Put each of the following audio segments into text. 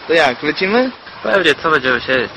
To jak, lecimy? Pewnie, co będziemy siedzieć?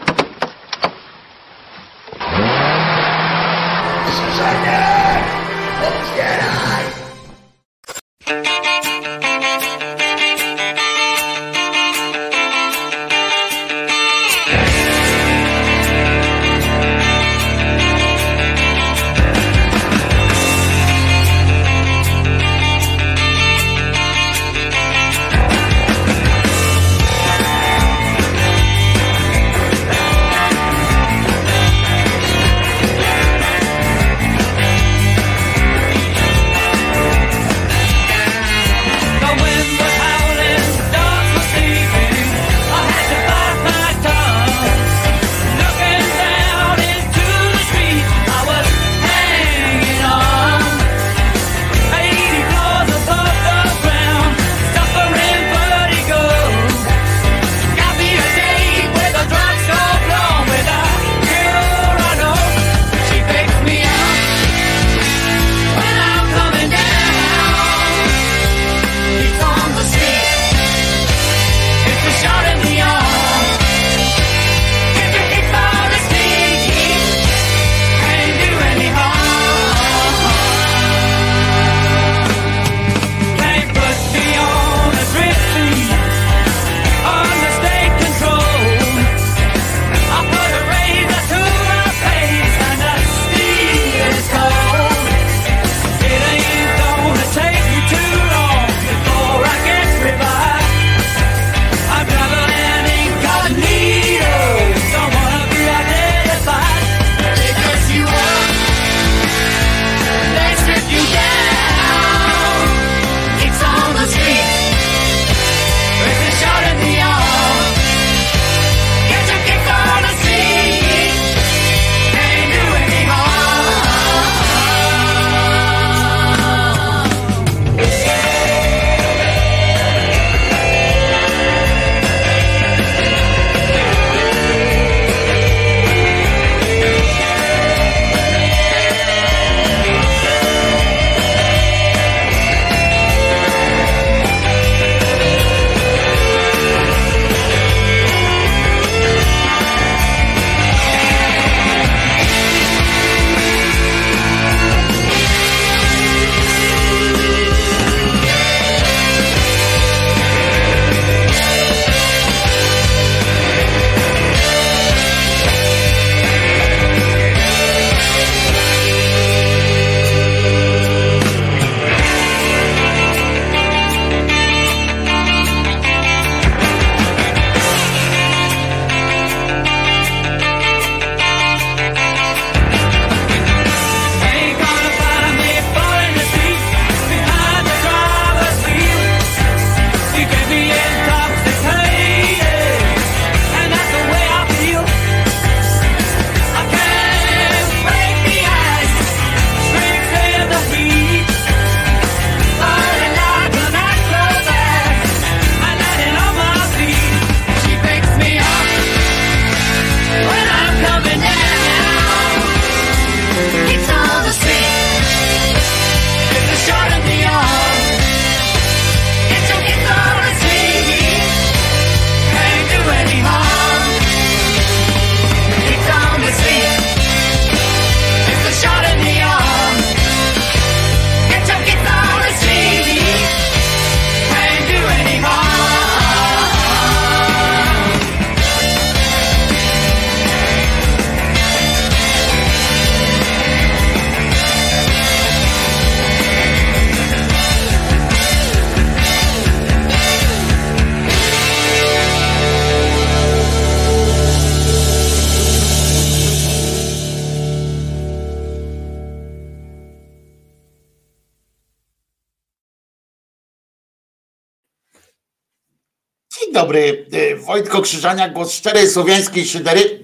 Dzień dobry, Wojtko Krzyżaniak, głos szczerej słowiańskiej szydery.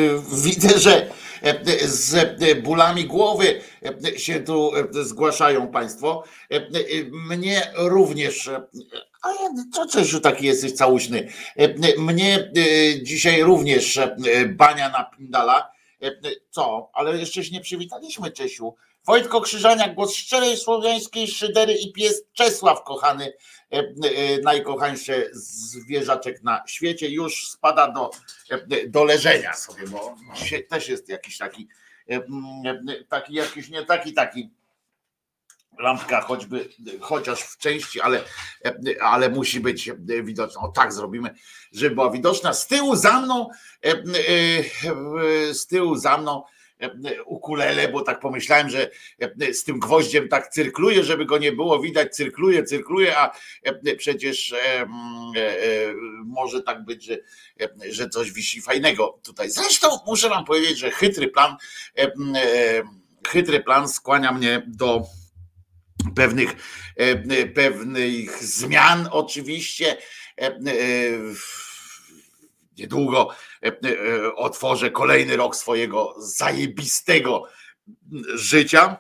Widzę, że z bólami głowy się tu zgłaszają państwo. Mnie również, a to Czesiu taki jesteś całuśny, mnie dzisiaj również bania napindala Co? Ale jeszcze się nie przywitaliśmy, Czesiu. Wojtko Krzyżaniak, głos szczerej słowiańskiej szydery i pies Czesław, kochany, najkochańszy zwierzaczek na świecie, już spada do leżenia sobie, bo dzisiaj też jest jakiś taki jakiś nie taki lampka chociaż w części, ale musi być widoczna. O tak zrobimy, żeby była widoczna. Z tyłu za mną ukulele, bo tak pomyślałem, że z tym gwoździem tak cyrkluje, żeby go nie było widać, cyrkluje, a przecież może tak być, że coś wisi fajnego tutaj. Zresztą muszę wam powiedzieć, że chytry plan skłania mnie do pewnych zmian oczywiście. Niedługo otworzę kolejny rok swojego zajebistego życia,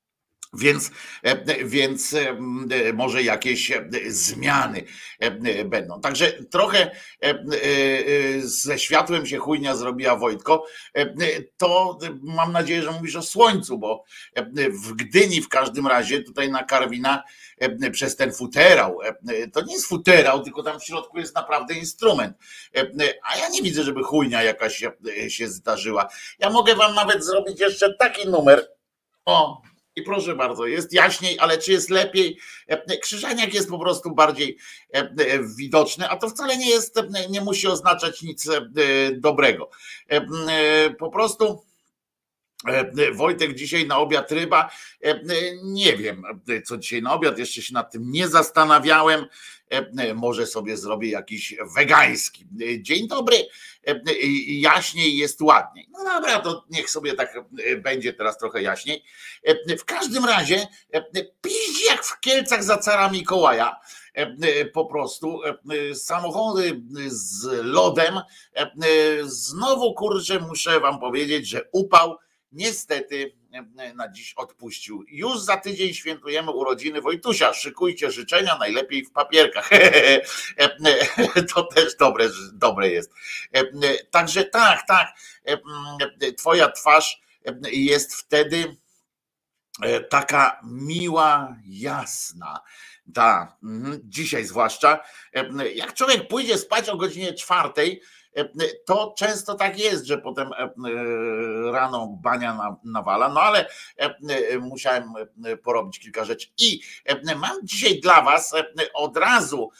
więc może jakieś zmiany będą. Także trochę ze światłem się chujnia zrobiła, Wojtko. To mam nadzieję, że mówisz o słońcu, bo w Gdyni w każdym razie, tutaj na Karwina, przez ten futerał, to nie jest futerał, tylko tam w środku jest naprawdę instrument, a ja nie widzę, żeby chujnia jakaś się zdarzyła. Ja mogę wam nawet zrobić jeszcze taki numer. O, i proszę bardzo, jest jaśniej, ale czy jest lepiej? Krzyżaniak jest po prostu bardziej widoczny, a to wcale nie musi oznaczać nic dobrego. Po prostu Wojtek dzisiaj na obiad ryba. Nie wiem, co dzisiaj na obiad, jeszcze się nad tym nie zastanawiałem. Może sobie zrobię jakiś wegański. Dzień dobry, jaśniej jest ładniej. No dobra, to niech sobie tak będzie teraz trochę jaśniej. W każdym razie piździ jak w Kielcach za cara Mikołaja. Po prostu samochody z lodem. Znowu, kurczę, muszę wam powiedzieć, że upał niestety na dziś odpuścił. Już za tydzień świętujemy urodziny Wojtusia. Szykujcie życzenia, najlepiej w papierkach. To też dobre jest. Także tak. Twoja twarz jest wtedy taka miła, jasna. Tak, dzisiaj zwłaszcza. Jak człowiek pójdzie spać o godzinie 4, to często tak jest, że potem rano bania nawala, no ale musiałem porobić kilka rzeczy i mam dzisiaj dla was od razu,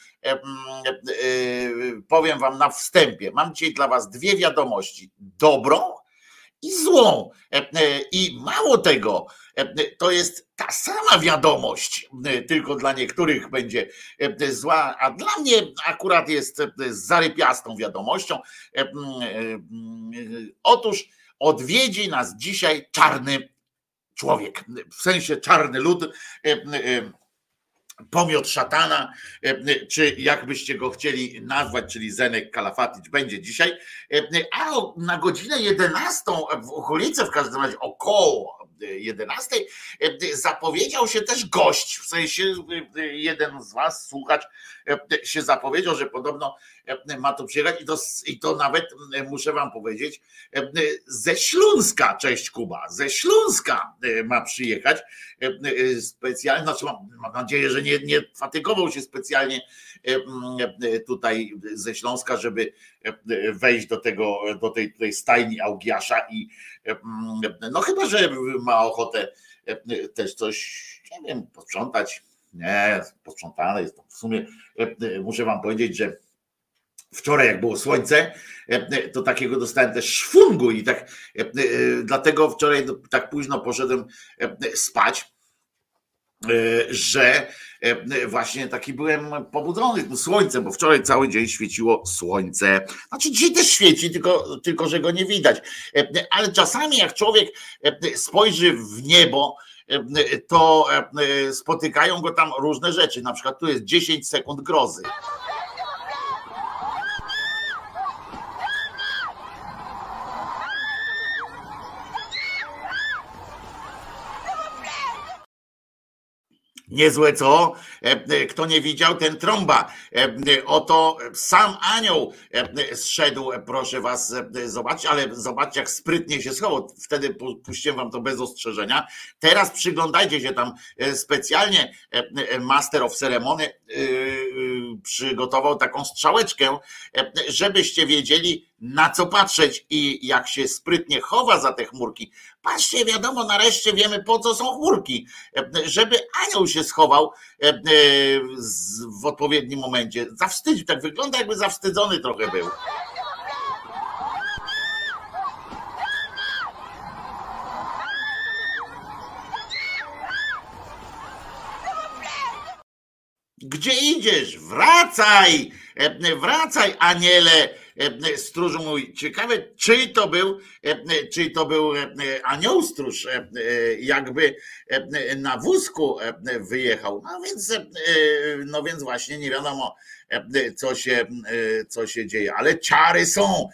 powiem wam na wstępie, mam dzisiaj dla was dwie wiadomości, dobrą i złą. I mało tego, to jest ta sama wiadomość, tylko dla niektórych będzie zła, a dla mnie akurat jest zarypiastą wiadomością. Otóż odwiedzi nas dzisiaj czarny człowiek, w sensie czarny lud, pomiot szatana, czy jakbyście go chcieli nazwać, czyli Zenek Kalafatycz będzie dzisiaj, a na godzinę 11 w okolicy, w każdym razie około 11 zapowiedział się też gość, w sensie jeden z was, słuchacz, się zapowiedział, że podobno ma tu przyjechać i to nawet muszę wam powiedzieć ze Śląska, cześć Kuba, ze Śląska ma przyjechać specjalnie, znaczy mam nadzieję, że nie fatygował się specjalnie tutaj ze Śląska, żeby wejść do tej tutaj stajni Augiasza i no chyba, że ma ochotę też coś, nie wiem, posprzątać. Nie, posprzątane jest to. W sumie muszę wam powiedzieć, że wczoraj jak było słońce, to takiego dostałem też szwungu i tak dlatego wczoraj tak późno poszedłem spać, że właśnie taki byłem pobudzony tym słońcem, bo wczoraj cały dzień świeciło słońce. Znaczy dzisiaj też świeci, tylko że go nie widać. Ale czasami jak człowiek spojrzy w niebo, to spotykają go tam różne rzeczy. Na przykład tu jest 10 sekund grozy. Niezłe co? Kto nie widział, ten trąba. Oto sam anioł zszedł, proszę was zobaczyć, ale zobaczcie jak sprytnie się schował. Wtedy puściłem wam to bez ostrzeżenia. Teraz przyglądajcie się tam specjalnie Master of Ceremony przygotował taką strzałeczkę, żebyście wiedzieli na co patrzeć i jak się sprytnie chowa za te chmurki. Patrzcie, wiadomo, nareszcie wiemy po co są chmurki, żeby anioł się schował w odpowiednim momencie. Zawstydził, tak wygląda jakby zawstydzony trochę był. Gdzie idziesz? Wracaj! Wracaj, aniele, stróżu mój. Ciekawe, czy to był anioł stróż, jakby na wózku wyjechał. No więc właśnie nie wiadomo, co się dzieje, ale czary są.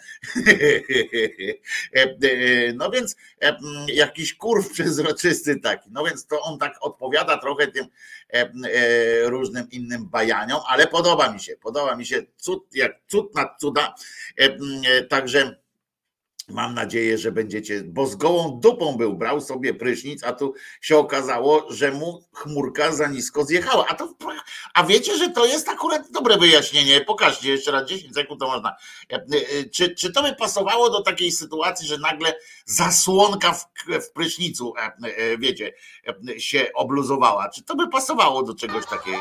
No więc jakiś kurw przezroczysty taki. No więc to on tak odpowiada trochę tym różnym innym bajaniom, ale podoba mi się cud, jak cud nad cuda. Także mam nadzieję, że będziecie, bo z gołą dupą brał sobie prysznic, a tu się okazało, że mu chmurka za nisko zjechała. A wiecie, że to jest akurat dobre wyjaśnienie. Pokażcie jeszcze raz, 10 sekund to można. Czy to by pasowało do takiej sytuacji, że nagle zasłonka w prysznicu, wiecie, się obluzowała? Czy to by pasowało do czegoś takiego?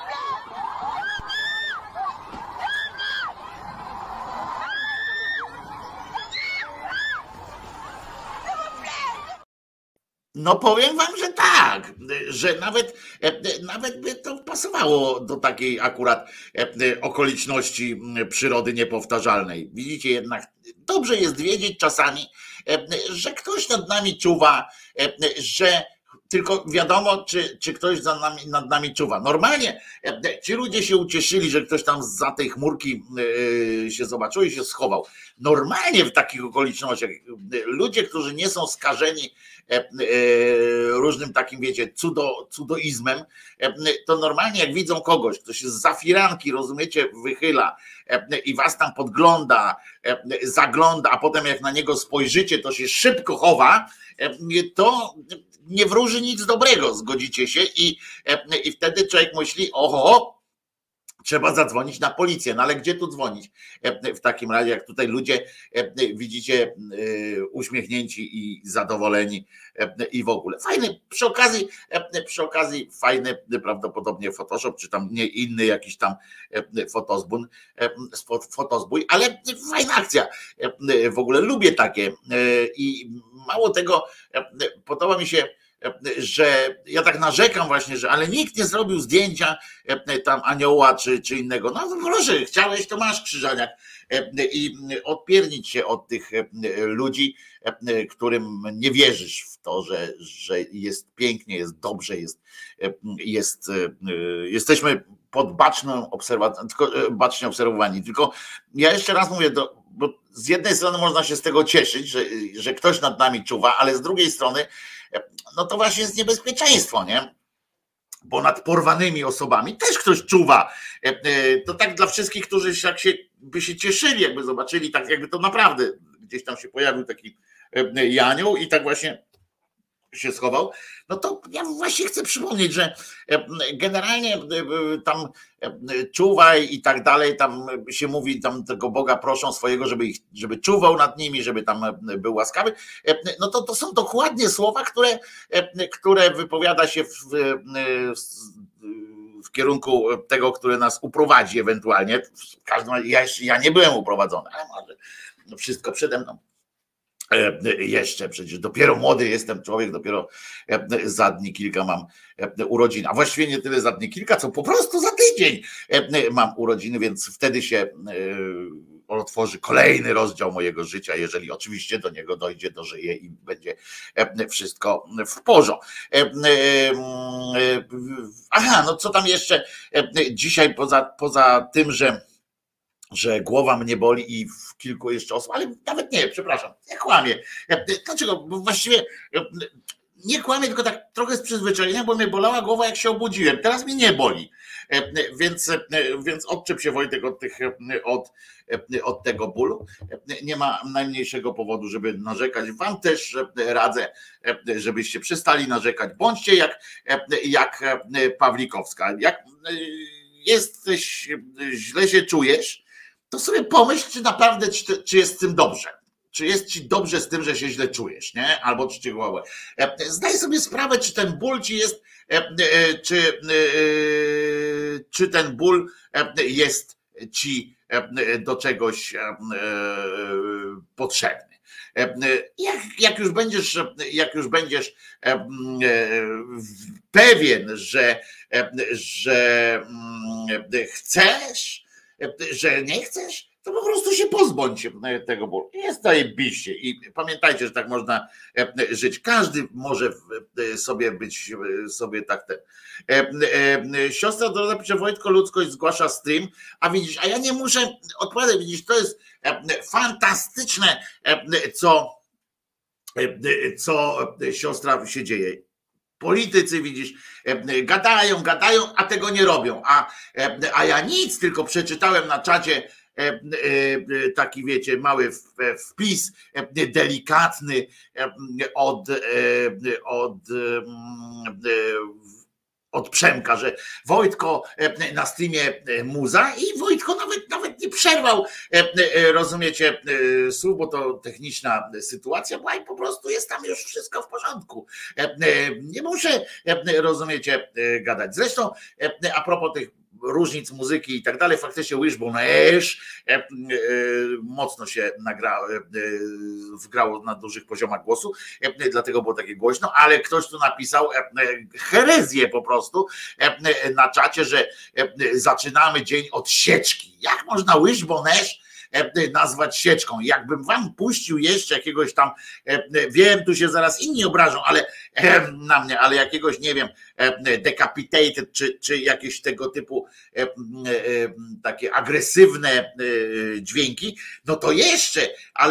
No powiem wam, że tak, że nawet by to pasowało do takiej akurat okoliczności przyrody niepowtarzalnej. Widzicie, jednak dobrze jest wiedzieć czasami, że ktoś nad nami czuwa, że tylko wiadomo, czy ktoś nad nami czuwa. Normalnie ci ludzie się ucieszyli, że ktoś tam zza tej chmurki się zobaczył i się schował. Normalnie w takich okolicznościach ludzie, którzy nie są skażeni różnym takim, wiecie, cudoizmem, to normalnie jak widzą kogoś, kto się z zafiranki, rozumiecie, wychyla i was tam podgląda, zagląda, a potem jak na niego spojrzycie, to się szybko chowa, to nie wróży nic dobrego, zgodzicie się? I wtedy człowiek myśli, oho, trzeba zadzwonić na policję. No ale gdzie tu dzwonić? W takim razie, jak tutaj ludzie, widzicie, uśmiechnięci i zadowoleni i w ogóle. Fajny, przy okazji fajny prawdopodobnie Photoshop, czy tam nie inny jakiś tam fotozbój, ale fajna akcja. W ogóle lubię takie i mało tego, podoba mi się, że ja tak narzekam właśnie, że ale nikt nie zrobił zdjęcia tam anioła czy innego. No proszę, chciałeś, to masz, Krzyżaniak. I odpiernić się od tych ludzi, którym nie wierzysz w to, że jest pięknie, jest dobrze, jesteśmy pod bacznie obserwowani. Tylko ja jeszcze raz mówię, bo z jednej strony można się z tego cieszyć, że ktoś nad nami czuwa, ale z drugiej strony no to właśnie jest niebezpieczeństwo, nie? Bo nad porwanymi osobami też ktoś czuwa. To tak dla wszystkich, którzy by się cieszyli, jakby zobaczyli, tak jakby to naprawdę gdzieś tam się pojawił taki Janioł i tak właśnie się schował, no to ja właśnie chcę przypomnieć, że generalnie tam czuwaj i tak dalej, tam się mówi, tam tego Boga proszą swojego, żeby czuwał nad nimi, żeby tam był łaskawy, no to są dokładnie słowa, które wypowiada się w kierunku tego, który nas uprowadzi ewentualnie. W każdym razie ja nie byłem uprowadzony, ale może wszystko przede mną. Jeszcze przecież dopiero młody jestem człowiek, dopiero za dni kilka mam urodziny, a właściwie nie tyle za dni kilka, co po prostu za tydzień mam urodziny, więc wtedy się otworzy kolejny rozdział mojego życia, jeżeli oczywiście do niego dojdzie, dożyje i będzie wszystko w porządku. Aha, no co tam jeszcze dzisiaj poza tym, że głowa mnie boli i w kilku jeszcze osób, ale nawet nie, przepraszam, ja kłamię. Dlaczego? Bo właściwie nie kłamię, tylko tak trochę z przyzwyczajenia, bo mnie bolała głowa, jak się obudziłem. Teraz mnie nie boli. Więc odczep się, Wojtek, od tego bólu. Nie ma najmniejszego powodu, żeby narzekać. Wam też radzę, żebyście przestali narzekać. Bądźcie jak Pawlikowska. Jak jesteś, źle się czujesz, to sobie pomyśl, czy naprawdę, czy jest z tym dobrze. Czy jest ci dobrze z tym, że się źle czujesz, nie? Albo czy ci głowę. Zdaj sobie sprawę, czy ten ból ci jest, czy ten ból jest ci do czegoś potrzebny. Jak już będziesz pewien, że chcesz, że nie chcesz, to po prostu się pozbądź tego bólu. Jest zajebiście. I pamiętajcie, że tak można żyć. Każdy może sobie być sobie tak ten. Siostra Dorota pisze, Wojtko, ludzkość zgłasza stream, a widzisz, a ja nie muszę odpowiadać, widzisz, to jest fantastyczne, co siostra się dzieje. Politycy, widzisz, gadają, a tego nie robią, a ja nic, tylko przeczytałem na czacie taki, wiecie, mały wpis delikatny od Przemka, że Wojtko na streamie muza i Wojtko nawet nie przerwał, rozumiecie, słów, bo to techniczna sytuacja była i po prostu jest tam już wszystko w porządku. Nie muszę, rozumiecie, gadać. Zresztą a propos tych różnic muzyki i tak dalej, faktycznie Wishbone Ash mocno się wgrało na dużych poziomach głosu, dlatego było takie głośno, ale ktoś tu napisał herezję po prostu na czacie, że zaczynamy dzień od sieczki. Jak można Wishbone Ash nazwać sieczką? Jakbym wam puścił jeszcze jakiegoś tam, wiem, tu się zaraz inni obrażą, ale na mnie, ale jakiegoś, nie wiem, decapitated, czy jakieś tego typu takie agresywne dźwięki, no to jeszcze,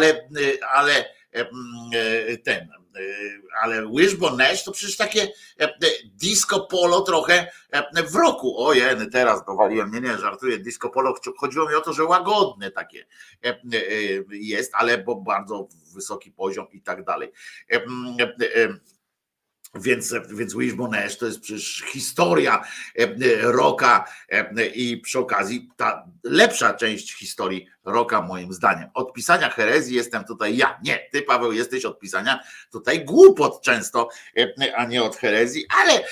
ale Wishbone Ash to przecież takie disco polo trochę w roku. Ojej, teraz dowaliłem, nie, żartuję, disco polo, chodziło mi o to, że łagodne takie jest, ale bo bardzo wysoki poziom i tak dalej. Więc Wishbone Ash to jest przecież historia rocka i przy okazji ta lepsza część historii rocka moim zdaniem. Od pisania herezji jestem tutaj ja. Nie, ty, Paweł, jesteś od pisania tutaj głupot często, a nie od herezji, ale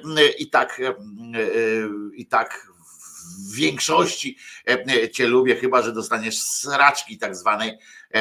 i tak w większości cię lubię, chyba że dostaniesz sraczki tak zwanej,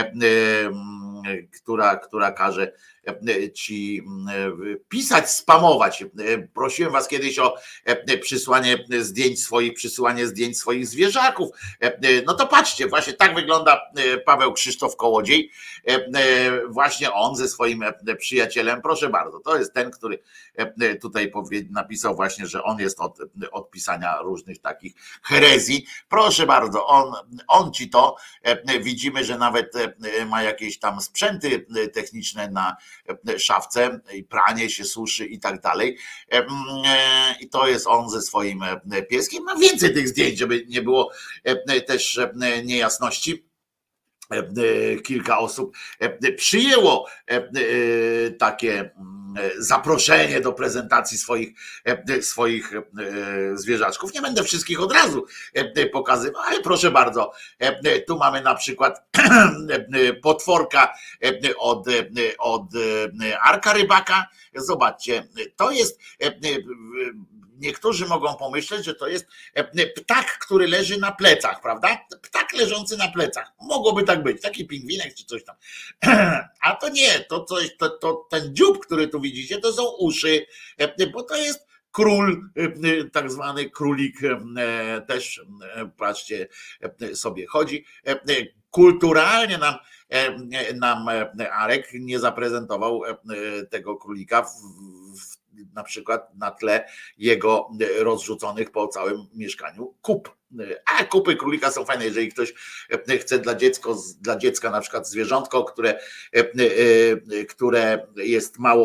która każe ci pisać, spamować. Prosiłem was kiedyś o przysyłanie zdjęć swoich zwierzaków. No to patrzcie, właśnie tak wygląda Paweł Krzysztof Kołodziej. Właśnie on ze swoim przyjacielem, proszę bardzo, to jest ten, który tutaj napisał właśnie, że on jest od pisania różnych takich herezji. Proszę bardzo, on ci to, widzimy, że nawet ma jakieś tam sprzęty techniczne na szafce i pranie się suszy i tak dalej. I to jest on ze swoim pieskiem. Ma więcej tych zdjęć, żeby nie było też niejasności. Kilka osób przyjęło takie zaproszenie do prezentacji swoich zwierzaczków. Nie będę wszystkich od razu pokazywał, ale proszę bardzo, tu mamy na przykład potworka od Arka Rybaka. Zobaczcie, to jest, niektórzy mogą pomyśleć, że to jest ptak, który leży na plecach, prawda? Ptak leżący na plecach. Mogłoby tak być, taki pingwinek czy coś tam. A to nie, to ten dziób, który tu widzicie, to są uszy, bo to jest król, tak zwany królik, też patrzcie sobie chodzi. Kulturalnie nam Arek nie zaprezentował tego królika na przykład na tle jego rozrzuconych po całym mieszkaniu kup. A kupy królika są fajne, jeżeli ktoś chce dla dziecka na przykład zwierzątko, które jest mało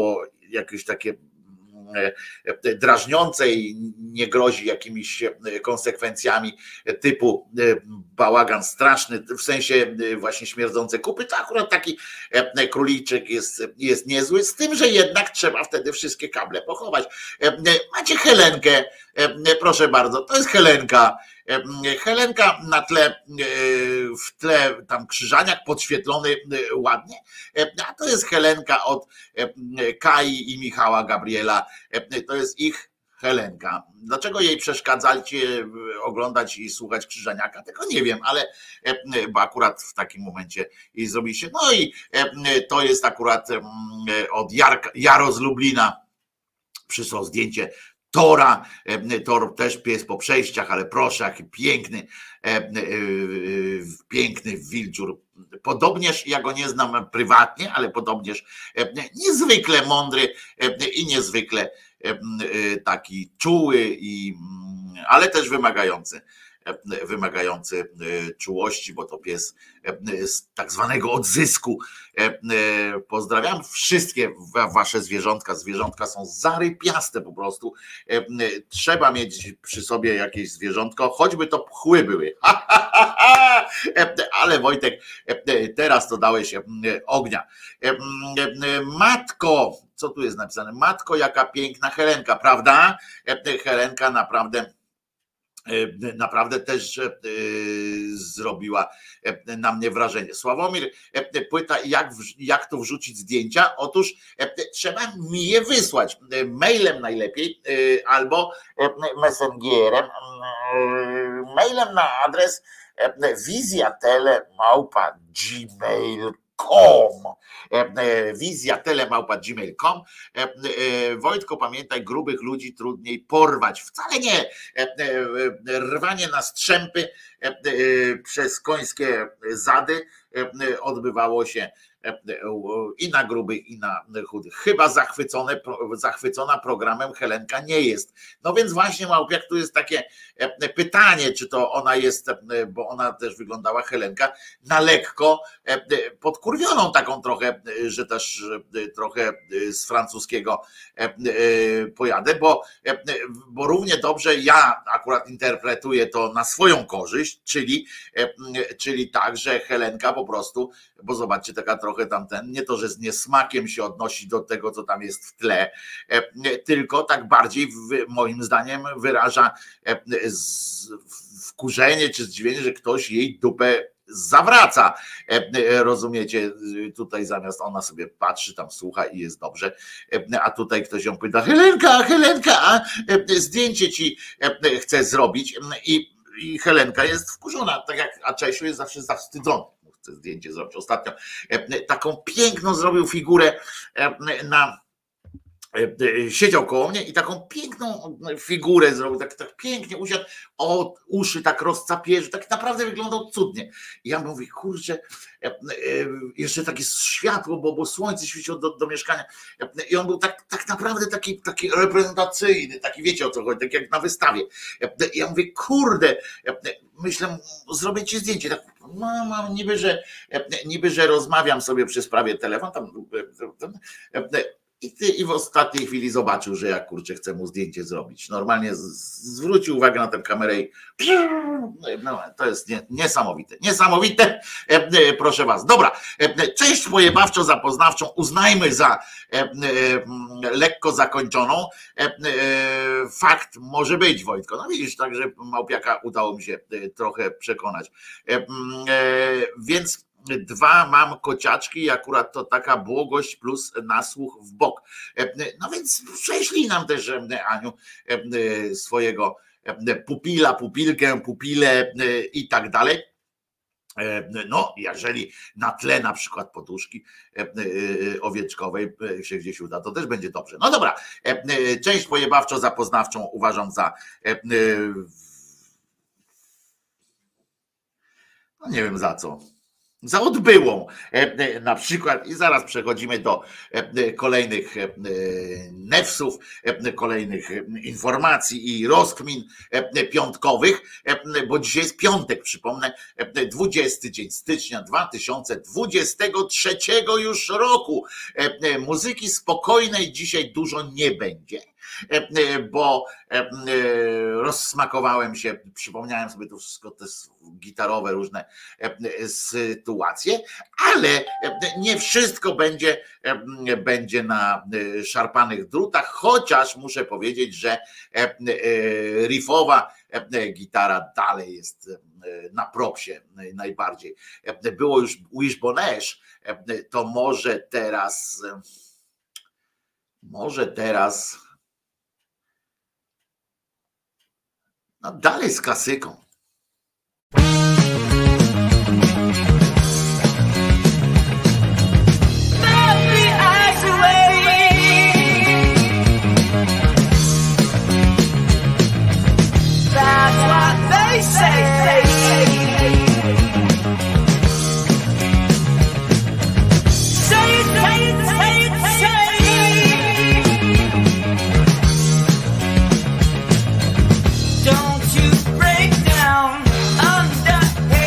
jakieś takie drażniące i nie grozi jakimiś konsekwencjami typu bałagan straszny, w sensie właśnie śmierdzące kupy, to akurat taki króliczek jest niezły, z tym, że jednak trzeba wtedy wszystkie kable pochować. Macie Helenkę, proszę bardzo, to jest Helenka. Helenka na tle, w tle tam krzyżaniak podświetlony ładnie, a to jest Helenka od Kai i Michała Gabriela, to jest ich Helenka. Dlaczego jej przeszkadzaliście oglądać i słuchać krzyżaniaka? Tego nie wiem, ale bo akurat w takim momencie jej zrobiliście. No i to jest akurat od Jaro z Lublina, przysłał zdjęcie Tora, Tor też pies po przejściach, ale proszę, jaki piękny wilczur. Podobnież, ja go nie znam prywatnie, ale podobnież niezwykle mądry i niezwykle taki czuły, ale też wymagający czułości, bo to pies z tak zwanego odzysku. Pozdrawiam wszystkie wasze zwierzątka. Zwierzątka są zarypiaste po prostu. Trzeba mieć przy sobie jakieś zwierzątko, choćby to pchły były. Ale Wojtek, teraz to dałeś ognia. Matko, co tu jest napisane? Matko, jaka piękna Helenka, prawda? Helenka naprawdę też zrobiła na mnie wrażenie. Sławomir pyta, jak tu wrzucić zdjęcia? Otóż trzeba mi je wysłać mailem najlepiej, albo messengerem, mailem na adres wizjatele@gmail.com. wizjatele@gmail.com. Wojtko, pamiętaj, grubych ludzi trudniej porwać. Wcale nie. Rwanie na strzępy przez końskie zady odbywało się i na grubych, i na chudych. Chyba zachwycona programem Helenka nie jest. No więc właśnie, Małpiak, tu jest takie pytanie, czy to ona jest, bo ona też wyglądała, Helenka, na lekko podkurwioną taką trochę, że też trochę z francuskiego pojadę, bo równie dobrze ja akurat interpretuję to na swoją korzyść, czyli tak, że Helenka po prostu, bo zobaczcie, taka trochę tamten, nie to, że z niesmakiem się odnosi do tego, co tam jest w tle, tylko tak bardziej moim zdaniem wyraża wkurzenie czy zdziwienie, że ktoś jej dupę zawraca. Rozumiecie? Tutaj zamiast ona sobie patrzy, tam słucha i jest dobrze, a tutaj ktoś ją pyta: Helenka, a zdjęcie ci chcę zrobić, i Helenka jest wkurzona, tak jak, a Czesiu jest zawsze zawstydzony. Chcę zdjęcie zrobić. Ostatnio taką piękną zrobił figurę siedział koło mnie i taką piękną figurę zrobił, tak pięknie usiadł, uszy tak rozcapierzy, tak naprawdę wyglądał cudnie. I ja mówię, kurczę, jeszcze takie światło, bo słońce świeciło do mieszkania, i on był tak naprawdę taki reprezentacyjny, taki, wiecie o co chodzi, tak jak na wystawie. I ja mówię, kurde, myślę, zrobię ci zdjęcie, tak mam niby, że rozmawiam sobie przy sprawie telefon, i w ostatniej chwili zobaczył, że ja, kurczę, chcę mu zdjęcie zrobić. Normalnie zwrócił uwagę na tę kamerę i no, to jest niesamowite, proszę was. Dobra, część pojebawczo-zapoznawczą uznajmy za lekko zakończoną. Fakt może być, Wojtko. No widzisz, także Małpiaka udało mi się trochę przekonać. Więc 2 mam kociaczki i akurat to taka błogość plus nasłuch w bok. No więc prześlij nam też, Aniu, swojego pupilkę, pupilę i tak dalej. No, jeżeli na tle na przykład poduszki owieczkowej się gdzieś uda, to też będzie dobrze. No dobra, część pojebawczo-zapoznawczą uważam za no nie wiem za co. za odbyłą na przykład i zaraz przechodzimy do kolejnych newsów, kolejnych informacji i rozkmin piątkowych, bo dzisiaj jest piątek, przypomnę, 20 dzień stycznia 2023 już roku. Muzyki spokojnej dzisiaj dużo nie będzie, bo rozsmakowałem się, przypomniałem sobie to wszystko, te gitarowe różne sytuacje, ale nie wszystko będzie na szarpanych drutach, chociaż muszę powiedzieć, że riffowa gitara dalej jest na propsie najbardziej. Było już Wishbone-Ash, to może teraz no dalej z klasyką. Don't you break down under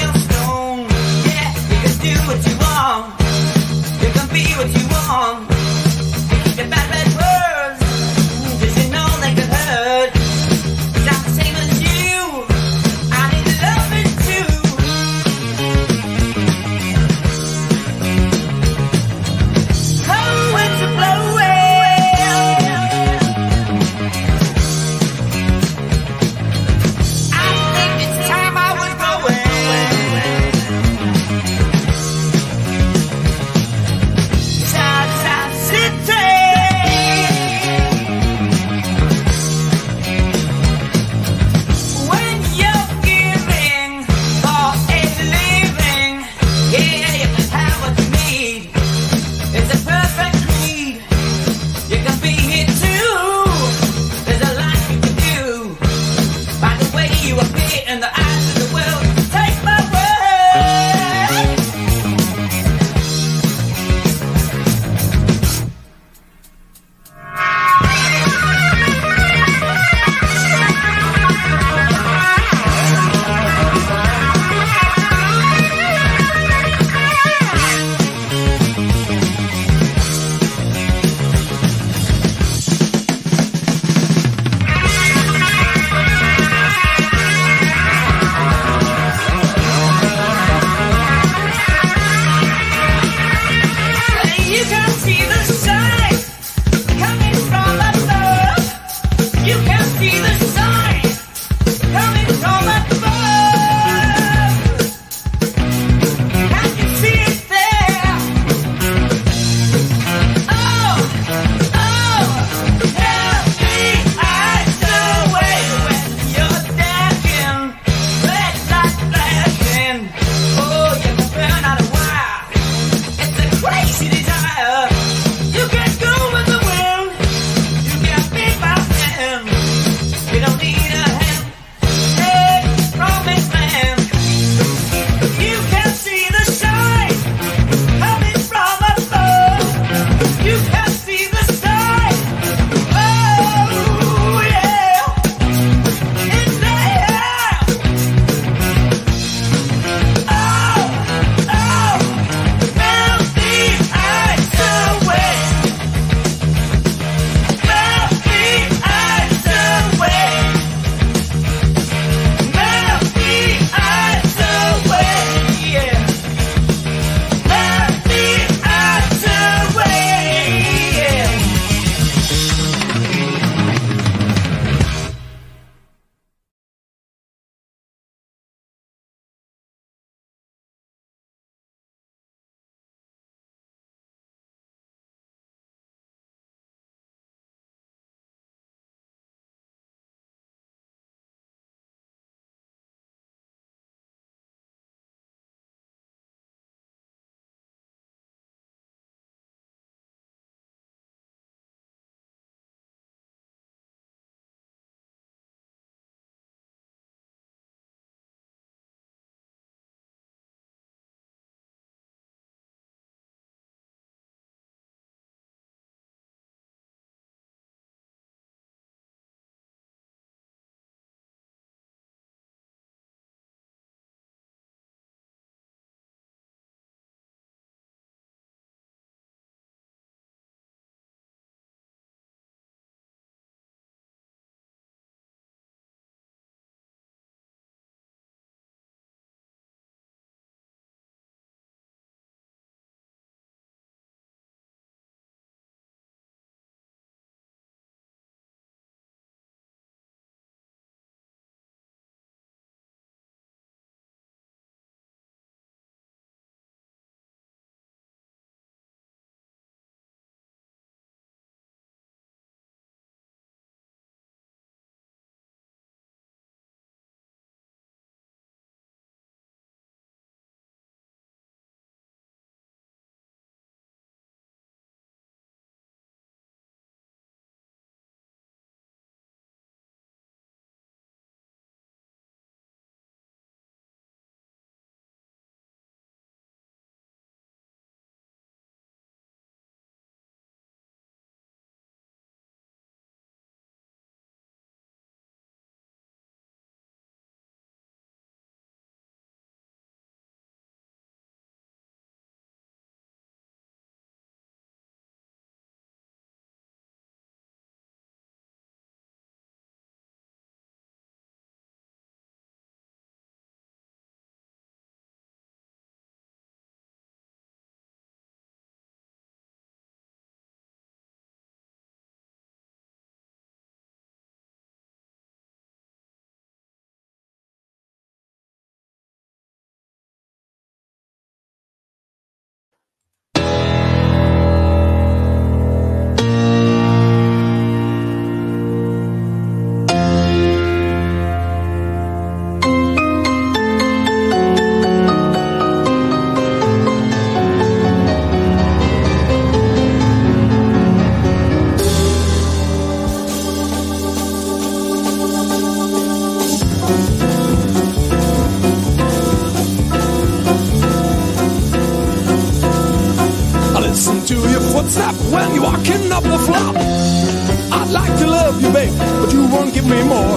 listen to your footstep when you're walking up the flop. I'd like to love you, babe, but you won't give me more.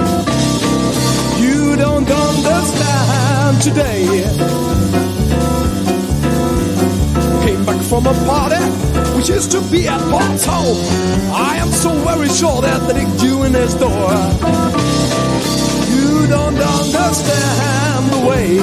You don't understand today. Came back from a party which used to be at Paul's home. I am so very sure that they digged you in his door. You don't understand the way.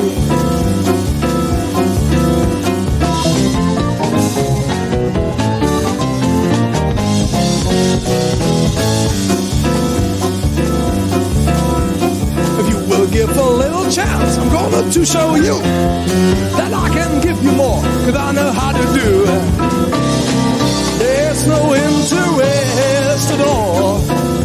Give a little chance, I'm gonna to show you that I can give you more, cause I know how to do. There's no interest at all.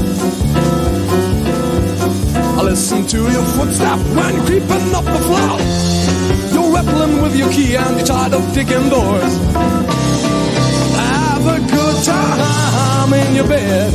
I listen to your footstep when you're creeping up the floor. You're rattling with your key and you're tired of digging doors. Have a good time in your bed.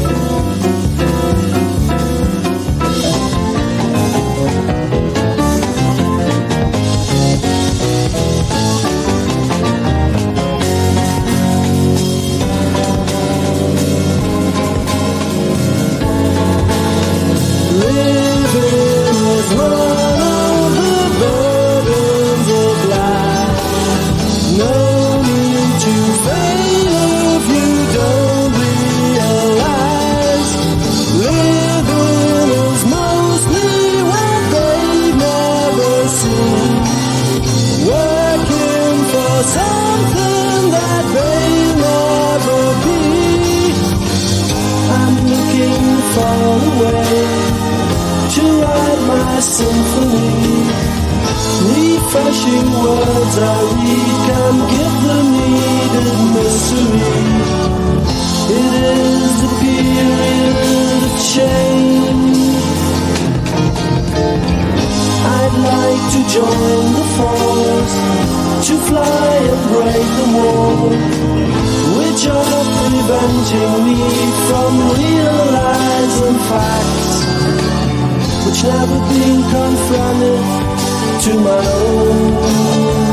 Symphony, refreshing words I read can give the needed mystery. It is the period of change. I'd like to join the force, to fly and break the wall, which are preventing me from realizing facts which never been confronted to my own.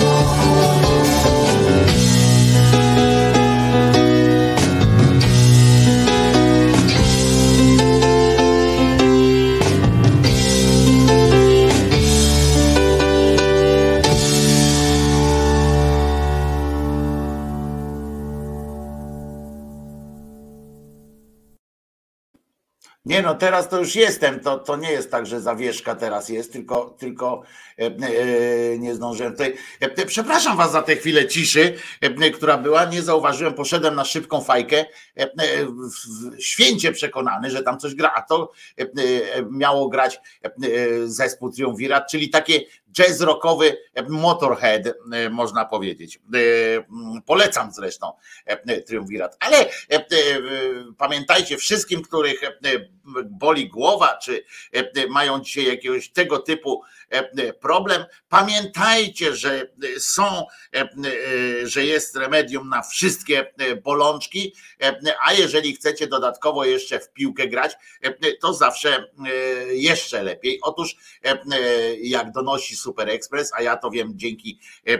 Nie no, teraz to już jestem, to nie jest tak, że zawieszka teraz jest, tylko nie zdążyłem tutaj. Przepraszam was za tę chwilę ciszy, która była, nie zauważyłem, poszedłem na szybką fajkę, święcie przekonany, że tam coś gra, a to miało grać zespół Triumvirat, czyli takie jazz rockowy Motorhead, można powiedzieć. Polecam zresztą Triumvirat, ale pamiętajcie, wszystkim, których boli głowa, czy mają dzisiaj jakiegoś tego typu problem, pamiętajcie, że jest remedium na wszystkie bolączki, a jeżeli chcecie dodatkowo jeszcze w piłkę grać, to zawsze jeszcze lepiej. Otóż jak donosi Super Express, a ja to wiem dzięki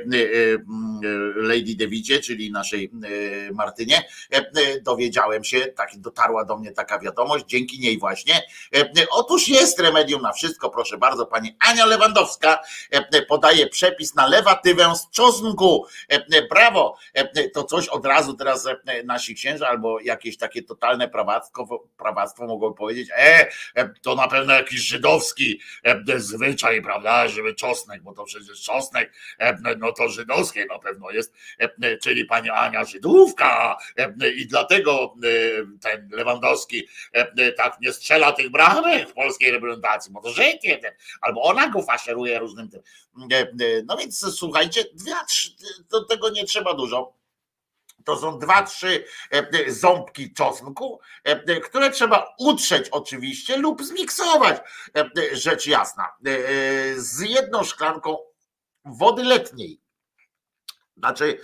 Lady Davidzie, czyli naszej Martynie, dowiedziałem się, dotarła do mnie taka wiadomość, dzięki niej właśnie. Otóż jest remedium na wszystko, proszę bardzo, pani Ania Lewandowska podaje przepis na lewatywę z czosnku. Brawo! To coś od razu teraz nasi księża albo jakieś takie totalne prawactwo mogą powiedzieć, to na pewno jakiś żydowski zwyczaj, prawda, żeby czosnek, bo to przecież czosnek, no to żydowskie na pewno jest, czyli pani Ania Żydówka i dlatego ten Lewandowski tak nie strzela tych bramek w polskiej reprezentacji, bo to Żyd jeden, albo ona go faszeruje różnym tym. No więc słuchajcie, do tego nie trzeba dużo. To są 2-3 ząbki czosnku, które trzeba utrzeć oczywiście lub zmiksować, rzecz jasna, z jedną szklanką wody letniej. Znaczy,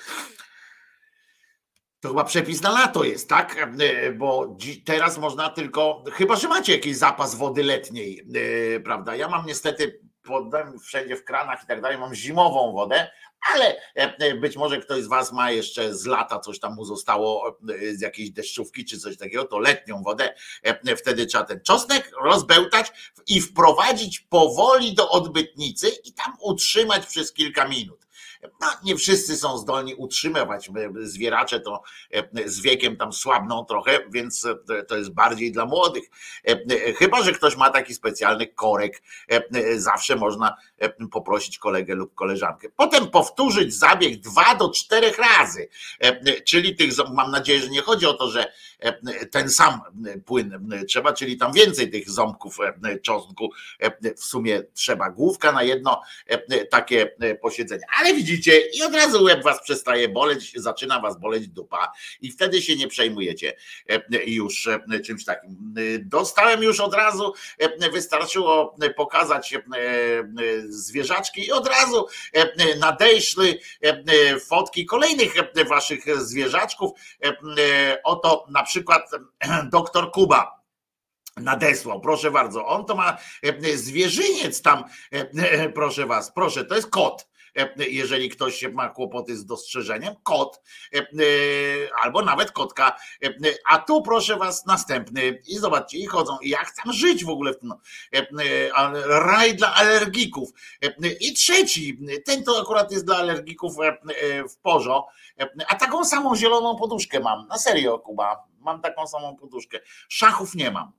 to chyba przepis na lato jest, tak? Bo teraz można tylko, chyba że macie jakiś zapas wody letniej, prawda? Ja mam niestety wszędzie w kranach i tak dalej, mam zimową wodę, ale być może ktoś z was ma jeszcze z lata, coś tam mu zostało z jakiejś deszczówki czy coś takiego, to letnią wodę, wtedy trzeba ten czosnek rozbełtać i wprowadzić powoli do odbytnicy i tam utrzymać przez kilka minut. No, nie wszyscy są zdolni utrzymywać, zwieracze to z wiekiem tam słabną trochę, więc to jest bardziej dla młodych. Chyba że ktoś ma taki specjalny korek, zawsze można poprosić kolegę lub koleżankę. Potem powtórzyć zabieg 2 do 4 razy, czyli tych, mam nadzieję, że nie chodzi o to, że ten sam płyn trzeba, czyli tam więcej tych ząbków czosnku, w sumie trzeba główka na jedno takie posiedzenie, ale widzicie i od razu łeb was przestaje boleć, zaczyna was boleć dupa i wtedy się nie przejmujecie już czymś takim. Dostałem już od razu, wystarczyło pokazać zwierzaczki i od razu nadeszły fotki kolejnych waszych zwierzaczków. Oto na przykład doktor Kuba nadesłał, proszę bardzo, on to ma zwierzyniec tam, proszę was, proszę, to jest kot. Jeżeli ktoś ma kłopoty z dostrzeżeniem, kot albo nawet kotka, a tu proszę was następny i zobaczcie, i chodzą, i ja chcę żyć w ogóle w tym, raj dla alergików i trzeci, ten to akurat jest dla alergików w porzo, a taką samą zieloną poduszkę mam, na serio Kuba, mam taką samą poduszkę, szachów nie mam.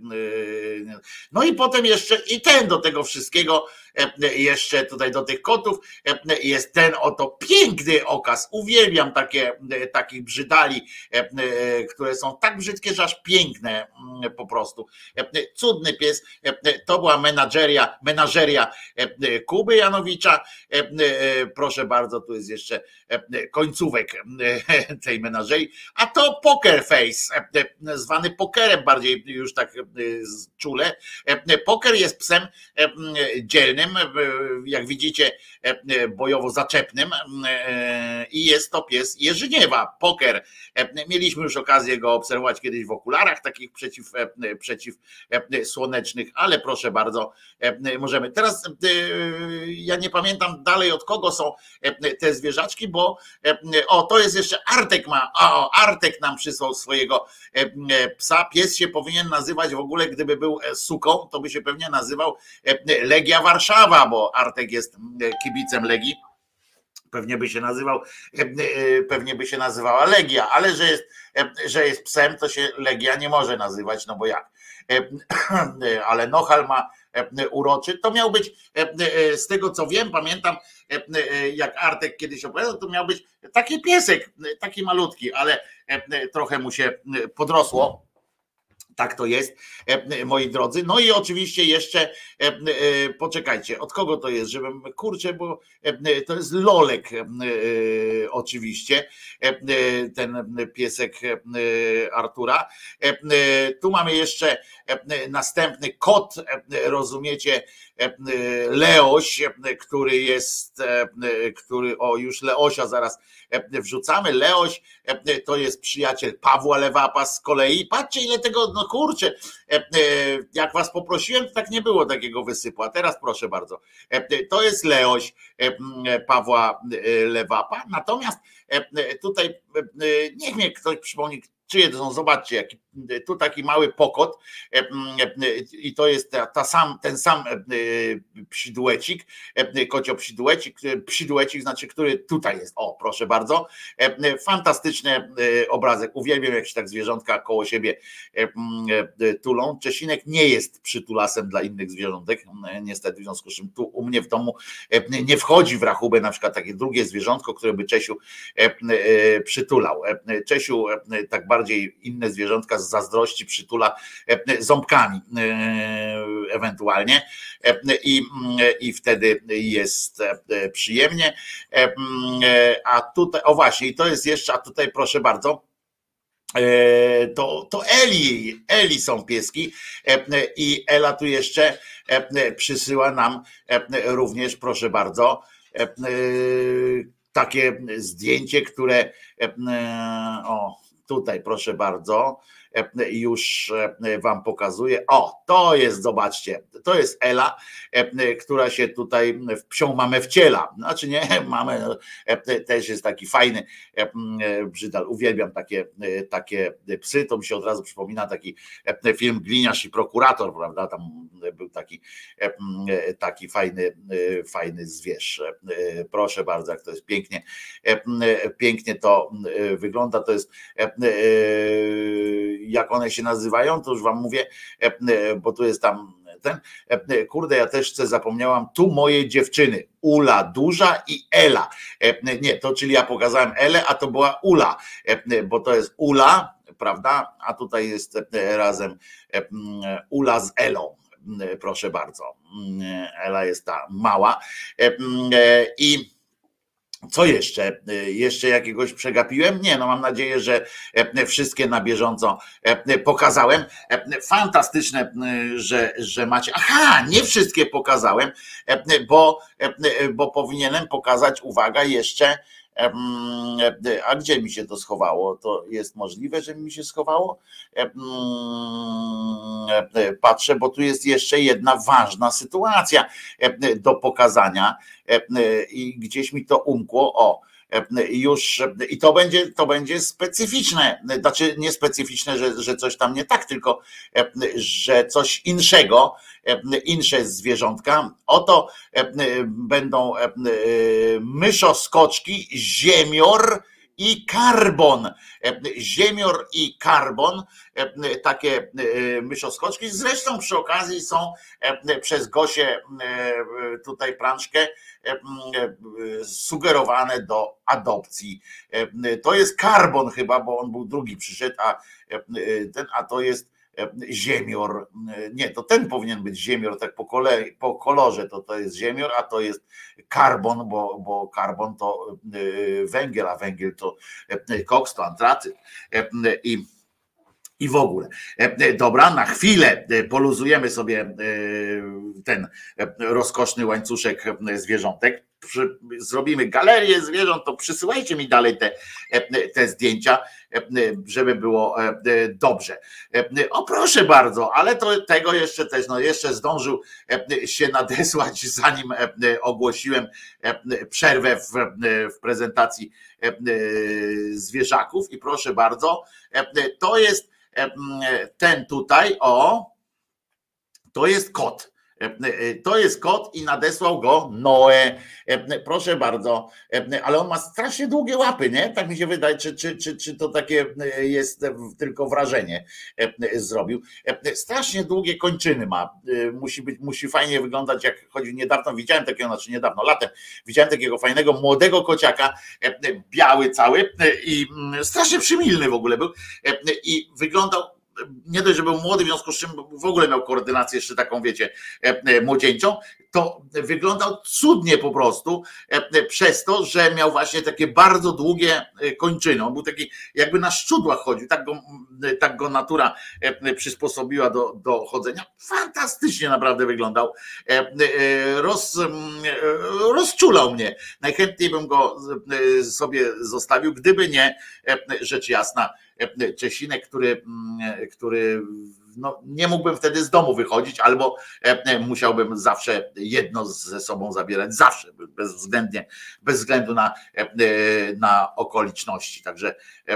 No i potem jeszcze i ten do tego wszystkiego, jeszcze tutaj do tych kotów jest ten oto piękny okaz. Uwielbiam takich brzydali, które są tak brzydkie, że aż piękne po prostu. Cudny pies. To była menażeria Kuby Janowicza. Proszę bardzo, tu jest jeszcze końcówek tej menażerii. A to Poker Face, zwany pokerem bardziej już tak czule. Poker jest psem dzielnym, jak widzicie, bojowo zaczepnym i jest to pies Jerzyniewa. Poker. Mieliśmy już okazję go obserwować kiedyś w okularach takich przeciwsłonecznych, ale proszę bardzo, możemy. Teraz ja nie pamiętam dalej od kogo są te zwierzaczki, bo to jest jeszcze Artek ma, Artek nam przysłał swojego psa. Pies się powinien nazywać w ogóle, gdyby był suką, to by się pewnie nazywał Legia Warszawa, bo Artek jest kibicem Legii. Pewnie by się nazywała Legia, ale że jest psem, to się Legia nie może nazywać, no bo jak? Ale Nochal ma uroczy, to miał być, z tego co wiem, pamiętam, jak Artek kiedyś opowiadał, to miał być taki piesek, taki malutki, ale trochę mu się podrosło. Tak to jest, moi drodzy. No i oczywiście jeszcze, poczekajcie, od kogo to jest, żebym, kurczę, bo to jest Lolek oczywiście, ten piesek Artura. Tu mamy jeszcze następny kot, rozumiecie, Leoś, już Leosia zaraz wrzucamy. Leoś to jest przyjaciel Pawła Lewapa z kolei. Patrzcie ile tego, no kurczę, jak was poprosiłem, to tak nie było takiego wysypu, a teraz proszę bardzo. To jest Leoś Pawła Lewapa, natomiast tutaj niech mnie ktoś przypomni, czyje to są, zobaczcie, tu taki mały pokot i to jest ten sam psidłecik, psidłecik znaczy, który tutaj jest, o proszę bardzo, fantastyczny obrazek, uwielbiam jak się tak zwierzątka koło siebie tulą. Czesinek nie jest przytulasem dla innych zwierzątek, niestety, w związku z czym tu u mnie w domu nie wchodzi w rachubę na przykład takie drugie zwierzątko, które by Czesiu przytulał. Czesiu tak bardziej inne zwierzątka z zazdrości przytula ząbkami ewentualnie i wtedy jest przyjemnie. A tutaj, o właśnie, i to jest jeszcze, a tutaj proszę bardzo, to Eli są pieski i Ela tu jeszcze przysyła nam również, proszę bardzo, takie zdjęcie, które tutaj proszę bardzo, już wam pokazuję. O, to jest, zobaczcie, to jest Ela, która się tutaj w psią mamę wciela. Znaczy nie, mamy, też jest taki fajny brzydal. Uwielbiam takie psy, to mi się od razu przypomina taki film Gliniarz i prokurator, prawda? Tam był taki fajny zwierz. Proszę bardzo, jak to jest pięknie to wygląda. To jest, jak one się nazywają, to już wam mówię, bo tu jest tam kurde, ja też zapomniałam, tu moje dziewczyny, Ula duża i Ela. Nie, to czyli ja pokazałem Elę, a to była Ula, bo to jest Ula, prawda, a tutaj jest razem Ula z Elą. Proszę bardzo, Ela jest ta mała. I co jeszcze? Jeszcze jakiegoś przegapiłem? Nie, no mam nadzieję, że wszystkie na bieżąco pokazałem. Fantastyczne, że macie. Aha, nie wszystkie pokazałem, bo powinienem pokazać, uwaga, jeszcze. A gdzie mi się to schowało? To jest możliwe, że mi się schowało? Patrzę, bo tu jest jeszcze jedna ważna sytuacja do pokazania i gdzieś mi to umkło. O, już i to będzie specyficzne, znaczy nie specyficzne, że coś tam nie tak, tylko że coś insze zwierzątka. Oto będą myszoskoczki, ziemior i karbon. Ziemior i karbon, takie myszoskoczki. Zresztą przy okazji są przez Gosię tutaj Prączkę sugerowane do adopcji. To jest karbon chyba, bo on był drugi przyszedł, a to jest ziemior. Nie, to ten powinien być ziemior, tak po kolorze to jest ziemior, a to jest karbon, bo karbon to węgiel, a węgiel to koks, to antracyt. I w ogóle. Dobra, na chwilę poluzujemy sobie ten rozkoszny łańcuszek zwierzątek. Zrobimy galerię zwierząt, to przysyłajcie mi dalej te zdjęcia, żeby było dobrze. O proszę bardzo, ale tego jeszcze też, no jeszcze zdążył się nadesłać, zanim ogłosiłem przerwę w prezentacji zwierzaków i proszę bardzo, to jest ten tutaj, to jest kot. To jest kot i nadesłał go Noe. Proszę bardzo, ale on ma strasznie długie łapy, nie? Tak mi się wydaje, czy to takie jest tylko wrażenie zrobił. Strasznie długie kończyny ma. Musi fajnie wyglądać, jak chodzi. Niedawno widziałem takiego, latem widziałem takiego fajnego młodego kociaka, biały cały i strasznie przymilny w ogóle był i wyglądał. Nie dość, że był młody, w związku z czym w ogóle miał koordynację jeszcze taką, wiecie, młodzieńczą, to wyglądał cudnie po prostu przez to, że miał właśnie takie bardzo długie kończyny. On był taki, jakby na szczudłach chodził, tak go natura przysposobiła do chodzenia. Fantastycznie naprawdę wyglądał. Rozczulał mnie. Najchętniej bym go sobie zostawił, gdyby nie, rzecz jasna, Czesinek, który no, nie mógłbym wtedy z domu wychodzić, albo musiałbym zawsze jedno ze sobą zabierać, zawsze, bez względu na okoliczności. Także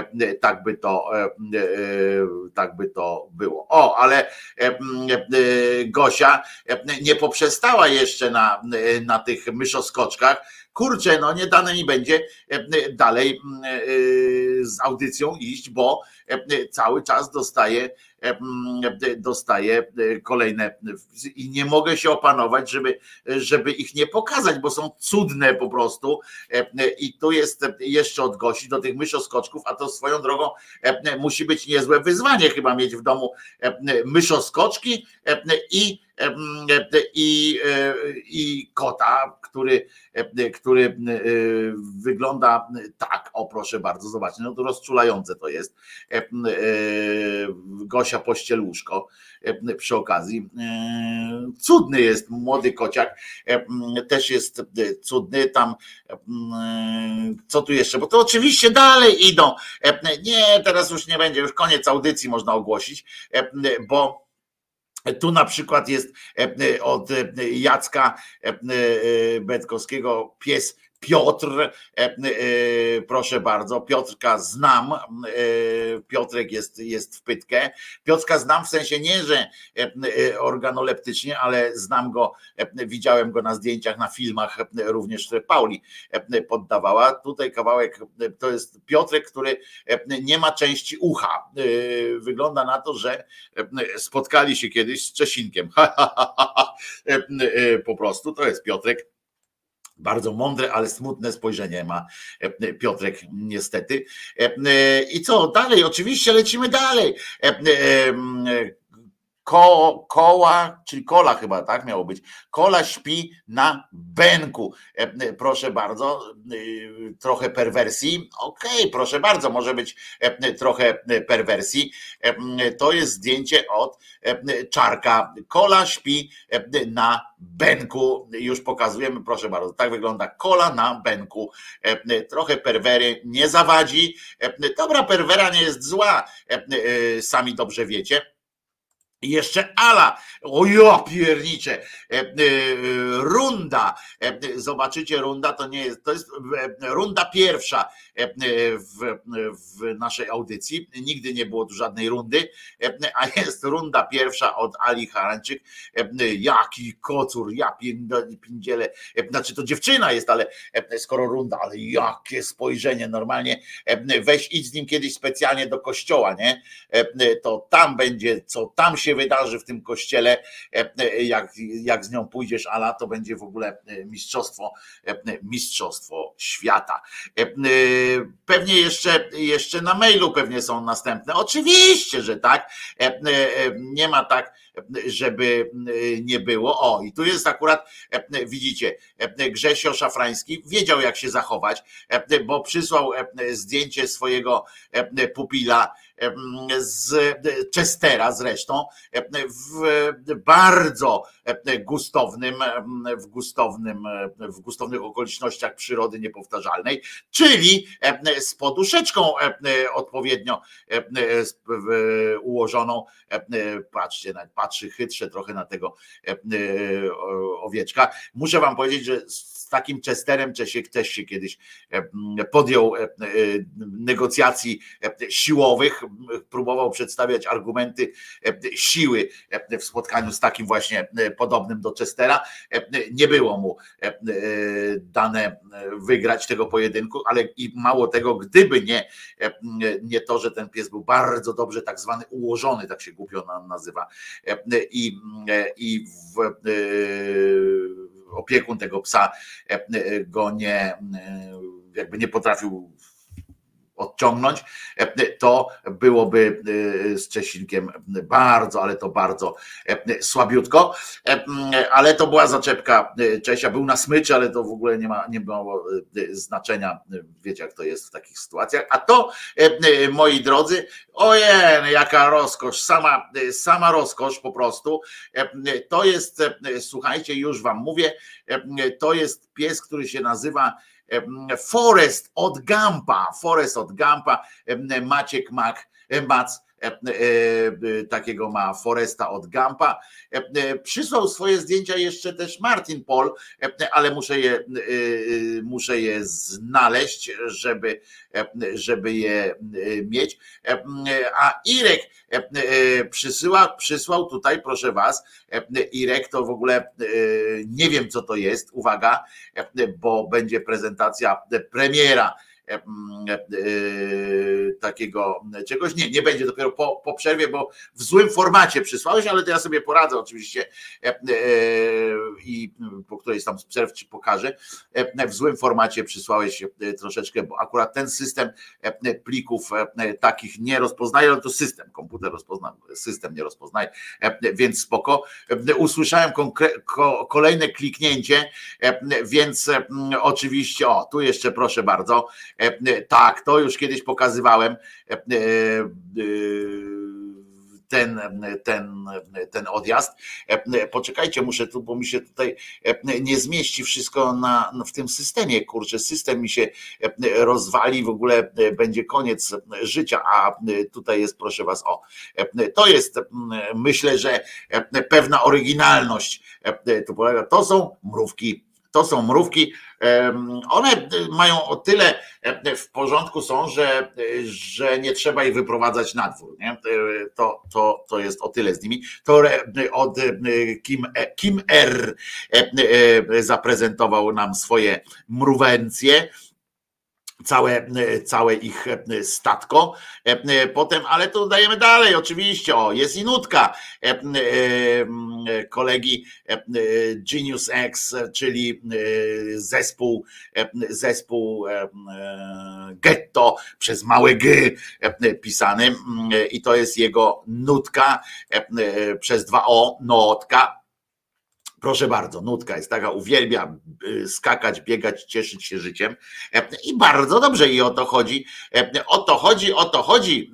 tak by to było. O, ale Gosia nie poprzestała jeszcze na tych myszoskoczkach. Kurczę, no nie dane mi będzie dalej z audycją iść, bo cały czas dostaję kolejne i nie mogę się opanować, żeby ich nie pokazać, bo są cudne po prostu i tu jest jeszcze od Gosi do tych myszoskoczków, a to swoją drogą musi być niezłe wyzwanie chyba mieć w domu myszoskoczki i i kota, który wygląda tak, o proszę bardzo, zobaczcie, no to rozczulające to jest. Gosia Pościeluszko przy okazji. Cudny jest młody kociak, też jest cudny tam. Co tu jeszcze? Bo to oczywiście dalej idą. Nie, teraz już nie będzie, już koniec audycji można ogłosić, bo tu na przykład jest od Jacka Betkowskiego pies Piotr, proszę bardzo, Piotrka znam, Piotrek jest w pytkę. Piotrka znam w sensie nie, że organoleptycznie, ale znam go, widziałem go na zdjęciach, na filmach, również Pauli poddawała. Tutaj kawałek, to jest Piotrek, który nie ma części ucha. Wygląda na to, że spotkali się kiedyś z Czesinkiem. Po prostu to jest Piotrek. Bardzo mądre, ale smutne spojrzenie ma Piotrek niestety. I co dalej? Oczywiście lecimy dalej. Koła, czyli Kola chyba, tak miało być. Kola śpi na benku. Proszę bardzo, trochę perwersji. Okej, proszę bardzo, może być trochę perwersji. To jest zdjęcie od Czarka. Kola śpi na benku. Już pokazujemy, proszę bardzo. Tak wygląda Kola na benku. Trochę perwery nie zawadzi. Dobra, perwera nie jest zła. Sami dobrze wiecie. I jeszcze Ala, o ja piernicze, runda, zobaczycie, runda to nie jest, to jest runda pierwsza w naszej audycji, nigdy nie było tu żadnej rundy, a jest runda pierwsza od Ali Harańczyk, jaki kocur, ja pindzielę, znaczy to dziewczyna jest, ale skoro runda, ale jakie spojrzenie, normalnie weź idź z nim kiedyś specjalnie do kościoła, nie, to tam będzie, co tam się wydarzy w tym kościele, jak z nią pójdziesz, Ala, to będzie w ogóle mistrzostwo świata. Pewnie jeszcze na mailu pewnie są następne. Oczywiście, że tak. Nie ma tak, żeby nie było. O, i tu jest akurat, widzicie, Grzesio Szafrański wiedział, jak się zachować, bo przysłał zdjęcie swojego pupila z Chestera zresztą w bardzo w gustownych okolicznościach przyrody niepowtarzalnej, czyli z poduszeczką odpowiednio ułożoną. Patrzcie, patrzy chytrze trochę na tego owieczka. Muszę wam powiedzieć, że z takim Chesterem Czesiek też się kiedyś podjął negocjacji siłowych, próbował przedstawiać argumenty siły w spotkaniu z takim właśnie podobnym do Chestera. Nie było mu dane wygrać tego pojedynku, ale i mało tego, gdyby nie to, że ten pies był bardzo dobrze tak zwany ułożony, tak się głupio nazywa, i opiekun tego psa go nie potrafił odciągnąć, to byłoby z Czesinkiem bardzo, ale to bardzo słabiutko, ale to była zaczepka Czesia, był na smyczy, ale to w ogóle nie miało znaczenia, wiecie jak to jest w takich sytuacjach, a to, moi drodzy, ojej, jaka rozkosz, sama rozkosz po prostu, to jest, słuchajcie, już wam mówię, to jest pies, który się nazywa Forest od Gampa, Maciek Mac takiego ma Foresta od Gampa. Przysłał swoje zdjęcia jeszcze też Martin Pol, ale muszę je znaleźć, żeby je mieć. A Irek przysłał tutaj, proszę was, Irek to w ogóle nie wiem co to jest, uwaga, bo będzie prezentacja premiera takiego czegoś. Nie będzie dopiero po przerwie, bo w złym formacie przysłałeś, ale to ja sobie poradzę oczywiście i po którejś tam z przerw ci pokażę. W złym formacie przysłałeś troszeczkę, bo akurat ten system plików takich nie rozpoznaje, ale to komputer rozpozna, system nie rozpoznaje, więc spoko. Usłyszałem kolejne kliknięcie, więc oczywiście, tu jeszcze proszę bardzo, tak, to już kiedyś pokazywałem ten odjazd. Poczekajcie, muszę tu, bo mi się tutaj nie zmieści wszystko w tym systemie, kurczę, system mi się rozwali, w ogóle będzie koniec życia, a tutaj jest, proszę was, to jest, myślę, że pewna oryginalność tu polega, to są mrówki. One mają o tyle w porządku są, że nie trzeba ich wyprowadzać na dwór. Nie? To jest o tyle z nimi. To od Kim R. zaprezentował nam swoje mrówencje. Całe ich statko. Potem, ale to dajemy dalej, oczywiście. Jest i nutka kolegi Genius X, czyli zespół Getto przez małe G pisany, i to jest jego nutka przez 2 O, notka. Proszę bardzo, nutka jest taka, uwielbia skakać, biegać, cieszyć się życiem i bardzo dobrze jej o to chodzi. O to chodzi,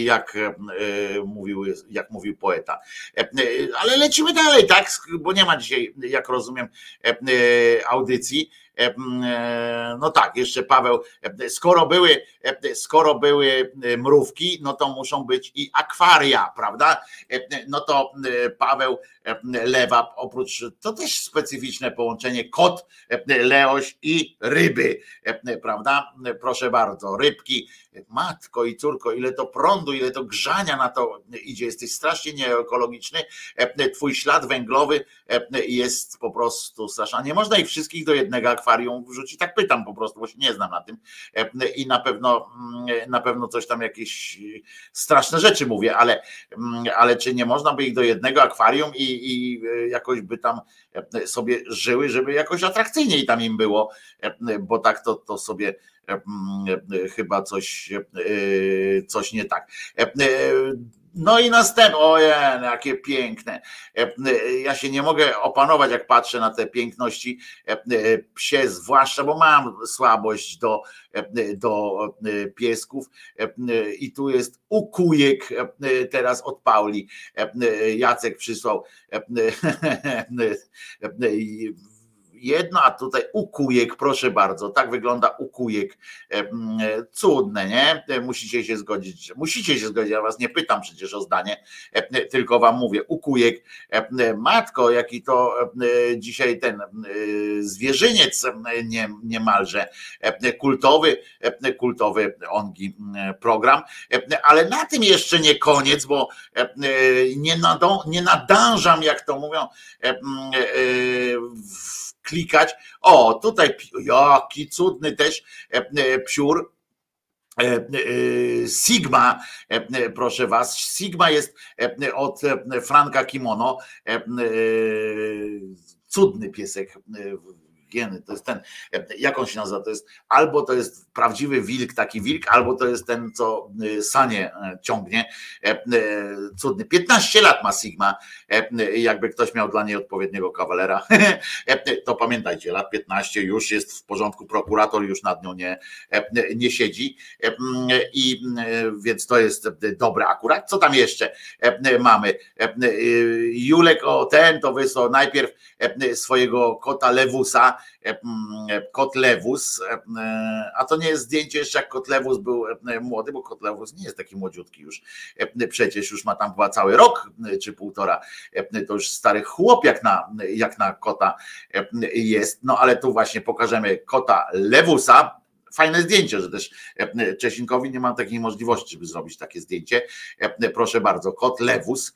jak mówił poeta. Ale lecimy dalej, tak? Bo nie ma dzisiaj, jak rozumiem, audycji. No tak, jeszcze Paweł, skoro były mrówki, no to muszą być i akwaria, prawda? No to Paweł Lewa, oprócz, to też specyficzne połączenie, kot, leoś i ryby, prawda? Proszę bardzo, rybki, matko i córko, ile to prądu, ile to grzania na to idzie, jesteś strasznie nieekologiczny, twój ślad węglowy jest po prostu straszny. Nie można ich wszystkich do jednego akwarium wrzucić, tak pytam po prostu, bo się nie znam na tym i na pewno coś tam, jakieś straszne rzeczy mówię, ale czy nie można by ich do jednego akwarium i jakoś by tam sobie żyły, żeby jakoś atrakcyjniej tam im było, bo tak to sobie chyba coś nie tak. No i następne, ojej, jakie piękne. Ja się nie mogę opanować, jak patrzę na te piękności psie, zwłaszcza, bo mam słabość do piesków i tu jest ukujek teraz od Pauli. Jacek przysłał jedno, a tutaj ukujek, proszę bardzo, tak wygląda ukujek. Cudne, nie? Musicie się zgodzić, ja was nie pytam przecież o zdanie, tylko wam mówię, ukujek. Matko, jaki to dzisiaj ten zwierzyniec niemalże kultowy ongi program, ale na tym jeszcze nie koniec, bo nie nadążam, jak to mówią, klikać. Tutaj jaki cudny też psiur. Sigma, proszę was, Sigma jest od Franka Kimono, cudny piesek. To jest ten, jak on się nazywa, to jest albo to jest prawdziwy wilk, taki wilk, albo to jest ten, co sanie ciągnie, cudny, 15 lat ma Sigma, jakby ktoś miał dla niej odpowiedniego kawalera, to pamiętajcie, lat 15 już jest w porządku, prokurator już nad nią nie siedzi, i więc to jest dobre akurat. Co tam jeszcze mamy? Julek, to wysłał najpierw swojego kota Lewusa, kot Lewus, a to nie jest zdjęcie jeszcze, jak kot Lewus był młody, bo kot Lewus nie jest taki młodziutki już, przecież już ma tam chyba cały rok czy półtora, to już stary chłop jak na kota jest, no ale tu właśnie pokażemy kota Lewusa, fajne zdjęcie, że też Czesinkowi nie mam takiej możliwości, żeby zrobić takie zdjęcie. Proszę bardzo, kot Lewus,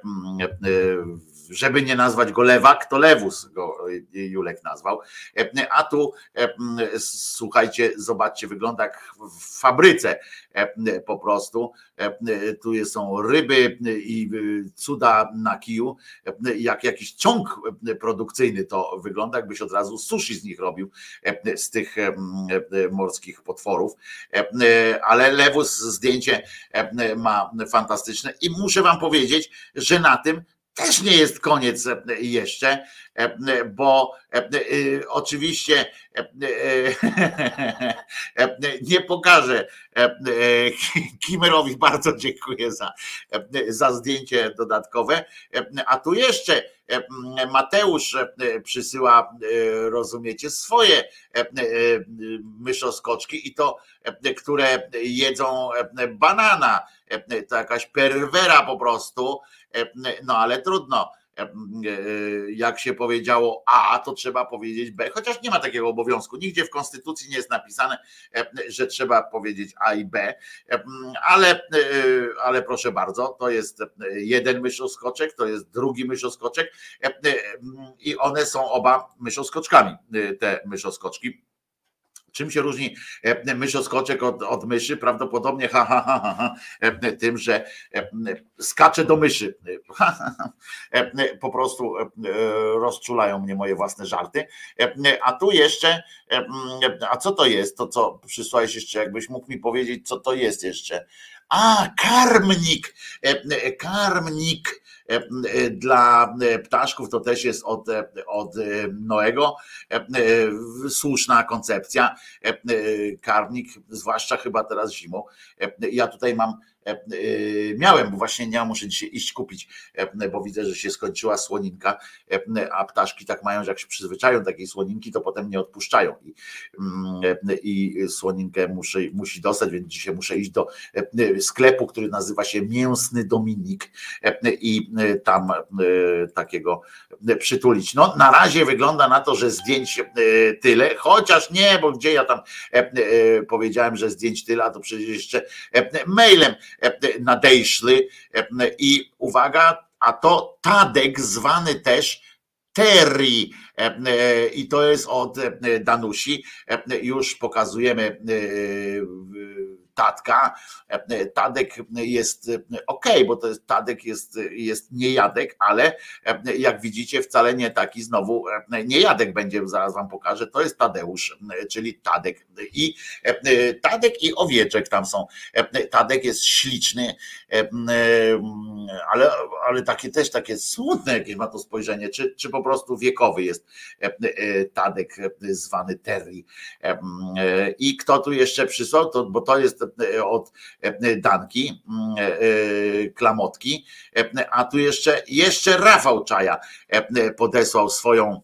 żeby nie nazwać go Lewak, to Lewus go Julek nazwał. A tu słuchajcie, zobaczcie, wygląda jak w fabryce po prostu. Tu są ryby i cuda na kiju, jak jakiś ciąg produkcyjny to wygląda, jakbyś od razu sushi z nich robił, z tych morskich potworów. Ale Lewus zdjęcie ma fantastyczne i muszę wam powiedzieć, że na tym też nie jest koniec jeszcze, bo oczywiście nie pokażę Kimerowi, bardzo dziękuję za zdjęcie dodatkowe, a tu jeszcze Mateusz przysyła, rozumiecie, swoje myszoskoczki i to, które jedzą banana, to jakaś perwera po prostu, no ale trudno. Jak się powiedziało A, to trzeba powiedzieć B, chociaż nie ma takiego obowiązku. Nigdzie w Konstytucji nie jest napisane, że trzeba powiedzieć A i B, ale proszę bardzo, to jest jeden myszoskoczek, to jest drugi myszoskoczek i one są oba myszoskoczkami, te myszoskoczki. Czym się różni myszoskoczek od myszy? Prawdopodobnie tym, że skacze do myszy. Po prostu rozczulają mnie moje własne żarty. A tu jeszcze, a co to jest? To co przysłałeś jeszcze, jakbyś mógł mi powiedzieć, co to jest jeszcze? A, karmnik. Karmnik dla ptaszków, to też jest od Noego. Słuszna koncepcja. Karmnik, zwłaszcza chyba teraz zimą. Ja tutaj miałem, bo właśnie nie muszę dzisiaj iść kupić, bo widzę, że się skończyła słoninka, a ptaszki tak mają, że jak się przyzwyczają do takiej słoninki, to potem nie odpuszczają i słoninkę musi dostać, więc dzisiaj muszę iść do sklepu, który nazywa się Mięsny Dominik i tam takiego przytulić. No na razie wygląda na to, że zdjęć tyle, chociaż nie, bo gdzie ja tam powiedziałem, że zdjęć tyle, a to przecież jeszcze mailem nadejszli i uwaga, a to Tadek zwany też Terry i to jest od Danusi, już pokazujemy Tadka. Tadek jest okej, bo to jest Tadek jest niejadek, ale jak widzicie wcale nie taki znowu niejadek będzie, zaraz wam pokażę, to jest Tadeusz, czyli Tadek i owieczek tam są. Tadek jest śliczny, ale też takie smutne jakieś ma to spojrzenie, czy po prostu wiekowy jest Tadek zwany Terry. I kto tu jeszcze przysłał, bo to jest od Danki, Klamotki, a tu jeszcze Rafał Czaja podesłał swoją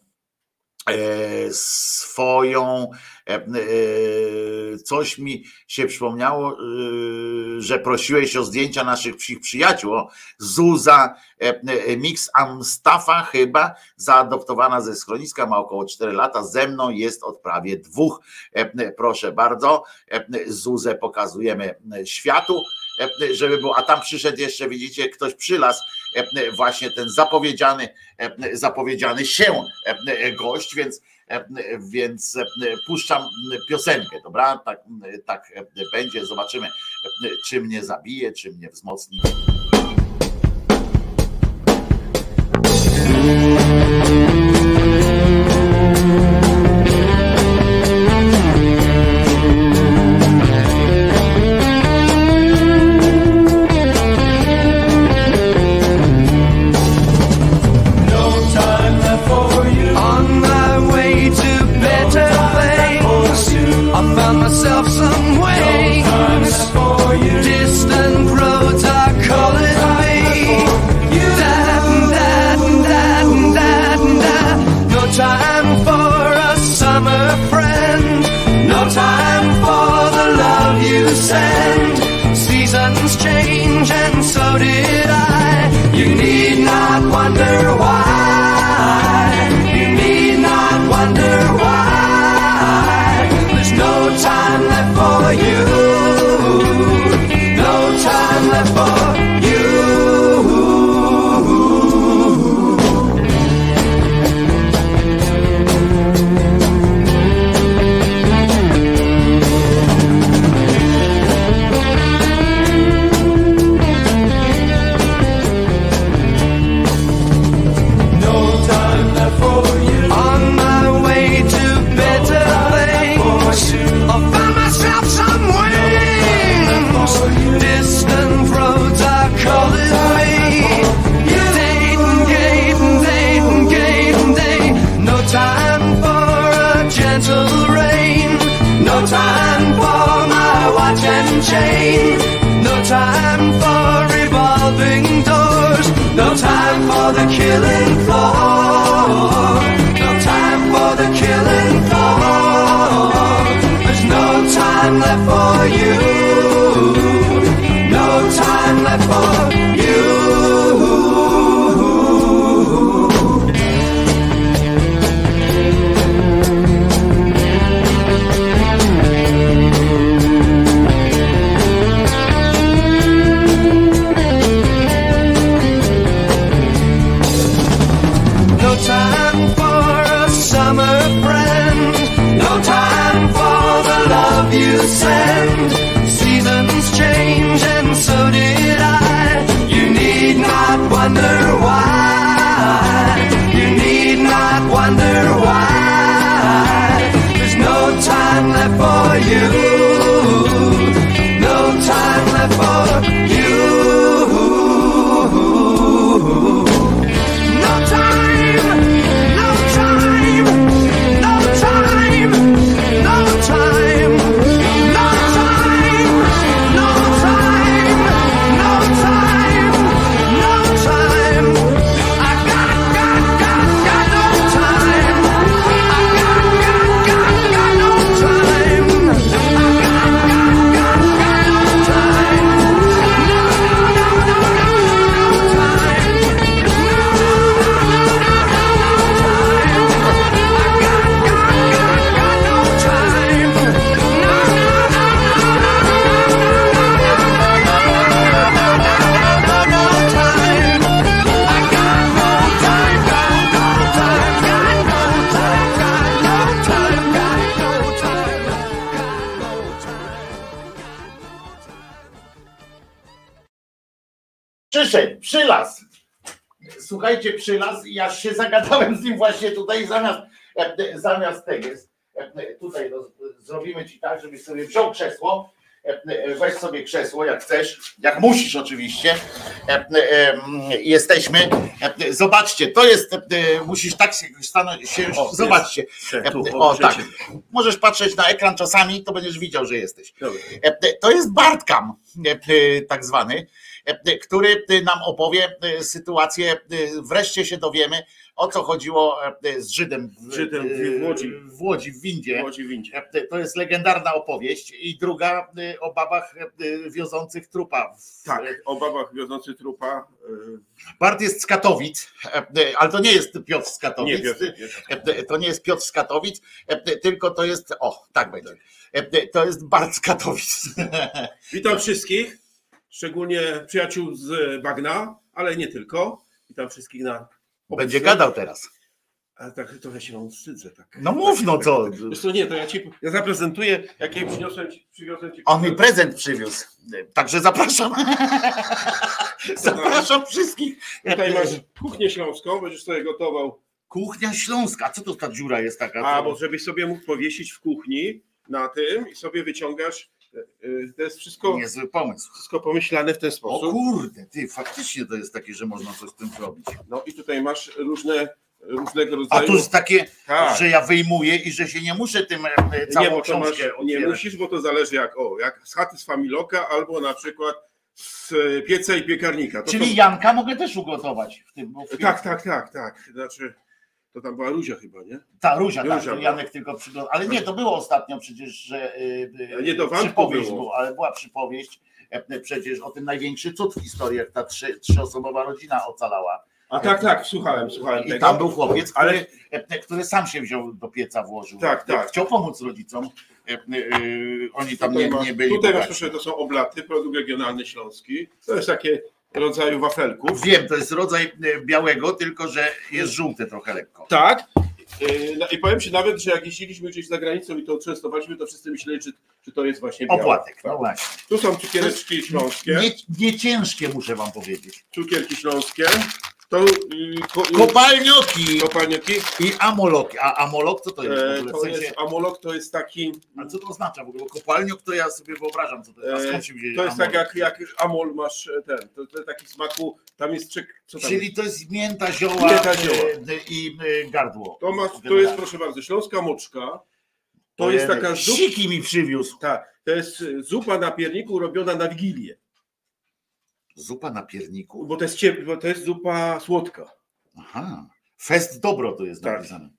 coś mi się przypomniało, że prosiłeś o zdjęcia naszych przyjaciół. Zuza Mix Amstafa chyba, zaadoptowana ze schroniska, ma około 4 lata, ze mną jest od prawie 2. Proszę bardzo, Zuzę pokazujemy światu, żeby było, a tam przyszedł jeszcze, widzicie, ktoś przylazł, właśnie ten zapowiedziany się gość, więc puszczam piosenkę, dobra? Tak będzie, zobaczymy, czy mnie zabije, czy mnie wzmocni. Myself some ways, distant roads are calling me. time for the killing floor. No time for the killing floor. There's no time left for you. No time left for you. You send. Seasons change and so did I. You need not wonder why. You need not wonder why. There's no time left for you. No time left for you. No time. No time. No time. No time. Przyszedł, przylazł. Słuchajcie, przylazł i aż się zagadałem z nim właśnie tutaj zamiast tego. Tutaj zrobimy ci tak, żebyś sobie wziął krzesło. Weź sobie krzesło, jak chcesz, jak musisz oczywiście. Jesteśmy. Zobaczcie, to jest, musisz tak stanąć się. Zobaczcie. O, tak. Możesz patrzeć na ekran czasami, to będziesz widział, że jesteś. To jest Bartcam, tak zwany, który nam opowie sytuację. Wreszcie się dowiemy, o co chodziło z Żydem w Łodzi, w windzie. To jest legendarna opowieść. I druga o babach wiozących trupa. Tak, o babach wiozących trupa. Bart jest z Katowic, ale to nie jest Piotr z Katowic. To nie jest Piotr z Katowic, tylko to jest, o, tak będzie. To jest Bart z Katowic. Witam wszystkich, szczególnie przyjaciół z bagna, ale nie tylko. Witam wszystkich na... Będzie gadał teraz. Ale tak trochę się wstydzę. Tak. No mów, no co? Wiesz co, nie, to ja zaprezentuję, jakie przywiozłem ci. On mi prezent przywiózł, także zapraszam. Zapraszam wszystkich. Tutaj masz kuchnię śląską, będziesz sobie gotował. Kuchnia śląska, co to ta dziura jest taka? A, bo żebyś sobie mógł powiesić w kuchni na tym i sobie wyciągasz. To jest wszystko. Niezły pomysł. Wszystko pomyślane w ten sposób. O kurde, ty, faktycznie to jest takie, że można coś z tym zrobić. No i tutaj masz różnego rodzaju. A tu jest takie, tak, że ja wyjmuję i że się nie muszę tym całą książkę nie musisz, bo to zależy jak z chaty z Familoka albo na przykład z pieca i piekarnika. To czyli Janka mogę też ugotować w tym. Tak. Znaczy, to tam była Ruzia chyba, nie? Ta Ruzia, tak, to Janek tylko przygotował. Ale nie, to było ostatnio przecież, że nie do przypowieść było, ale była przypowieść przecież o tym największy cud w historii, jak ta trzyosobowa rodzina ocalała. A tak, słuchałem I tego. tam był chłopiec, który sam się wziął do pieca, włożył. Tak. Chciał pomóc rodzicom. Oni tam nie byli. Tutaj masz, proszę, to są oblaty, produkt regionalny śląski. To jest takie rodzaju wafelków. Wiem, to jest rodzaj białego, tylko że jest żółte trochę lekko. Tak. I powiem ci nawet, że jak jeździliśmy gdzieś za granicą i to częstowaliśmy, to wszyscy myśleli, czy to jest właśnie białe. Opłatek, no właśnie. Tu są cukiereczki śląskie. Nie ciężkie, muszę wam powiedzieć. Cukierki śląskie. To kopalnioki i amoloki. A amolok co to jest? Amolok to jest taki. Ale co to oznacza w ogóle? Bo kopalniok to ja sobie wyobrażam, co to jest. A skąd się wzięło? To jest amolok? Tak jak amol masz to taki smaku, tam jest co tam? Czyli to jest mięta, zioła i gardło. To jest, proszę bardzo, śląska moczka. To jest taka zupa. Siki mi przywiózł. Tak, to jest zupa na pierniku robiona na Wigilię. Zupa na pierniku? Bo to jest zupa słodka. Aha. Fest dobro to jest Tak. napisane.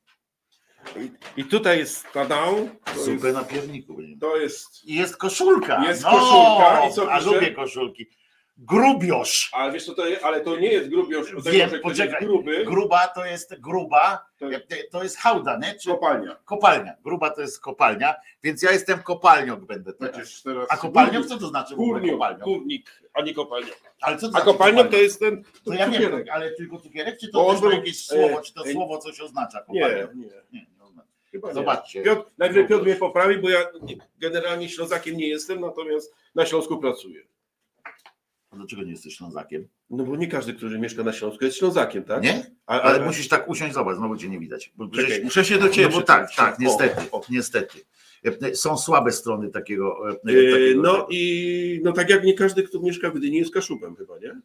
I tutaj jest tadał. Zupę na pierniku. To jest. I jest koszulka. Jest koszulka. I co a pisze? lubię koszulki. Grubiosz. Ale wiesz co to jest? Ale to nie jest grubiosz. Wiem, poczekaj. Gruby. Gruba to jest gruba. To jest hałda, nie? Czy Kopalnia. kopalnia. Gruba to jest kopalnia, więc ja jestem kopalniok będę teraz. A kopalniok co to znaczy w ogóle kopalniok? Górnik, a nie kopalniok. Ale co to A znaczy kopalniok to jest ten. To ja cukierek. wiem, ale tylko cukierek, czy Bo to on też ma był- jakieś słowo, czy to słowo coś oznacza? Kopalniok? Nie. Nie oznacza. Chyba nie. Zobaczcie. Najpierw Piotr mnie poprawi, bo ja generalnie Ślązakiem nie jestem, natomiast na Śląsku pracuję. Dlaczego nie jesteś Ślązakiem? No bo nie każdy, który mieszka na Śląsku jest Ślązakiem, tak? Nie? Ale musisz tak usiąść, zobacz, znowu cię nie widać. Bo Czekaj, muszę się do ciebie no bo tak, przyczepić. niestety. Są słabe strony takiego. No tak jak nie każdy, kto mieszka w Gdyni jest Kaszubem chyba, nie?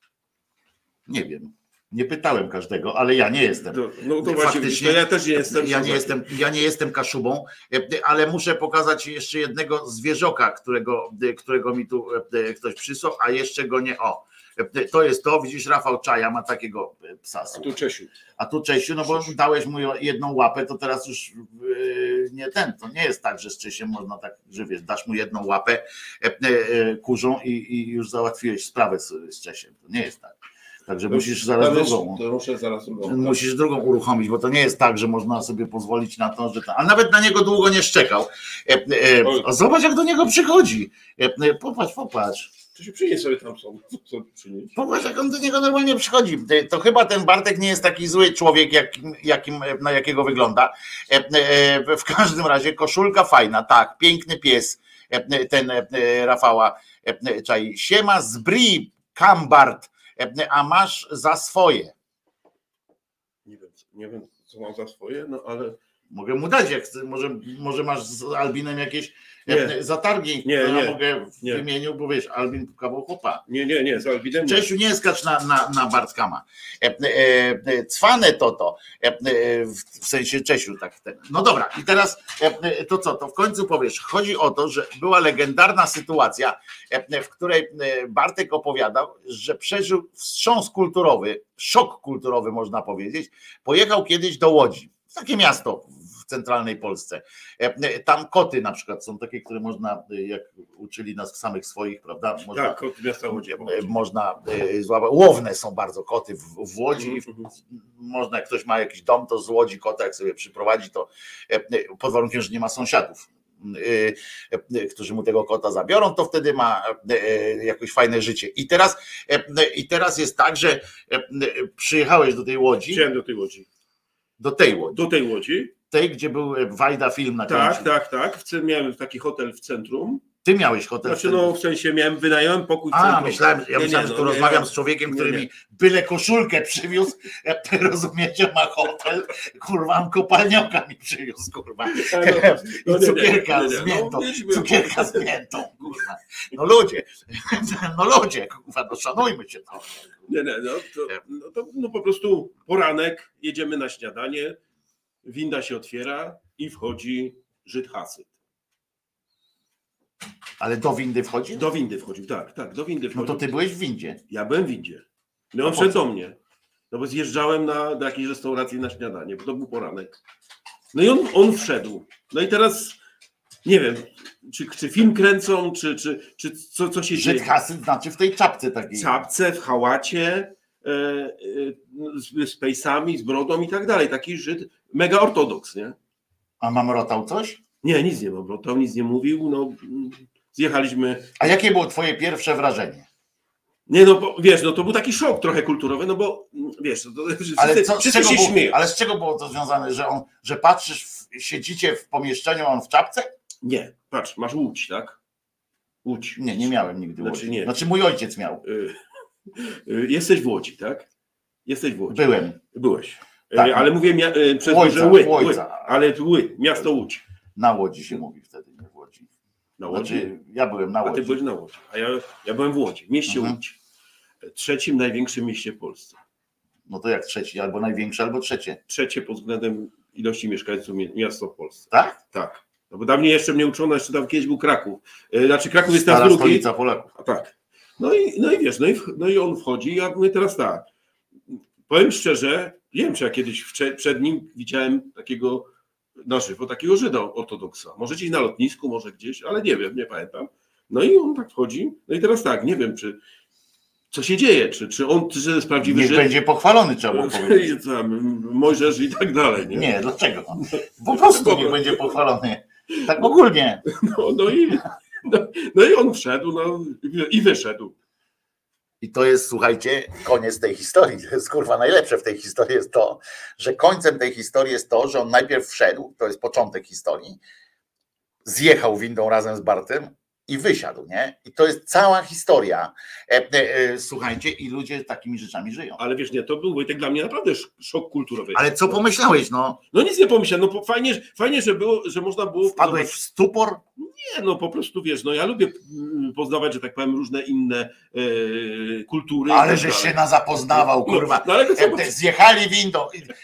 Nie wiem. Nie pytałem każdego, ale ja nie jestem. No to właśnie, to ja też nie jestem. Ja nie jestem Kaszubą, ale muszę pokazać jeszcze jednego zwierzoka, którego mi tu ktoś przysłał, a jeszcze go nie. To jest to, widzisz, Rafał Czaja ma takiego psa. Tu Czesiu. A tu Czesiu, no bo dałeś mu jedną łapę, to teraz już to nie jest tak, że z Czesiem można tak, że wiesz, dasz mu jedną łapę kurzą i już załatwiłeś sprawę z Czesiem. To nie jest tak. Także musisz zaraz drugą. To muszę zaraz drugą. Musisz drugą uruchomić, bo to nie jest tak, że można sobie pozwolić na to, że. A nawet na niego długo nie szczekał. Zobacz, jak do niego przychodzi. Popatrz. To się przynieś sobie tam są. Przynieść. Popatrz, jak on do niego normalnie przychodzi. To chyba ten Bartek nie jest taki zły człowiek, na jakiego wygląda. W każdym razie koszulka fajna, tak, piękny pies ten Rafała czai. Siema z Bri, Kambart, a masz za swoje. Nie wiem, co mam za swoje, no ale. Mogę mu dać, jak chcę. Może masz z Albinem jakieś zatargi, nie, mogę w imieniu, bo wiesz, Albin kawał chłopa. Nie, z Albinem. Czesiu, nie skacz na Bartkama. Cwane to, w sensie Czesiu, tak. No dobra, i teraz to co, to w końcu powiesz, chodzi o to, że była legendarna sytuacja, w której Bartek opowiadał, że przeżył wstrząs kulturowy, szok kulturowy można powiedzieć, pojechał kiedyś do Łodzi, takie miasto w centralnej Polsce. Tam koty na przykład są takie, które można, jak uczyli nas samych swoich, prawda? Można, tak, koty miasta Łodzi. Można złapać. Łowne są bardzo koty w Łodzi. Można, jak ktoś ma jakiś dom, to z Łodzi kota, jak sobie przyprowadzi, to pod warunkiem, że nie ma sąsiadów, którzy mu tego kota zabiorą, to wtedy ma jakoś fajne życie. I teraz jest tak, że przyjechałeś do tej Łodzi. Przyjechałem do tej Łodzi. Do tej Łodzi. Do tej Łodzi. Tej, gdzie był Wajda film na końcu. Tak. Miałem taki hotel w centrum. Ty miałeś hotel w centrum? No w sensie wynająłem pokój w centrum. Myślałem, że tu rozmawiam z człowiekiem, który mi byle koszulkę przywiózł, rozumiecie, ma hotel, kurwa, kopalnioka mi przywiózł, kurwa. I cukierka z miętą, kurwa. No ludzie, kurwa, no szanujmy się to. No po prostu poranek, jedziemy na śniadanie, winda się otwiera i wchodzi Żyd Hasyt. Ale do windy wchodził? Do windy wchodził, tak, do windy wchodził. No to ty byłeś w windzie. Ja byłem w windzie. No on wszedł do mnie. No bo zjeżdżałem do jakiejś restauracji na śniadanie, bo to był poranek. No i on wszedł. No i teraz nie wiem, czy film kręcą, czy co się dzieje. Żyd Hasyt znaczy w tej czapce takiej. Czapce, w hałacie, z pejsami, z brodą i tak dalej. Taki Żyd, mega ortodoks, nie? A mamrotał coś? Nie, nic nie mamrotał, nic nie mówił, no zjechaliśmy. A jakie było twoje pierwsze wrażenie? Nie, no bo, wiesz, no to był taki szok trochę kulturowy, no bo wiesz, wszyscy się śmieją. Ale z czego było to związane, że patrzysz, siedzicie w pomieszczeniu, a on w czapce? Nie, patrz, masz Łódź, tak? Łódź. Nie miałem nigdy Łodzi. Nie. Znaczy mój ojciec miał. Jesteś w Łodzi, tak? Jesteś w Łodzi. Byłem. Byłeś. Tak. Ale mówię przez to, że ale miasto Łódź. Na Łodzi się mówi wtedy, nie w Łodzi. Na Łodzi? Znaczy, ja byłem na Łodzi. A ty byłeś na Łodzi. A ja byłem w Łodzi, w mieście Łódź. Trzecim największym mieście w Polsce. No to jak trzeci? Albo największe, albo trzecie. Trzecie pod względem ilości mieszkańców miasto w Polsce. Tak? Tak. No bo dawniej jeszcze mnie uczono, jeszcze tam kiedyś był Kraków. Znaczy Kraków jest tam Stara drugi. stolica Polaków. A tak. No i wiesz, no i on wchodzi, ja mówię teraz tak, powiem szczerze, nie wiem, czy ja kiedyś przed nim widziałem takiego na żywo, takiego Żyda ortodoksa. Może gdzieś na lotnisku, może gdzieś, ale nie wiem, nie pamiętam. No i on tak wchodzi, no i teraz tak, nie wiem, co się dzieje, czy on czy jest prawdziwy Żyd. Będzie pochwalony, trzeba było powiedzieć. Mojżesz i tak dalej. Nie, dlaczego? Po prostu niech będzie pochwalony. Tak ogólnie. No i on wszedł, i wyszedł. I to jest, słuchajcie, koniec tej historii. To jest kurwa najlepsze w tej historii jest to, że końcem tej historii jest to, że on najpierw wszedł, to jest początek historii, zjechał windą razem z Bartem i wysiadł, nie? I to jest cała historia. Słuchajcie, i ludzie takimi rzeczami żyją. Ale wiesz, nie, to był Wojtek dla mnie naprawdę szok kulturowy. Ale co pomyślałeś, no? No nic nie pomyślałem, no fajnie, że można było... Wpadłeś w stupor? Nie, no po prostu wiesz, no ja lubię poznawać, że tak powiem, różne inne kultury. Ale żeś się zapoznawał, kurwa. No, ale zjechali windą.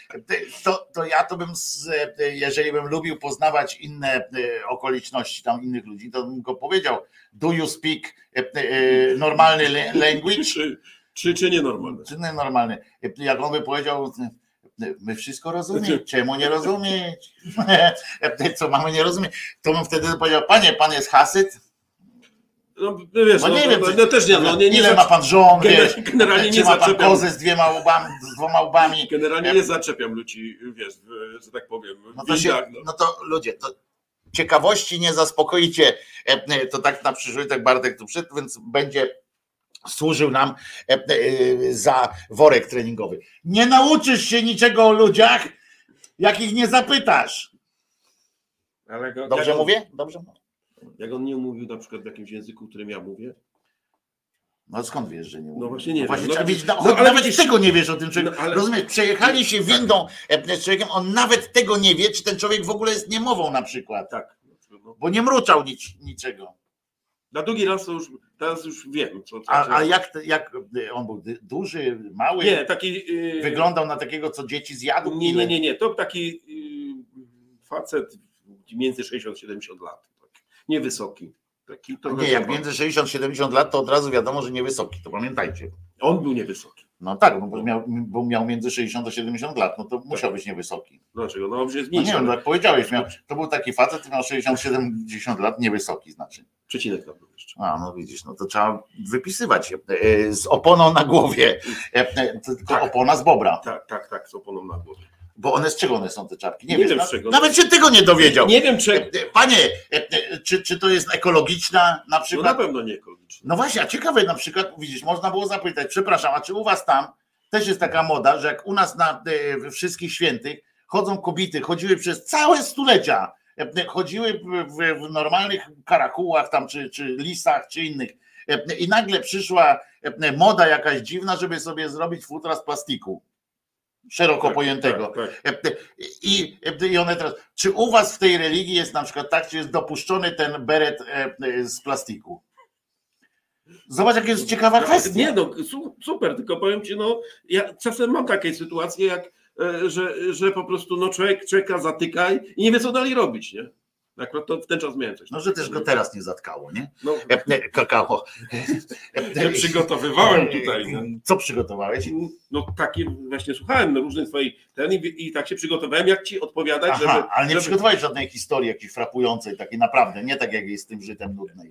To ja to bym, jeżeli bym lubił poznawać inne okoliczności tam innych ludzi, to bym go powiedział, do you speak normalny language? Czy nienormalny? Czy nienormalny. Jak on by powiedział, my wszystko rozumiemy, czemu nie rozumieć? Co mamy nie rozumieć? To bym wtedy powiedział, panie, pan jest hasyt? No wiesz, nie wiem, też nie. Ile ma pan żon, wiesz? Generalnie nie ma pan zaczepiam. kozę z dwoma łbami? Generalnie nie zaczepiam ludzi, wiesz, że tak powiem. No to ludzie, to ciekawości nie zaspokoicie, to tak na przyszłość, tak Bartek tu przyszedł, więc będzie służył nam za worek treningowy. Nie nauczysz się niczego o ludziach, jak ich nie zapytasz. Dobrze mówię? Dobrze mówię. Jak on nie mówił na przykład w jakimś języku, którym ja mówię? No skąd wiesz, że nie mówię? No właśnie nie wiem. Trzeba wiedzieć, nawet widzisz, tego nie wiesz o tym człowieku. Rozumiesz, przejechali się windą z człowiekiem, on nawet tego nie wie, czy ten człowiek w ogóle jest niemową na przykład. Tak. Bo nie mruczał niczego. Na drugi raz to już, teraz już wiem. A jak on był duży, mały? Nie, taki... Wyglądał na takiego, co dzieci zjadł? Nie. To taki facet między 60-70 lat. Niewysoki. Nie, jak między 60-70 lat, to od razu wiadomo, że niewysoki, to pamiętajcie. On był niewysoki. No tak, bo miał między 60-70 lat, no to musiał być niewysoki. Dlaczego? No przecież nie wiem, jak powiedziałeś, to był taki facet, który miał 60-70 lat, niewysoki znaczy. Przecinek tam był jeszcze. No widzisz, no to trzeba wypisywać z oponą na głowie, tylko opona z bobra. Tak, z oponą na głowie. Bo one z czego one są te czapki? Nie wiem z czego. Nawet się tego nie dowiedział. Nie wiem czego. Panie, czy to jest ekologiczna na przykład? No na pewno nie ekologiczna. No właśnie, a ciekawe na przykład, widzisz, można było zapytać, przepraszam, a czy u was tam też jest taka moda, że jak u nas na wszystkich świętych chodzą kobiety, chodziły przez całe stulecia, chodziły w normalnych karakułach tam, czy lisach, czy innych i nagle przyszła moda jakaś dziwna, żeby sobie zrobić futra z plastiku. Szeroko pojętego. Tak. I one teraz. Czy u was w tej religii jest na przykład tak, czy jest dopuszczony ten beret z plastiku? Zobacz, jaka jest ciekawa kwestia. Nie, no super, tylko powiem ci, no ja czasem mam takie sytuacje, jak że po prostu no człowieka zatyka i nie wie, co dalej robić, nie? Akurat to w ten czas miałem coś. No, że też go teraz nie zatkało, nie? No, kakao. Ja przygotowywałem tutaj. No. Co przygotowałeś? No takie właśnie słuchałem różnych twoich i tak się przygotowałem, jak ci odpowiadać. Aha, ale nie przygotowałeś żadnej historii jakiejś frapującej, takiej naprawdę, nie tak jak jest z tym Żydem nudnej.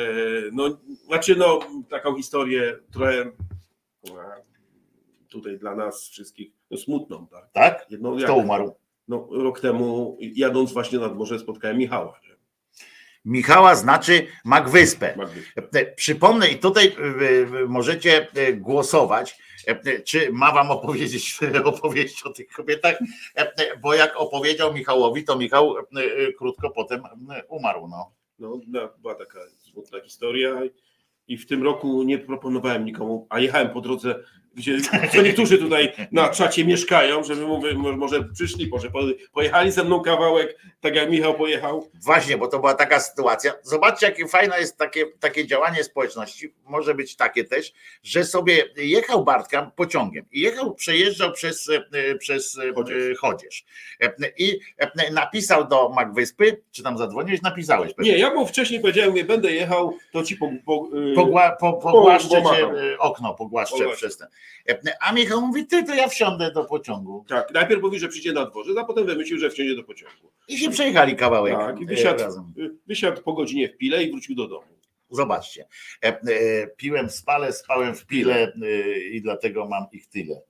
Taką historię trochę tutaj dla nas wszystkich smutną. Tak? Kto umarł? No, rok temu jadąc właśnie nad morze spotkałem Michała. Nie? Michała znaczy Magwyspę. Przypomnę i tutaj możecie głosować, czy ma wam opowiedzieć opowieść o tych kobietach, bo jak opowiedział Michałowi, to Michał krótko potem umarł. No, była taka smutna historia i w tym roku nie proponowałem nikomu, a jechałem po drodze, Co niektórzy tutaj na czacie mieszkają, żeby może przyszli, może pojechali ze mną kawałek, tak jak Michał pojechał. Właśnie, bo to była taka sytuacja. Zobaczcie, jakie fajne jest takie działanie społeczności, może być takie też, że sobie jechał Bartka pociągiem i przejeżdżał przez Chodzież i napisał do Magwyspy, czy tam zadzwoniłeś, napisałeś pewnie. Nie, ja mu wcześniej powiedziałem, nie będę jechał, to ci pogłaszczę cię, okno pogłaszczę przez ten. A Michał mówi, to ja wsiądę do pociągu. Tak, najpierw mówi, że przyjdzie na dworzec, a potem wymyślił, że wsiądzie do pociągu. I się przejechali kawałek. Tak, i wysiadł po godzinie w Pile i wrócił do domu. Zobaczcie, piłem spałem w Pile i dlatego mam ich tyle.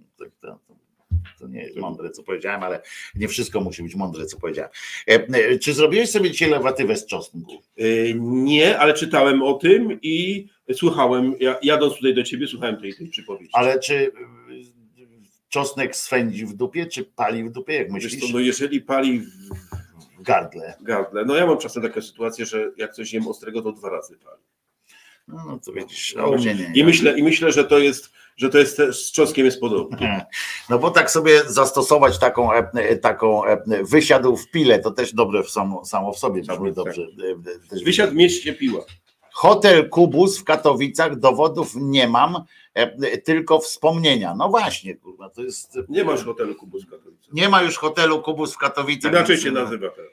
To nie jest mądre, co powiedziałem, ale nie wszystko musi być mądre, co powiedziałem. Czy zrobiłeś sobie dzisiaj lewatywę z czosnku? Nie, ale czytałem o tym i słuchałem, jadąc tutaj do ciebie, słuchałem tej przypowieści. Ale czy czosnek swędzi w dupie, czy pali w dupie, jak myślisz? Wiesz co, no jeżeli pali w gardle. No ja mam czasem taką sytuację, że jak coś jem ostrego, to 2 razy pali. No to widzisz, I myślę, że to jest z czosnkiem jest podobnie. No bo tak sobie zastosować taką wysiadł w Pile, to też dobre samo w sobie brzmi dobrze. Tak. Wysiadł w mieście Piła. Hotel Kubus w Katowicach, dowodów nie mam, tylko wspomnienia. No właśnie, kurwa, to jest... Nie ma już hotelu Kubus w Katowicach. Nie ma już hotelu Kubus w Katowicach. Inaczej się nazywa teraz.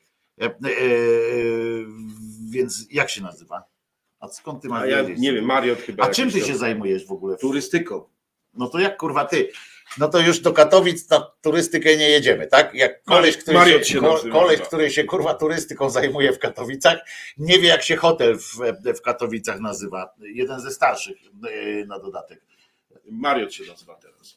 Więc jak się nazywa? A skąd ty masz wiedzieć? Nie wiem, Mariot chyba. A czym ty się zajmujesz w ogóle? Turystyką. No to jak kurwa ty? No to już do Katowic na turystykę nie jedziemy, tak? Jak koleś, który się kurwa turystyką zajmuje w Katowicach, nie wie jak się hotel w Katowicach nazywa. Jeden ze starszych na dodatek. Mariot się nazywa teraz.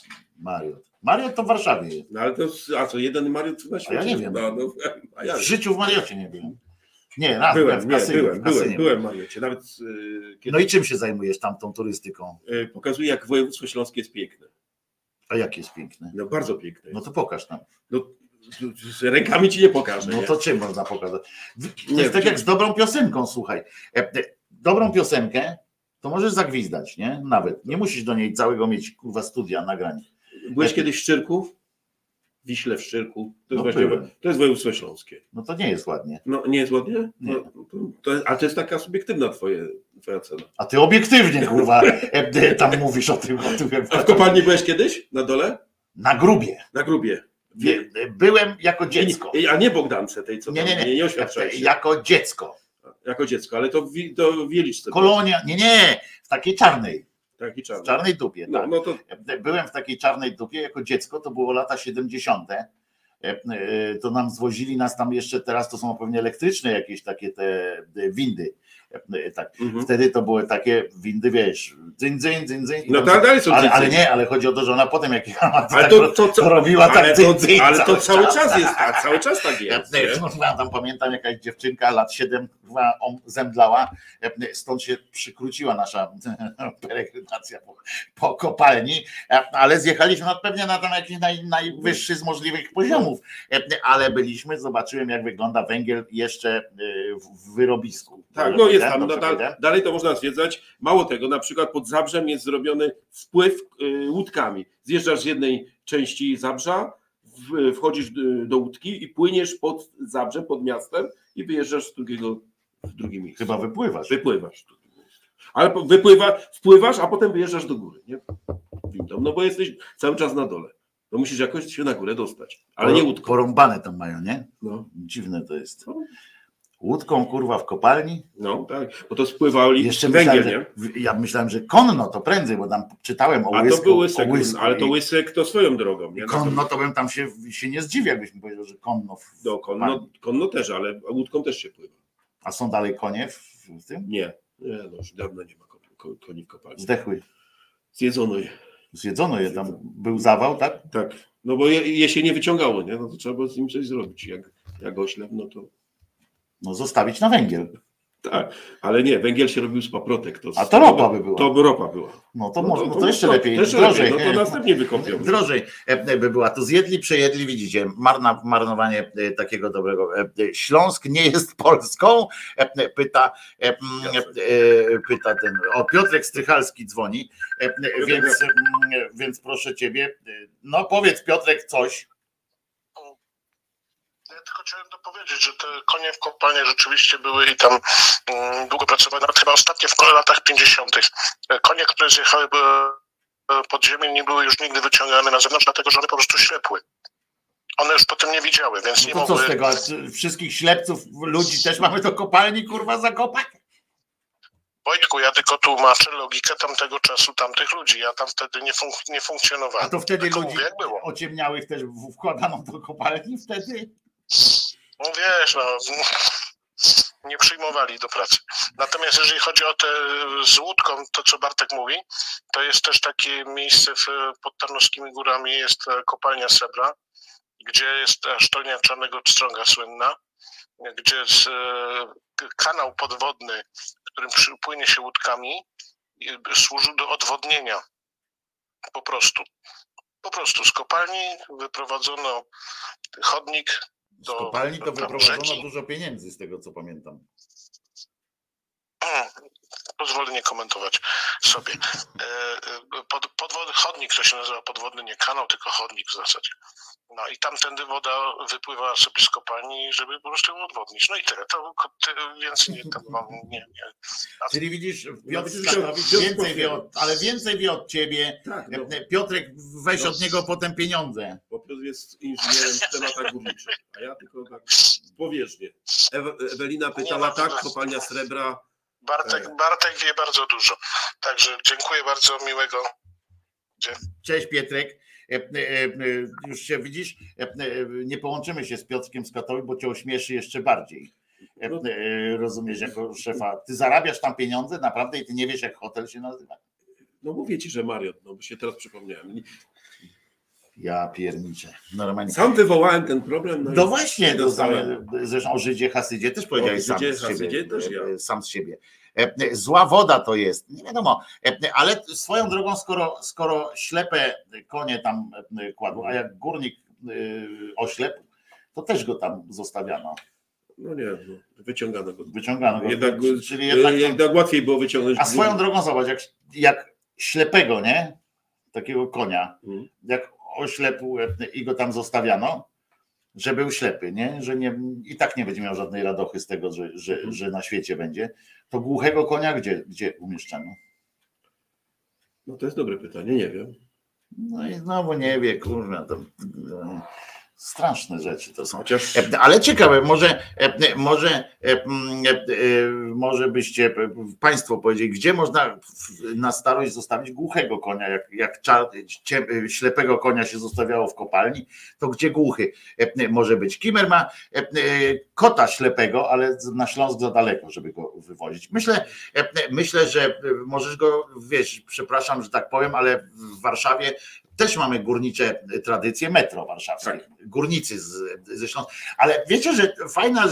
Mariot to w Warszawie jest. No ale to, a co, jeden Mariot na świecie? Ja nie wiem. W życiu w Mariocie nie byłem. Nie, byłem w Mariocie. Nawet, No i czym się zajmujesz tam tą turystyką? Pokazuję, jak województwo śląskie jest piękne. A jak jest piękne? No bardzo piękne. No to pokaż nam. No, rękami ci nie pokażę. No nie? to czym można pokazać? To jest tak jak z dobrą piosenką, słuchaj. Dobrą piosenkę to możesz zagwizdać, nie? Nawet. Nie musisz do niej całego mieć kurwa studia nagrań. Byłeś kiedyś w Szczyrku? Wiśle w Szczyrku. To jest województwo śląskie. No to nie jest ładnie. No nie jest ładnie? Nie. A to jest taka subiektywna twoja cena. A ty obiektywnie, kurwa, tam mówisz o tym. A w kopalni byłeś kiedyś? Na dole? Na Grubie. Na Grubie. Byłem jako dziecko. A nie Bogdance tej, co tam nie oświadczałeś. Jako dziecko. Jako dziecko, ale to w Wieliczce. Kolonia, nie, w takiej czarnej. W czarnej dupie. Tak. No to... Byłem w takiej czarnej dupie jako dziecko, to było lata 70. To nam zwozili nas tam jeszcze, teraz to są pewnie elektryczne jakieś takie te windy. Tak. Wtedy to były takie windy, wiesz, dzyń. No tak, dalej są ale chodzi o to, że ona potem jak to robiła tak dzyń. Ale to cały czas jest tak, cały czas tak jest. Ja tam pamiętam, jakaś dziewczynka lat 7 zemdlała, stąd się przykróciła nasza peregrinacja po kopalni, ale zjechaliśmy pewnie na tam jakiś najwyższy z możliwych poziomów, ale byliśmy, zobaczyłem jak wygląda węgiel jeszcze w wyrobisku. Tak, no jest tam, dalej to można zwiedzać. Mało tego, na przykład pod Zabrzem jest zrobiony spływ łódkami. Zjeżdżasz z jednej części Zabrza, wchodzisz do łódki i płyniesz pod Zabrzem, pod miastem i wyjeżdżasz w drugim miejscu. Chyba wypływasz. Ale wpływasz, a potem wyjeżdżasz do góry, nie? No bo jesteś cały czas na dole. No musisz jakoś się na górę dostać, ale nie łódką. Porąbane tam mają, nie? No. Dziwne to jest. Łódką, kurwa, w kopalni? No tak, bo to spływali jeszcze węgiel, nie? Ja myślałem, że konno to prędzej, bo tam czytałem o Łysku. A to był Łysek, ale to Łysek to swoją drogą, nie? Konno to bym tam się nie zdziwił, jakbyś mi powiedział, że konno. Konno też, ale łódką też się pływa. A są dalej konie w tym? Nie, no już dawno nie ma koni w kopalni. Zdechły. Zjedzono je, tam był zawał, tak? Tak, no bo je się nie wyciągało, nie? No to trzeba było z nim coś zrobić. Jak oślep, no to... No zostawić na węgiel. Tak, ale nie, węgiel się robił z paprotek. A to ropa by była. To by ropa była. No to może, to jeszcze lepiej, też drożej. Lepiej, no to następnie wykopią. Drożej by była. To zjedli, przejedli, widzicie, marnowanie takiego dobrego. Śląsk nie jest Polską? Pyta ten, Piotrek Strychalski dzwoni, więc proszę ciebie, no powiedz Piotrek coś. Ja tylko chciałem dopowiedzieć, że te konie w kopalni rzeczywiście były i tam długo pracowały, nawet chyba ostatnie w latach 50. Konie, które zjechały pod ziemię, nie były już nigdy wyciągane na zewnątrz, dlatego że one po prostu ślepły. One już potem nie widziały, więc nie to mogły... co z tego? Wszystkich ślepców, ludzi też mamy do kopalni, kurwa, zakopać? Wojtku, ja tylko tłumaczę logikę tamtego czasu, tamtych ludzi. Ja tam wtedy nie funkcjonowałem. A to wtedy tylko ludzi mówię, jak było. ociemniałych też wkładano do kopalni wtedy? No wiesz, nie przyjmowali do pracy. Natomiast jeżeli chodzi o te z łódką, to co Bartek mówi, to jest też takie miejsce pod Tarnowskimi Górami, jest kopalnia srebra, gdzie jest sztolnia Czarnego Strąga słynna, gdzie jest kanał podwodny, którym płynie się łódkami, służył do odwodnienia. Po prostu z kopalni wyprowadzono chodnik Z kopalni to wyprowadzono rzeki. dużo pieniędzy, z tego co pamiętam. Pozwolę nie komentować sobie. Chodnik to się nazywa podwodny, nie kanał, tylko chodnik w zasadzie. No i tamtędy woda wypływała sobie z kopalni, żeby po prostu ją odwodnić. No i tyle. To więcej nie tam mam. Nie. Czyli widzisz, Piotr więcej wie od ciebie. Tak, no. Piotrek, weź od niego potem pieniądze. Bo Piotr jest inżynierem w tematach górniczych, a ja tylko tak powierzchnie. Ewelina pytała, tak, kopalnia srebra. Bartek wie bardzo dużo. Także dziękuję bardzo, miłego. Cześć Piotrek. Już się widzisz, nie połączymy się z Piotrkiem z Katowic, bo cię ośmieszy jeszcze bardziej. Rozumiesz, jako szefa. Ty zarabiasz tam pieniądze naprawdę i ty nie wiesz, jak hotel się nazywa? No mówię ci, że Mariot, no bo się teraz przypomniałem. Ja pierniczę. Normalnie. Sam wywołałem ten problem. No właśnie, zresztą o Żydzie Hasydzie też powiedziałeś sam z siebie. Też ja. Sam z siebie. Zła woda to jest, nie wiadomo, ale swoją drogą, skoro ślepe konie tam kładło, a jak górnik oślepł, to też go tam zostawiano. No nie, wyciągano go. Czyli jednak łatwiej było wyciągnąć. A swoją drogą zobacz, jak ślepego, nie? Takiego konia, jak oślepł i go tam zostawiano, że był ślepy, nie? Że nie, i tak nie będzie miał żadnej radochy z tego, że na świecie będzie. To głuchego konia gdzie umieszczano? No to jest dobre pytanie, nie wiem. No i znowu nie wie, kurwa, to straszne rzeczy to są. Chociaż... Ale ciekawe, może byście Państwo powiedzieli, gdzie można na starość zostawić głuchego konia, jak ślepego konia się zostawiało w kopalni, to gdzie głuchy może być? Kimmer ma kota ślepego, ale na Śląsk za daleko, żeby go wywozić. Myślę, że możesz go, wiesz, przepraszam, że tak powiem, ale w Warszawie też mamy górnicze tradycje, metro warszawskie, tak. Górnicy ze Śląska. Ale wiecie, że fajna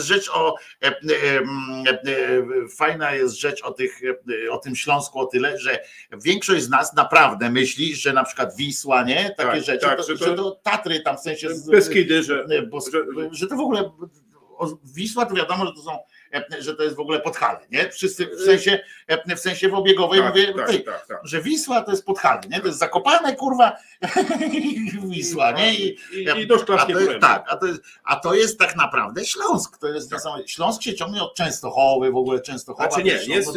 jest rzecz o tym Śląsku o tyle, że większość z nas naprawdę myśli, że na przykład Wisła, nie? Takie rzeczy, że to Tatry tam w sensie... Beskidy, że to w ogóle... Wisła to wiadomo, że to jest w ogóle Podhale, nie? Wszyscy w sensie w obiegowej mówię, że Wisła to jest Podhale, nie? To jest Zakopane, kurwa, Wisła, nie? I do Szklarskiej Poręby. Tak, a to jest tak naprawdę Śląsk. To jest Śląsk się ciągnie od Częstochowy, w ogóle Częstochowa. Znaczy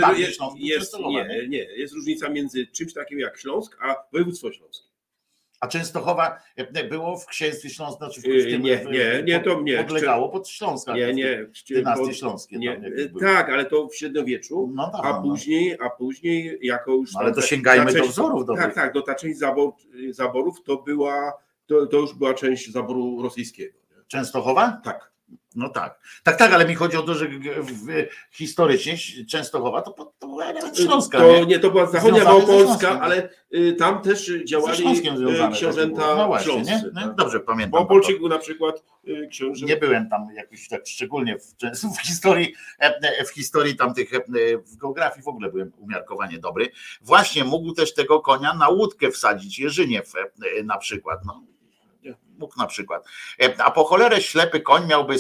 jest różnica między czymś takim jak Śląsk, a województwo śląskie. A Częstochowa było w księstwie śląskim, znaczy podlegało pod Śląska. Dynastie śląskie. Tak, ale to w średniowieczu, a później jako już... Ale to sięgajmy do wzorów. Tak, ta część zaborów to już była część zaboru rosyjskiego. Częstochowa? Tak. No tak, ale mi chodzi o to, że historycznie Częstochowa to była element Śląska. To była zachodnia Małopolska, ale tam też działali książęta śląscy. Nie? Tak? Dobrze pamiętam. W Małopolsku na przykład książę. Nie byłem tam jakoś tak szczególnie w historii tamtych, w geografii w ogóle byłem umiarkowanie dobry. Właśnie mógł też tego konia na łódkę wsadzić, Jerzyniew na przykład. No. Mógł na przykład. A po cholerę ślepy koń miałby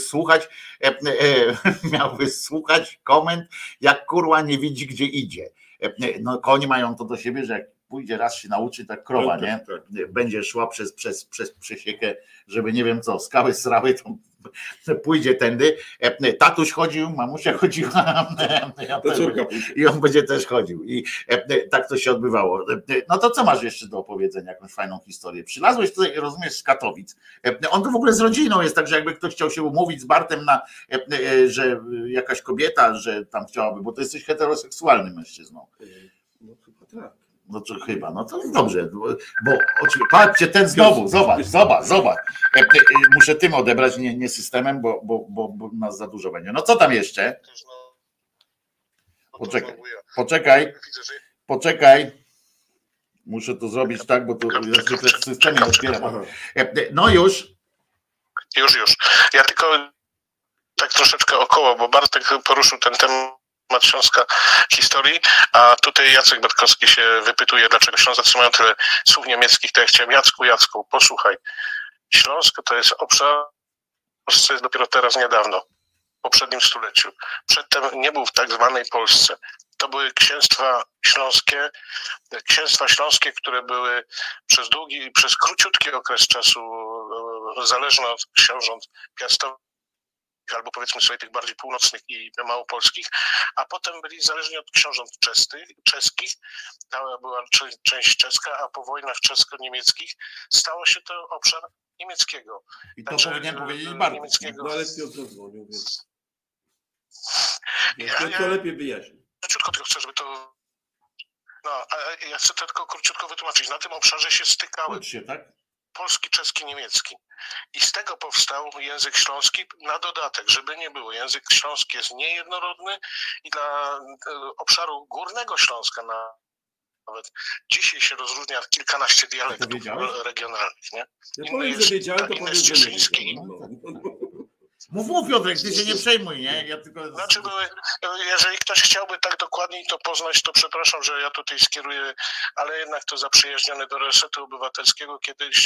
słuchać komend, jak kurwa nie widzi, gdzie idzie. No konie mają to do siebie, że jak pójdzie raz się nauczy, tak krowa, nie? Będzie szła przez przesiekę, żeby nie wiem co, skały srały, to pójdzie tędy. Tatuś chodził, mamusia chodziła, i on będzie też chodził. I tak to się odbywało. No to co masz jeszcze do opowiedzenia? Jakąś fajną historię. Przylazłeś tutaj, rozumiesz, z Katowic. On to w ogóle z rodziną jest, tak, że jakby ktoś chciał się umówić z Bartem że jakaś kobieta, że tam chciałaby, bo to jesteś heteroseksualnym mężczyzną. No chyba tak. No to chyba, no to dobrze, bo oczywiście, patrzcie, ten znowu, zobacz. Muszę tym odebrać, nie systemem, bo nas za dużo będzie. No co tam jeszcze? Poczekaj. Muszę to zrobić tak, bo to zwykle w systemie odbieram. No już. Ja tylko tak troszeczkę około, bo Bartek poruszył ten temat Śląska historii, a tutaj Jacek Bartkowski się wypytuje, dlaczego Ślązacy mają tyle słów niemieckich. To ja chciałem, Jacku, posłuchaj. Śląsk to jest obszar, Polsce jest dopiero teraz niedawno, w poprzednim stuleciu. Przedtem nie był w tak zwanej Polsce. To były księstwa śląskie, które były przez króciutki okres czasu zależne od książąt piastowych, albo powiedzmy sobie tych bardziej północnych i małopolskich, a potem byli zależni od książąt czeskich. Ta była część czeska, a po wojnach czesko-niemieckich stało się to obszar niemieckiego. I to powinien powiedzieć Bartek. No ale Piotr dzwonił, więc to lepiej wyjaśnić. Króciutko tylko chcę, żeby to... No, a ja chcę to tylko króciutko wytłumaczyć. Na tym obszarze się stykały polski, czeski, niemiecki. I z tego powstał język śląski na dodatek, żeby nie było. Język śląski jest niejednorodny i dla obszaru Górnego Śląska nawet dzisiaj się rozróżnia kilkanaście dialektów regionalnych. Nie? Ja powiem, że wiedziałem, to powiem, że Mów, Piotrek, ty się nie przejmuj, nie? Ja tylko... Znaczy, jeżeli ktoś chciałby tak dokładniej to poznać, to przepraszam, że ja tutaj skieruję, ale jednak to zaprzyjaźniony do Resetu Obywatelskiego kiedyś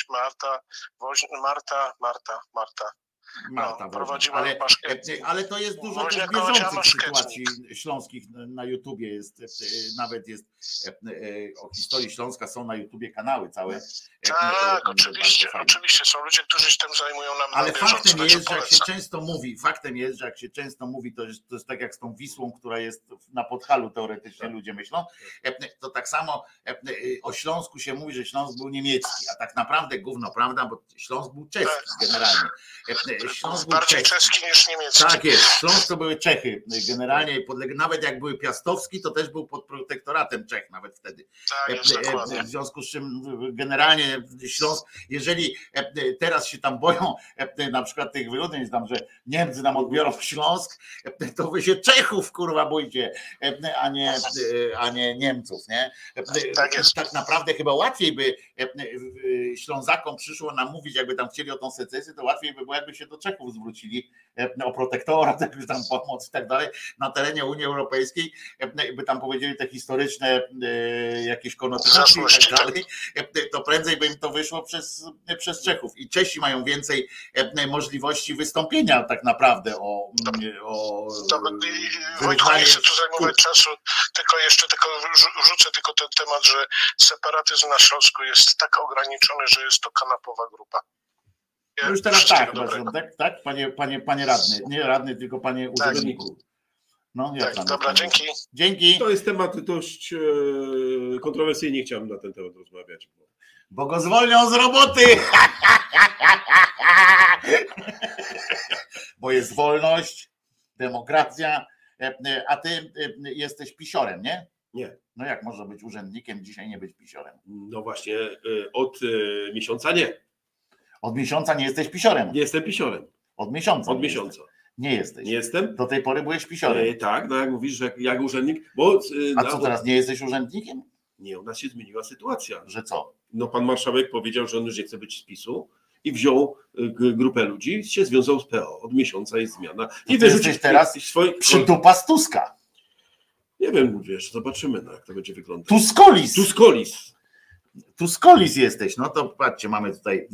Marta prowadziła ale to jest dużo też bieżących sytuacji śląskich na YouTubie jest, nawet jest o historii Śląska, są na YouTubie kanały całe. Tak, oczywiście są ludzie, którzy się tym zajmują ale faktem jest, że jak się często mówi, to jest tak jak z tą Wisłą, która jest na Podhalu teoretycznie ludzie myślą, to tak samo o Śląsku się mówi, że Śląsk był niemiecki, a tak naprawdę gówno prawda, bo Śląsk był czeski generalnie. Śląsk bardziej czeski niż niemiecki. Tak jest, Śląsk to były Czechy generalnie, nawet jak były Piastowski, to też był pod protektoratem Czech nawet wtedy. Tak jest, w związku z czym generalnie Śląsk, jeżeli teraz się tam boją na przykład tych wyrodnic tam, że Niemcy nam odbiorą Śląsk, to wy się Czechów kurwa bójcie, a nie Niemców, nie? Tak jest. Tak naprawdę chyba łatwiej by Ślązakom przyszło nam mówić, jakby tam chcieli o tą secesję, to łatwiej by było, jakby się do Czechów zwrócili o protektorat, jakby tam pomoc i tak dalej na terenie Unii Europejskiej, by tam powiedzieli te historyczne jakieś konotacje i tak dalej, to prędzej by im to wyszło przez Czechów. I Czesi mają więcej możliwości wystąpienia tak naprawdę Wojtku, nie chcę tu zajmować czasu, tylko rzucę tylko ten temat, że separatyzm na Śląsku jest tak ograniczony, że jest to kanapowa grupa. No już teraz tak, panie radny, nie radny, tylko panie urzędniku. No, dobra, dzięki. To jest temat dość kontrowersyjny, chciałbym na ten temat rozmawiać. Bo go zwolnią z roboty. Bo jest wolność, demokracja, a ty jesteś pisiorem, nie? Nie. No jak można być urzędnikiem, dzisiaj nie być pisiorem? No właśnie, od miesiąca nie. Od miesiąca nie jesteś pisiorem? Nie jestem pisiorem. Od miesiąca. Od miesiąca. Nie jesteś. Nie jestem? Do tej pory byłeś pisiorem. Tak, no jak mówisz, że jak urzędnik, bo... A co teraz, nie jesteś urzędnikiem? Nie, u nas się zmieniła sytuacja. Że co? No pan marszałek powiedział, że on już nie chce być z PiS-u i wziął grupę ludzi, się związał z PO. Od miesiąca jest zmiana. I jesteś teraz przydupas Tuska. Nie wiem, wiesz, zobaczymy, no, jak to będzie wyglądać. Tuskolis. Tuskolis jesteś. No to patrzcie, mamy tutaj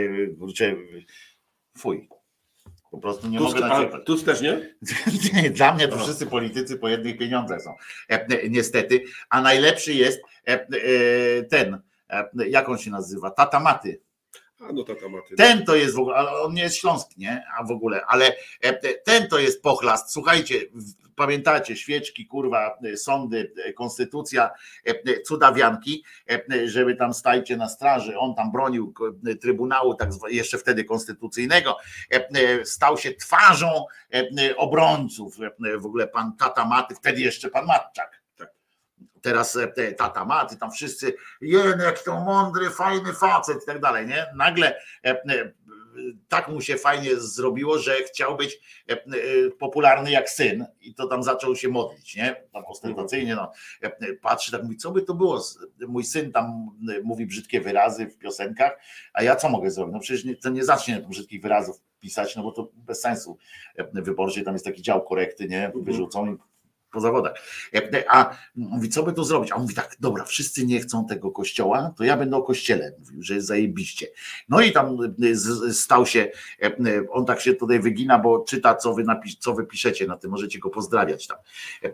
fuj. Po prostu nie mogę na ciebie. Tusk też nie? Dla mnie to wszyscy politycy po jednych pieniądzach są. Niestety. A najlepszy jest ten, jak on się nazywa? Tata Maty. A no Tata Maty. Ten to jest w ogóle, ale on nie jest śląski, nie? A w ogóle, ale ten to jest pochlast. Słuchajcie, pamiętacie, świeczki, kurwa, sądy, konstytucja, cudawianki, żeby tam stajcie na straży. On tam bronił Trybunału, tak jeszcze wtedy konstytucyjnego, stał się twarzą obrońców. W ogóle pan Tata Maty, wtedy jeszcze pan Matczak. Teraz Tata Maty, tam wszyscy, jak to mądry, fajny facet i tak dalej, nie? Nagle tak mu się fajnie zrobiło, że chciał być popularny jak syn i to tam zaczął się modlić, nie? Tam ostentacyjnie, no, patrzy, tak mówi, co by to było? Mój syn tam mówi brzydkie wyrazy w piosenkach, a ja co mogę zrobić? No przecież to nie zacznie brzydkich wyrazów pisać, no bo to bez sensu. Wyborczy, tam jest taki dział korekty, nie? Wyrzucą i po zawodach. A mówi, co by tu zrobić? A on mówi tak, dobra, wszyscy nie chcą tego kościoła, to ja będę o kościele mówił, że jest zajebiście. No i tam stał się, on tak się tutaj wygina, bo czyta, co wy piszecie na tym, możecie go pozdrawiać tam.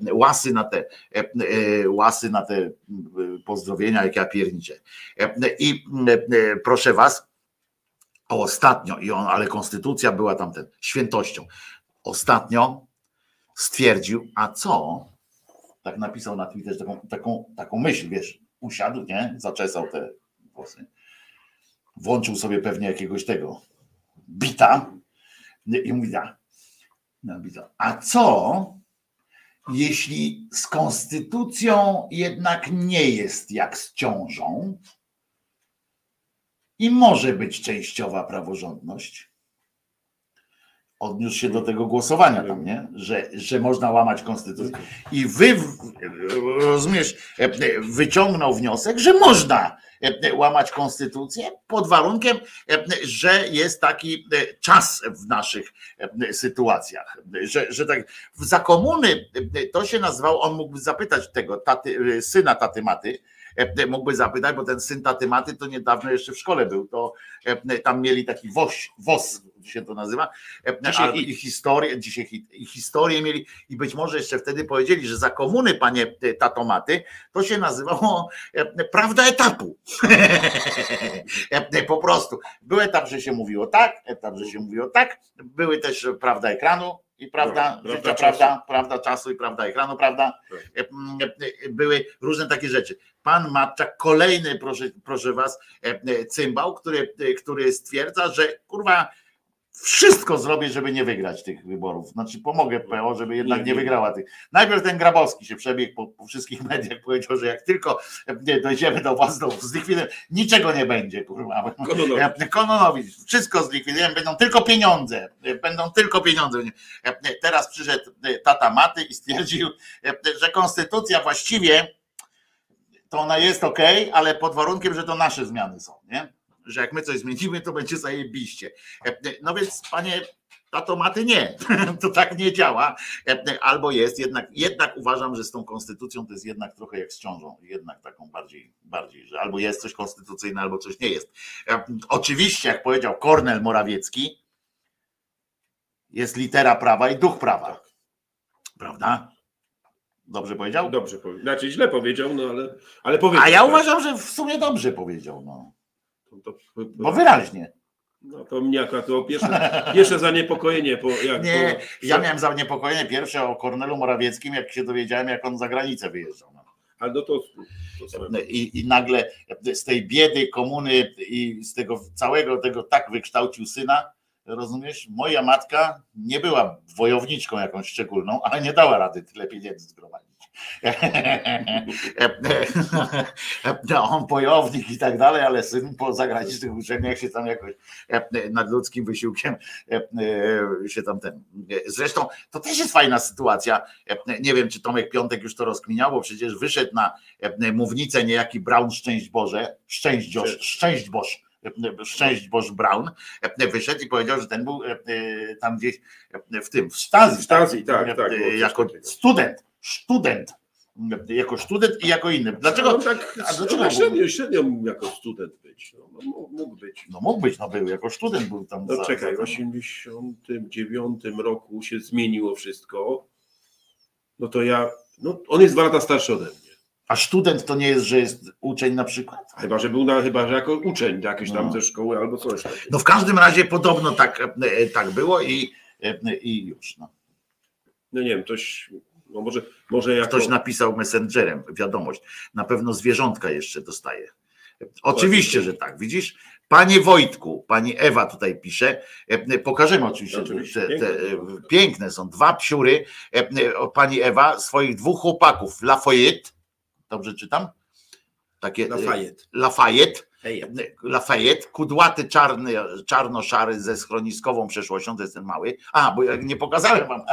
Łasy na te pozdrowienia, jak ja pierniczę. I proszę was, ostatnio, ale konstytucja była tam świętością. Ostatnio stwierdził, a co? Tak napisał na Twitterze taką myśl, wiesz, usiadł, nie? Zaczesał te włosy. Włączył sobie pewnie jakiegoś tego bita i mówi tak, a co, jeśli z konstytucją jednak nie jest jak z ciążą i może być częściowa praworządność? Odniósł się do tego głosowania tam, nie? Że można łamać konstytucję. I rozumiesz, wyciągnął wniosek, że można łamać konstytucję pod warunkiem, że jest taki czas w naszych sytuacjach. Że tak za komuny to się nazywało, on mógłby zapytać tego syna Taty Maty, mógłby zapytać, bo ten syn Taty Maty to niedawno jeszcze w szkole był, to tam mieli taki WOS się to nazywa, i historię mieli i być może jeszcze wtedy powiedzieli, że za komuny, panie Tato Maty, to się nazywało prawda etapu. Po prostu. Był etap, że się mówiło tak, etap, że się mówiło tak, były też prawda ekranu, i prawda życia, prawda czasu i prawda ekranu, prawda? Były różne takie rzeczy. Pan Matczak, kolejny, proszę was, cymbał, który stwierdza, że kurwa wszystko zrobię, żeby nie wygrać tych wyborów. Znaczy pomogę PO, żeby jednak nie wygrała tych. Najpierw ten Grabowski się przebiegł po wszystkich mediach, powiedział, że jak tylko dojdziemy do was, zlikwidujemy, niczego nie będzie, kurwa. Kononowicz, wszystko zlikwidujemy, będą tylko pieniądze. Teraz przyszedł Tata Maty i stwierdził, że konstytucja właściwie to ona jest okej, ale pod warunkiem, że to nasze zmiany są, nie? Że jak my coś zmienimy, to będzie zajebiście. No więc, panie Tato Maty, nie, to tak nie działa. Albo jest, jednak uważam, że z tą konstytucją to jest jednak trochę jak z ciążą. Jednak taką bardziej, że albo jest coś konstytucyjne, albo coś nie jest. Oczywiście, jak powiedział Kornel Morawiecki, jest litera prawa i duch prawa. Prawda? Dobrze powiedział? Dobrze powiedział. Znaczy źle powiedział, no ale powiedział. A ja uważam, że w sumie dobrze powiedział, no. Bo wyraźnie. No to mnie akurat to pierwsze zaniepokojenie. Ja miałem zaniepokojenie pierwsze o Kornelu Morawieckim, jak się dowiedziałem, jak on za granicę wyjeżdżał. Ale no to I nagle z tej biedy komuny i z tego całego tego tak wykształcił syna, rozumiesz? Moja matka nie była wojowniczką jakąś szczególną, ale nie dała rady tyle pieniędzy zgromadzić. On bojownik i tak dalej, ale syn po zagranicznych uczelniach się tam jakoś nadludzkim wysiłkiem się tam ten. Zresztą to też jest fajna sytuacja. Nie wiem, czy Tomek Piątek już to rozkminiał, bo przecież wyszedł na mównicę niejaki Braun Szczęść Boż Braun wyszedł i powiedział, że ten był tam gdzieś w Stazji, tak, jako student, jako student i jako inny. Dlaczego? Średnio jako student być. Mógł być. Był jako student, był tam. No czekaj, w 89 roku się zmieniło wszystko. No to on jest 2 lata starszy ode mnie. A student to nie jest, że jest uczeń na przykład? Chyba, że jako uczeń jakiejś tam ze szkoły albo coś takiego. No w każdym razie podobno tak było i już. No nie wiem, może jako... Ktoś napisał Messengerem wiadomość. Na pewno zwierzątka jeszcze dostaje. Oczywiście, że tak. Widzisz? Panie Wojtku, pani Ewa tutaj pisze. Pokażemy oczywiście. Piękne są 2 psiury. Pani Ewa swoich 2 chłopaków. Lafayette. Dobrze czytam? Takie Lafayette, kudłaty czarno-szary ze schroniskową przeszłością, to jest ten mały. Bo ja nie pokazałem wam.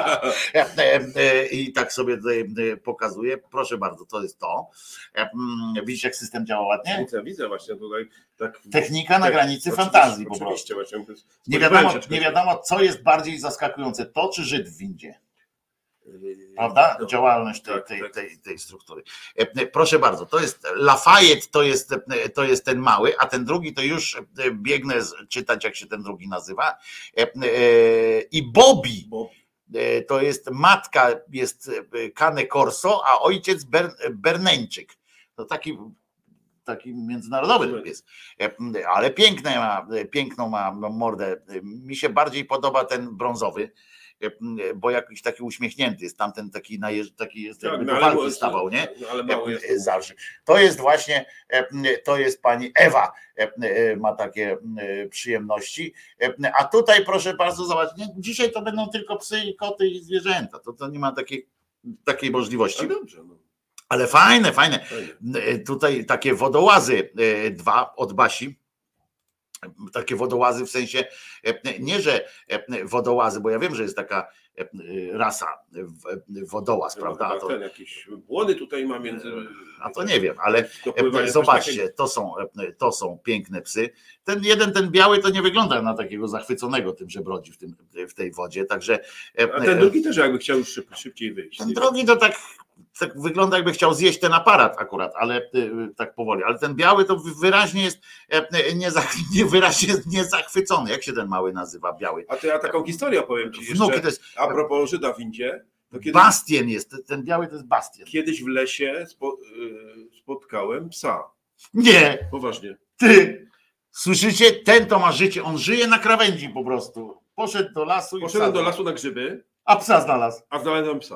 I tak sobie tutaj pokazuję. Proszę bardzo, to jest to. Widzisz, jak system działa ładnie? Widzę właśnie tutaj. Tak, technika na granicy fantazji po prostu. Nie wiadomo, co jest bardziej zaskakujące, to czy Żyd w windzie. Prawda? Działalność tej struktury. Proszę bardzo, to jest Lafayette, to jest ten mały, a ten drugi to już biegnę czytać, jak się ten drugi nazywa. I Bobby. To jest matka, jest Cane Corso, a ojciec Berneńczyk. To taki międzynarodowy jest. Ale piękną ma mordę. Mi się bardziej podoba ten brązowy, bo jakiś taki uśmiechnięty jest, tamten taki jest, jakby do walki stawał, nie? Zawsze. To jest pani Ewa, ma takie przyjemności. A tutaj proszę bardzo, zobacz, dzisiaj to będą tylko psy i koty i zwierzęta. To nie ma takiej możliwości. Dobrze, ale fajne. Tutaj takie wodołazy 2 od Basi. Takie wodołazy w sensie, nie że wodołazy, bo ja wiem, że jest taka rasa wodołaz, prawda? To jakieś błony tutaj ma między... A to nie wiem, ale zobaczcie, to są piękne psy. Ten biały to nie wygląda na takiego zachwyconego tym, że brodzi w tej wodzie, także... A ten drugi też jakby chciał już szybciej wyjść. Ten drugi to tak wygląda, jakby chciał zjeść ten aparat akurat, ale tak powoli. Ale ten biały to wyraźnie jest niezachwycony. Jak się ten mały nazywa, biały? A to ja taką historię opowiem ci jeszcze. A propos Żyda w windzie. Bastien jest, ten biały to jest Bastien. Kiedyś w lesie spotkałem psa. Nie. Poważnie. Ty, słyszycie? Ten to ma życie, on żyje na krawędzi po prostu. Poszedł do lasu Poszedłem do lasu na grzyby. A psa znalazł. A znalazłem psa.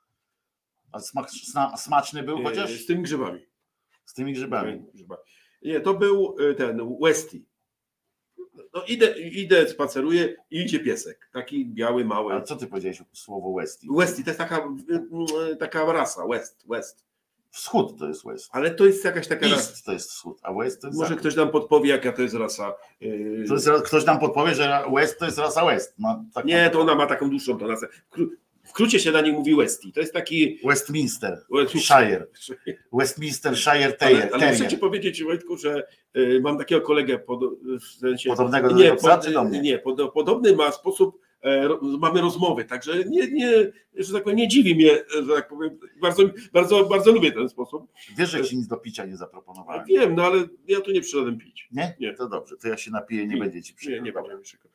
A smaczny był chociaż? Z tymi grzybami. Z tymi grzybami. Nie, to był ten Westie. No idę, spaceruję i idzie piesek. Taki biały, mały. A co ty powiedziałeś słowo Westie? Westie to jest taka rasa. West. Wschód to jest West. Ale to jest jakaś taka rasa. To jest wschód, a West to jest może zachód. Ktoś nam podpowie, jaka to jest rasa. Ktoś nam podpowie, że West to jest rasa West. No, tak nie, to ona ma taką dłuższą to rasę. W skrócie się na niej mówi Westie. To jest taki... Westminster Shire. Westminster Shire Terrier. Ale muszę ci powiedzieć, Wojtku, że mam takiego kolegę w sensie... Podobnego do psa, czy do mnie? Nie, podobny ma sposób, mamy rozmowy, także że tak powiem, nie dziwi mnie, że tak powiem, bardzo lubię ten sposób. Wiesz, że ci nic do picia nie zaproponowałem. Wiem, no ale ja tu nie przyszedłem pić. Nie? To dobrze, to ja się napiję, nie będzie ci przykro. Nie będzie mi przykro.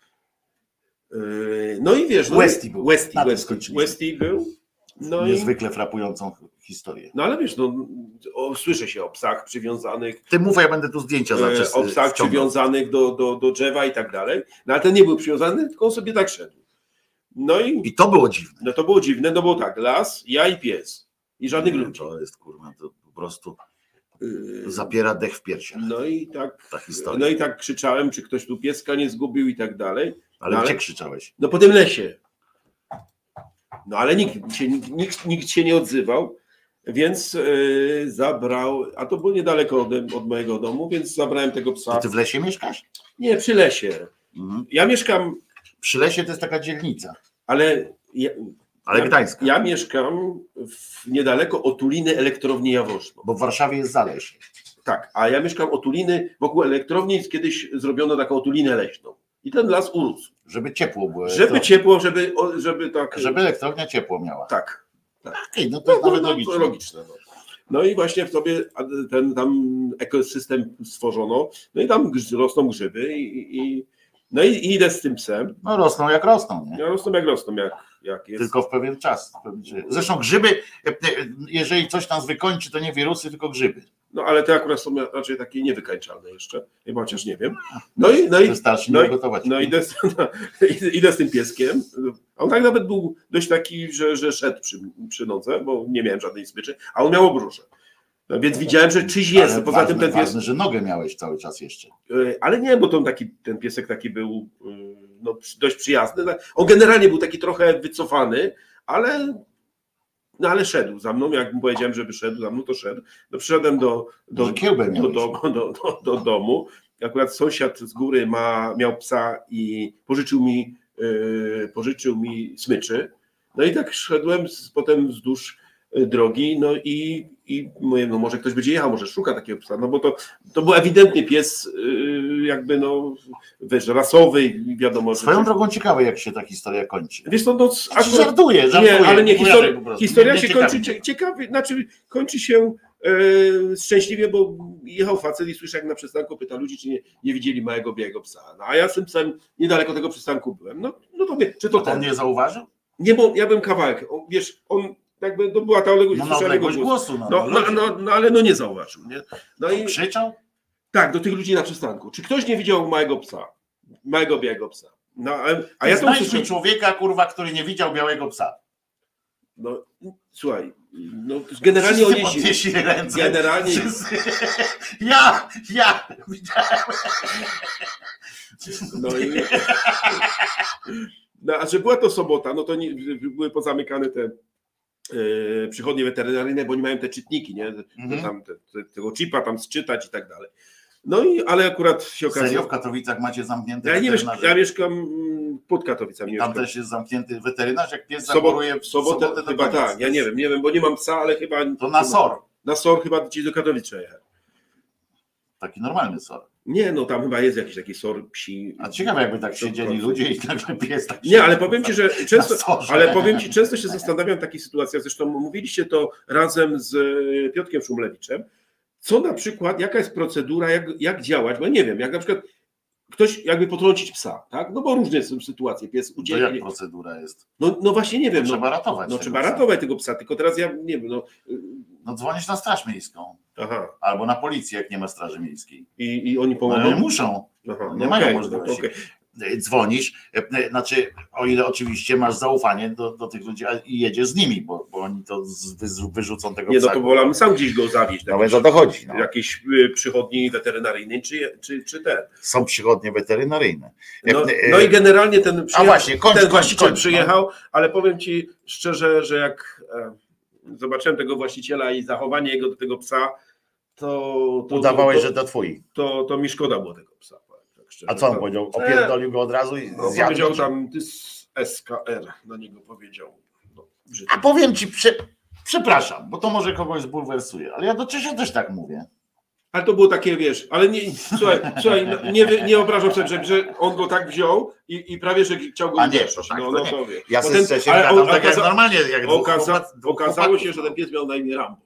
No i wiesz, Westie był. No niezwykle frapującą historię. No ale wiesz, słyszę się o psach przywiązanych. Ty mów, ja będę tu zdjęcia o psach przywiązanych do drzewa i tak dalej. No ale ten nie był przywiązany, tylko on sobie tak szedł. No i to było dziwne. No to było dziwne, no bo tak, las, ja i pies. I żadnych ludzi. To jest kurwa, to po prostu zapiera dech w piersiach. No i tak, ta historia. No i tak krzyczałem, czy ktoś tu pieska nie zgubił i tak dalej. Ale gdzie krzyczałeś? No po tym lesie. No ale nikt się nie odzywał. Więc zabrał, a to było niedaleko od mojego domu, więc zabrałem tego psa. To ty w lesie mieszkasz? Nie, przy lesie. Ja mieszkam... Przy lesie to jest taka dzielnica. Ale Gdańska. Ja mieszkam niedaleko Otuliny Elektrowni Jaworzno. Bo w Warszawie jest Zalesie. Tak, a ja mieszkam Otuliny, wokół elektrowni kiedyś zrobiono taką otulinę leśną. I ten las urósł. Żeby ciepło było. Żeby ciepło, żeby tak... Żeby elektrownia ciepło miała. Tak. Okay, no to jest nawet logiczne. Logiczne. No i właśnie w sobie ten tam ekosystem stworzono, no i tam rosną grzyby i idę z tym psem. No rosną jak rosną, nie? No, rosną jak rosną, jak jest. Tylko w pewien czas. Zresztą grzyby, jeżeli coś nas wykończy, to nie wirusy, tylko grzyby. No ale te akurat są raczej takie niewykańczalne jeszcze, chociaż nie wiem. Wystarczy nie gotować. No idę z tym pieskiem. On tak nawet był dość taki, że szedł przy nodze, bo nie miałem żadnej smyczy, a on miał obrusze. No, więc widziałem, że czyś jest. Ale poza tym ten pies... ważne, że nogę miałeś cały czas jeszcze. Ale nie, bo ten piesek taki był dość przyjazny. On generalnie był taki trochę wycofany, ale szedł za mną. Jak mu powiedziałem, żeby szedł za mną, to szedł. No, przyszedłem do domu. Akurat sąsiad z góry miał psa i pożyczył mi smyczy. No i tak szedłem potem wzdłuż drogi, no i mówię, no może ktoś będzie jechał, może szuka takiego psa, no bo to był ewidentnie pies jakby wiesz, rasowy i wiadomo. Swoją drogą ciekawe, jak się ta historia kończy. Wiesz, to żartuję. Nie, ale nie, historia się kończy ciekawie, znaczy kończy się szczęśliwie, bo jechał facet i słyszę, jak na przystanku pyta ludzi, czy nie widzieli małego białego psa. No, a ja z tym psem niedaleko tego przystanku byłem. No to wie, czy to ten nie zauważył? Nie, bo ja byłem kawałek. Wiesz, on jakby to była ta odległość, odległość głosu. No ale nie zauważył. Nie? No i krzyczał? Tak, do tych ludzi na przystanku. Czy ktoś nie widział małego psa? Małego białego psa? No, a ja to usłyszałem człowieka, kurwa, który nie widział białego psa. No słuchaj, no generalnie oni podnieśli ręce. Generalnie ja widziałem. No a że była to sobota, no to były pozamykane te przychodnie weterynaryjne, bo oni mają te czytniki, nie? Tam tego chipa tam sczytać i tak dalej. No ale akurat się okazało. Serio w Katowicach macie zamknięte ja mieszkam pod Katowicami. I tam też jest zamknięty weterynarz, jak pies zachoruje w sobotę chyba tak, ja nie wiem, bo nie mam psa, ale chyba... To na SOR. Na SOR chyba gdzieś do Katowic trzeba jechać. Taki normalny SOR. Nie, no tam chyba jest jakiś taki SOR psi. A ciekawe, jakby tak siedzieli ludzie i nagle pies tak. Nie, ale powiem ci, że często się zastanawiam w takich sytuacjach, zresztą mówiliście to razem z Piotrkiem Szumlewiczem, co na przykład, jaka jest procedura, jak działać, bo ja nie wiem, jak na przykład ktoś jakby potrącić psa, tak? No bo różne są sytuacje, pies ucieknie. To jak procedura jest? No właśnie nie wiem. Trzeba ratować. No trzeba ratować tego psa, tylko teraz ja nie wiem. No dzwonisz na Straż Miejską. Aha. Albo na policję, jak nie ma Straży Miejskiej. I oni pomogą? No, muszą. Aha, nie mają możliwości. Dzwonisz, znaczy o ile oczywiście masz zaufanie do tych ludzi i jedziesz z nimi, bo oni to wyrzucą tego psa. Nie, no to wolamy sam gdzieś go zawieźć. No więc o to chodzi. No. Jakiejś przychodni weterynaryjnej, czy ten. Są przychodnie weterynaryjne. No i generalnie ten właściciel przyjechał, ale powiem ci szczerze, że jak zobaczyłem tego właściciela i zachowanie jego do tego psa, to udawałeś, że to twój. To mi szkoda było tego psa. A co on powiedział? Opierdolił go od razu i zjadł? Powiedział tam, ty SKR na niego powiedział. A powiem ci, przepraszam, bo to może kogoś zbulwersuje, ale ja do Czesio też tak mówię. Ale to było takie, wiesz, ale nie, słuchaj, nie obrażam sobie, że on go tak wziął i prawie, że chciał go uderzyć. To wie. Ja sobie z Czesiem gadam tak jak normalnie. Jak okazało się, że ten pies miał na imię Rambo.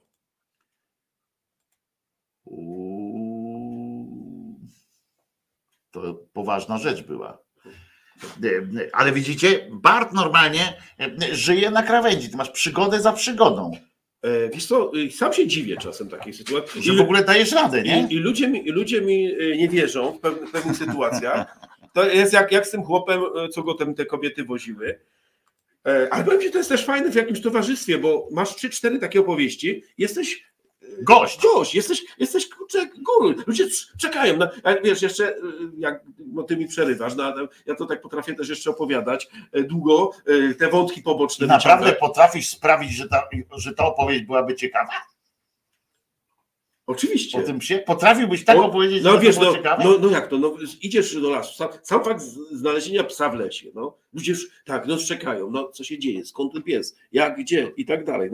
To poważna rzecz była. Ale widzicie, Bart normalnie żyje na krawędzi. Ty masz przygodę za przygodą. Wiesz co, sam się dziwię czasem takiej sytuacji. Że w ogóle dajesz radę, nie? I ludzie mi nie wierzą w pewnych sytuacjach. To jest jak z tym chłopem, co go te kobiety woziły. Ale powiem ci, to jest też fajne w jakimś towarzystwie, bo masz 3-4 takie opowieści, jesteś Gość. Jesteś kurczę guru. Ludzie czekają. Wiesz, jeszcze jak ty mi przerywasz, ja to tak potrafię też jeszcze opowiadać długo, te wątki poboczne. Naprawdę potrafisz sprawić, że ta opowieść byłaby ciekawa? Oczywiście. Po tym psie? Potrafiłbyś tak opowiedzieć, że wiesz, to było ciekawe? No jak to? No, idziesz do lasu. Sam fakt znalezienia psa w lesie. No. Ludzie już czekają. No, co się dzieje? Skąd ten pies? Jak, gdzie? I tak dalej.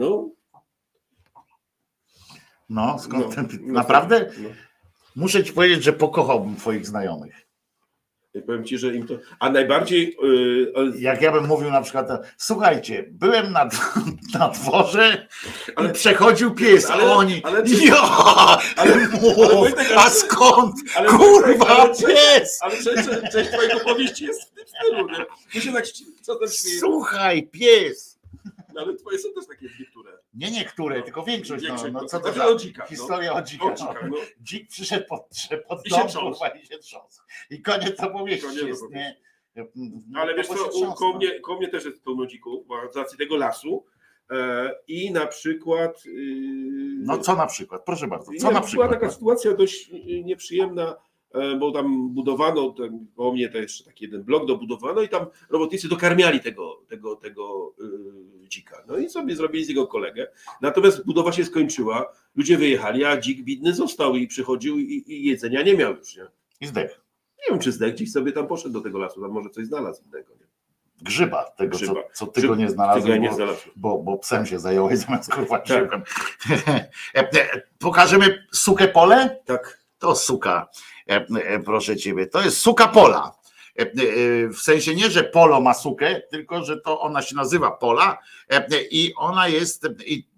No, skąd ten... Naprawdę? No. Muszę ci powiedzieć, że pokochałbym twoich znajomych. Ja powiem ci, że im to... A najbardziej... Jak ja bym mówił na przykład, słuchajcie, byłem na dworze i przechodził pies, a oni... A skąd? Kurwa, pies! Ale część twojego opowieści jest w tym stylu, nie? Ty się tak... Co ten śmieje? Słuchaj, pies! No, ale twoje są też takie niektóre. Nie niektóre, tylko większość. No, co to za o dzika, historia o dzika. No. Dzik przyszedł pod dom i się trząsł. I koniec opowieści jest, nie? Ale wiesz co, koło mnie też jest pełno dzików, z racji tego lasu. I na przykład... No co na przykład? Proszę bardzo. Co na przykład? Była taka sytuacja dość nieprzyjemna, bo tam budowano, koło mnie to jeszcze taki jeden blok dobudowano i tam robotnicy dokarmiali tego dzika. No i sobie zrobili z niego kolegę. Natomiast budowa się skończyła, ludzie wyjechali, a dzik bidny został i przychodził i jedzenia nie miał już. Nie? I zdechł. Nie wiem, czy zdechł, gdzieś sobie tam poszedł do tego lasu, tam może coś znalazł innego. Nie? Grzyba, co ty go nie znalazłeś, bo psem się zająłeś zamiast kurwa grzybem. Pokażemy sukę pole? Tak. To suka, proszę ciebie, to jest suka pola. W sensie nie, że polo ma sukę, tylko że to ona się nazywa pola i ona jest,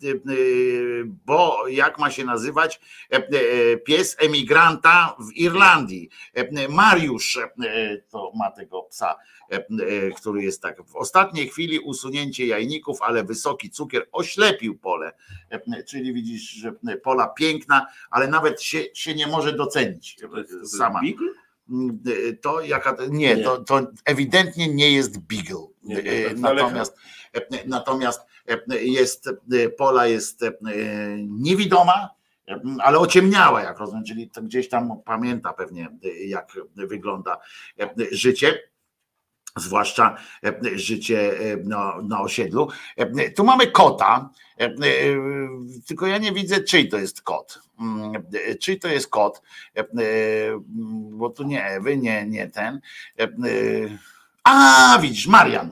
bo jak ma się nazywać pies emigranta w Irlandii. Mariusz to ma tego psa, który jest tak w ostatniej chwili usunięcie jajników, ale wysoki cukier oślepił pole. Czyli widzisz, że pola piękna, ale nawet się nie może docenić sama. To ewidentnie nie jest beagle. Natomiast pola jest niewidoma, ale ociemniała, jak rozumiem, czyli to gdzieś tam pamięta pewnie, jak wygląda życie. Zwłaszcza życie na osiedlu. Tu mamy kota, tylko ja nie widzę, czyj to jest kot. Czyj to jest kot, bo tu nie Ewy, nie ten. A widzisz, Marian.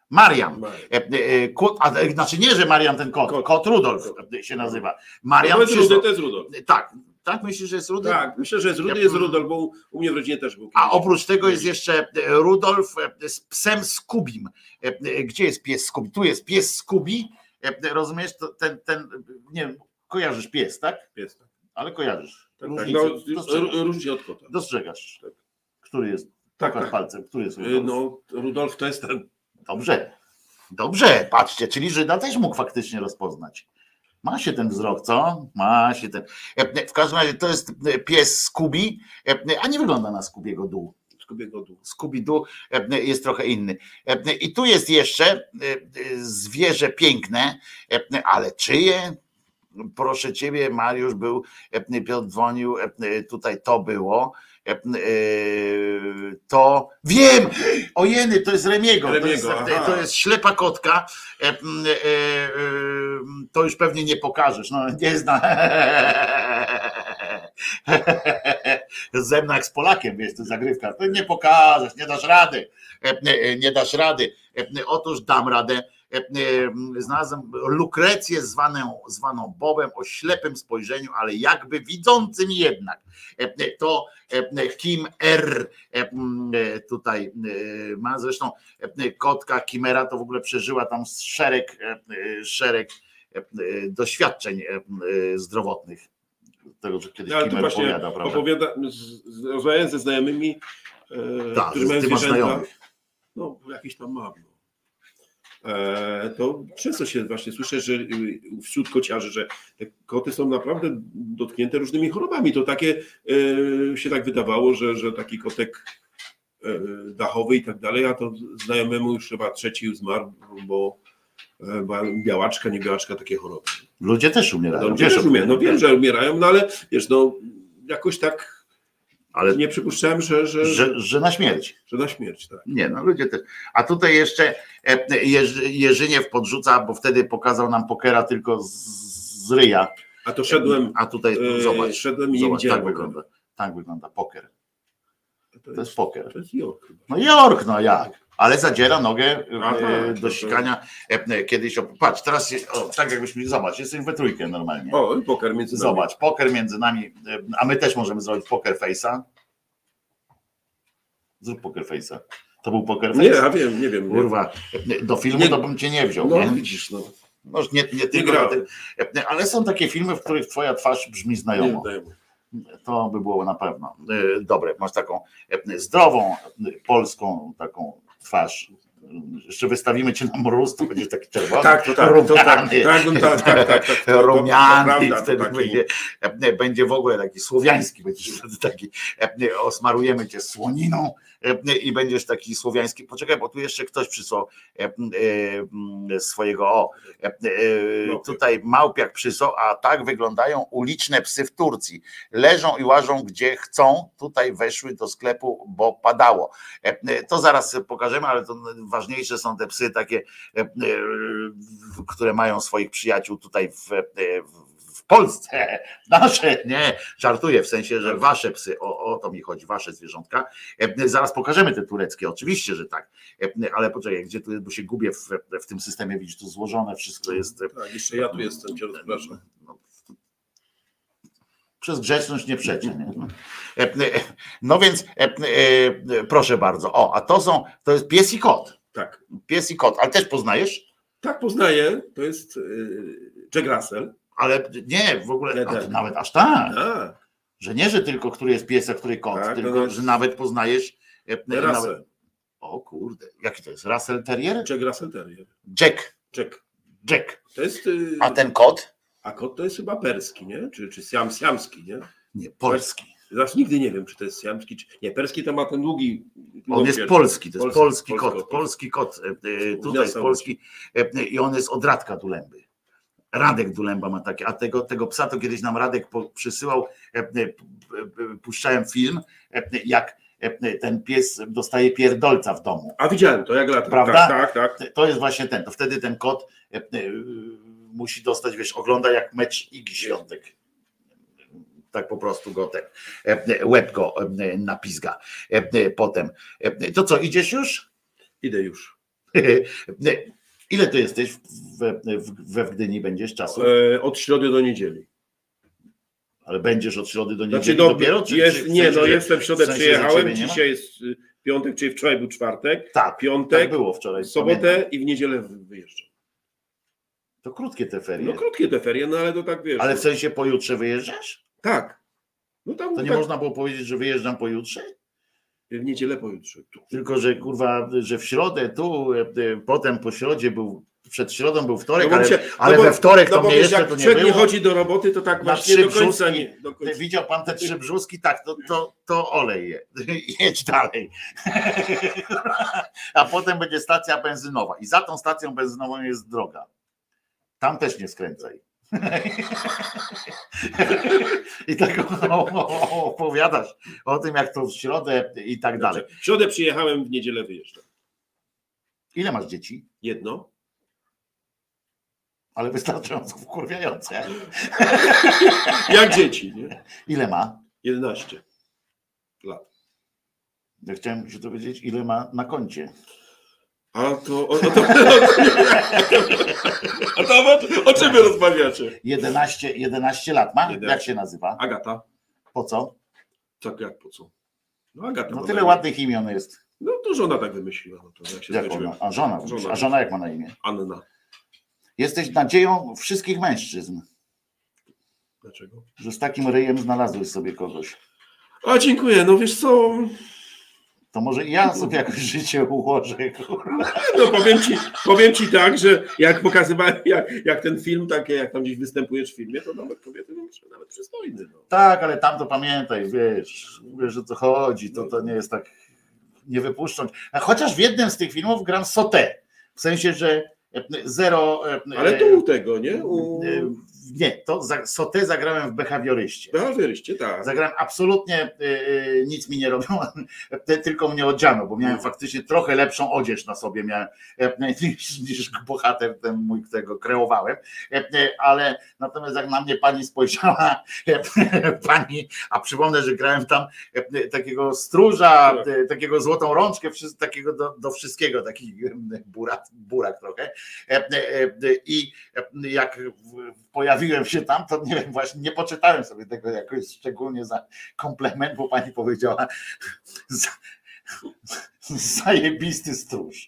Znaczy nie, że Marian ten kot Rudolf się nazywa. Marian to jest Rudolf. Tak, myślisz, że jest Rudy? Tak, myślę, że jest Rudolf, bo u mnie w rodzinie też był. A oprócz tego jest jeszcze Rudolf z psem Scooby. Gdzie jest pies Scooby? Tu jest pies Scooby. Rozumiesz? Ten nie wiem, kojarzysz pies, tak? Pies, tak. Ale kojarzysz. Różni się od kota. Dostrzegasz. Tak. Który jest? Tak. Palcem. Który jest Rudolf? No, Rudolf to jest ten. Dobrze, patrzcie, czyli Żyda też mógł faktycznie rozpoznać. Ma się ten wzrok, co? Ma się ten. W każdym razie to jest pies Scooby, a nie wygląda na Scoobiego Doo. Scooby-Doo jest trochę inny. I tu jest jeszcze zwierzę piękne, ale czyje? Proszę ciebie, Mariusz był, Piotr dzwonił, tutaj to było. To wiem! Ojeny, to jest Remiego. To jest ślepa kotka. To już pewnie nie pokażesz. No, nie zna. Ze mną jak z Polakiem, wiesz, to zagrywka. To nie pokażesz, nie dasz rady. Otóż dam radę. Znalazłem Lukrecję zwaną Bobem o ślepym spojrzeniu, ale jakby widzącym jednak. To Kim R. tutaj ma. Zresztą kotka Kimera to w ogóle przeżyła tam szereg doświadczeń zdrowotnych. Tego, że kiedyś Kimer opowiada, prawda? Rozmawiając ze znajomymi, którzy mają zwierzęta, no jakiś tam mam. To często się właśnie słyszę, że wśród kociarzy, że te koty są naprawdę dotknięte różnymi chorobami. To takie się tak wydawało, że taki kotek dachowy i tak dalej, a to znajomemu już chyba trzeci zmarł, bo białaczka, nie białaczka, takie choroby. Ludzie też umierają. Ludzie też umierają. No wiem, że umierają, no ale wiesz, no jakoś tak ale nie przypuszczałem, że na śmierć. Że na śmierć, tak. Nie, no ludzie też. A tutaj jeszcze Jerzyniew podrzuca, bo wtedy pokazał nam pokera tylko z ryja. A to szedłem. A tutaj zobacz. Szedłem i nie widziałem. Tak wygląda poker. To jest poker. To jest York. No York, no jak? Ale zadziera nogę do sikania. Kiedyś, patrz, teraz tak jakbyśmy, zobacz, jesteśmy we trójkę normalnie. O, poker między nami. Zobacz, poker między nami, a my też możemy zrobić poker face'a. Zrób poker face'a. To był poker face? Nie, ja wiem, nie wiem. Kurwa, do filmu to bym cię nie wziął. No nie? widzisz, no. Może nie tylko, ale są takie filmy, w których twoja twarz brzmi znajomo. To by było na pewno dobre. Masz taką zdrową, polską taką twarz. Jeszcze wystawimy cię na mróz, to będziesz taki czerwony. Tak, rumiany. Wtedy będzie w ogóle taki słowiański, będziesz wtedy taki, osmarujemy cię słoniną i będziesz taki słowiański. Poczekaj, bo tu jeszcze ktoś przysłał swojego, tutaj małpiak przysłał, a tak wyglądają uliczne psy w Turcji. Leżą i łażą gdzie chcą, tutaj weszły do sklepu, bo padało. To zaraz pokażemy, ale to ważniejsze są te psy takie, które mają swoich przyjaciół tutaj w Polsce. Nasze, nie, żartuję, w sensie, że wasze psy, o to mi chodzi, wasze zwierzątka. Zaraz pokażemy te tureckie, oczywiście, że tak, ale poczekaj, gdzie tu, bo się gubię w tym systemie, widzisz, tu złożone wszystko jest. Tak, jeszcze ja tu jestem, cię rozpraszam. Przez grzeczność nie przeczę. Nie? No więc proszę bardzo, a to jest pies i kot. Tak. Pies i kot, ale też poznajesz? Tak, poznaję, to jest Jack Russell. Ale nie, w ogóle nawet aż tak. A. Że nie, że tylko który jest pies, a który kot, tak, tylko że nawet poznajesz. Russell. O kurde, jaki to jest? Russell Terrier? Jack Russell Terrier. Jack. To jest, a ten kot? A kot to jest chyba perski, nie? Czy siamski, nie? Nie, polski. Zaraz nigdy nie wiem, czy to jest siamski, czy nie. Perski to ma ten długi. On jest polski, to jest polski kot. Polski kot. Tutaj jest polski i on jest od Radka Dulęby. Radek Dulęba ma takie, a tego psa to kiedyś nam Radek przysyłał, puszczałem film, jak ten pies dostaje pierdolca w domu. A widziałem to, jak lata. Prawda? Tak. To jest właśnie to wtedy ten kot musi dostać, wiesz, ogląda jak mecz Igi Świątek. Tak po prostu go łeb go napizga potem. To co, idziesz już? Idę już. Ile ty jesteś we Gdyni, będziesz czasu? Od środy do niedzieli. Ale będziesz od środy do niedzieli znaczy, dopiero? Jestem w środę, przyjechałem, dzisiaj jest piątek, czyli wczoraj był czwartek. Tak, piątek, tak było wczoraj. Sobotę pamiętam. I w niedzielę wyjeżdżam. To krótkie te ferie. No krótkie te ferie, no ale to tak wiesz. Ale w sensie pojutrze wyjeżdżasz? Tak. No tam, to nie można było powiedzieć, że wyjeżdżam pojutrze? W niedzielę pojutrze. Tylko, że kurwa, że w środę tu, potem po środzie przed środą był wtorek, ale we wtorek to mnie jeszcze to nie było. Jak nie chodzi do roboty, to tak właśnie do końca nie. Widział pan te 3 brzuski? Tak, to olej je. Jedź dalej. A potem będzie stacja benzynowa i za tą stacją benzynową jest droga. Tam też nie skręcaj. I tak opowiadasz o tym, jak to w środę i tak dalej. W środę przyjechałem, w niedzielę wyjeżdżam. Ile masz dzieci? 1. Ale wystarczająco wkurwiające. Jak dzieci, nie? Ile ma? 11 lat. Ja chciałem się dowiedzieć, ile ma na koncie. A to o czym wy rozmawiacie? 11 lat ma? 11. Jak się nazywa? Agata. Po co? Tak jak po co? No Agata. No tyle ładnych imion jest. No to żona tak wymyśliła. No to jak się ona? A żona jak ma na imię? Anna. Jesteś nadzieją wszystkich mężczyzn. Dlaczego? Że z takim ryjem znalazłeś sobie kogoś. A dziękuję, no wiesz co... To może ja sobie jakoś życie ułożę. No powiem ci tak, że jak pokazywałem, jak ten film, takie jak tam gdzieś występujesz w filmie, to nawet kobiety nawet przystojny. No. Tak, ale tam to pamiętaj, wiesz o co chodzi, to nie jest tak, nie wypuszczą. A chociaż w jednym z tych filmów gram Sauté, w sensie, że zero. Ale tu u tego, nie? Nie, to Sauté zagrałem w Behawioryście. Behawioryście, tak. Zagrałem absolutnie nic mi nie robią, tylko mnie odziano, bo miałem faktycznie trochę lepszą odzież na sobie miałem niż bohater ten mój, którego kreowałem, ale natomiast jak na mnie pani spojrzała, a przypomnę, że grałem tam takiego stróża, takiego złotą rączkę, takiego do wszystkiego, taki burak trochę, i jak pojawiłem się tam, to nie wiem, właśnie nie poczytałem sobie tego jakoś szczególnie za komplement, bo pani powiedziała zajebisty stróż.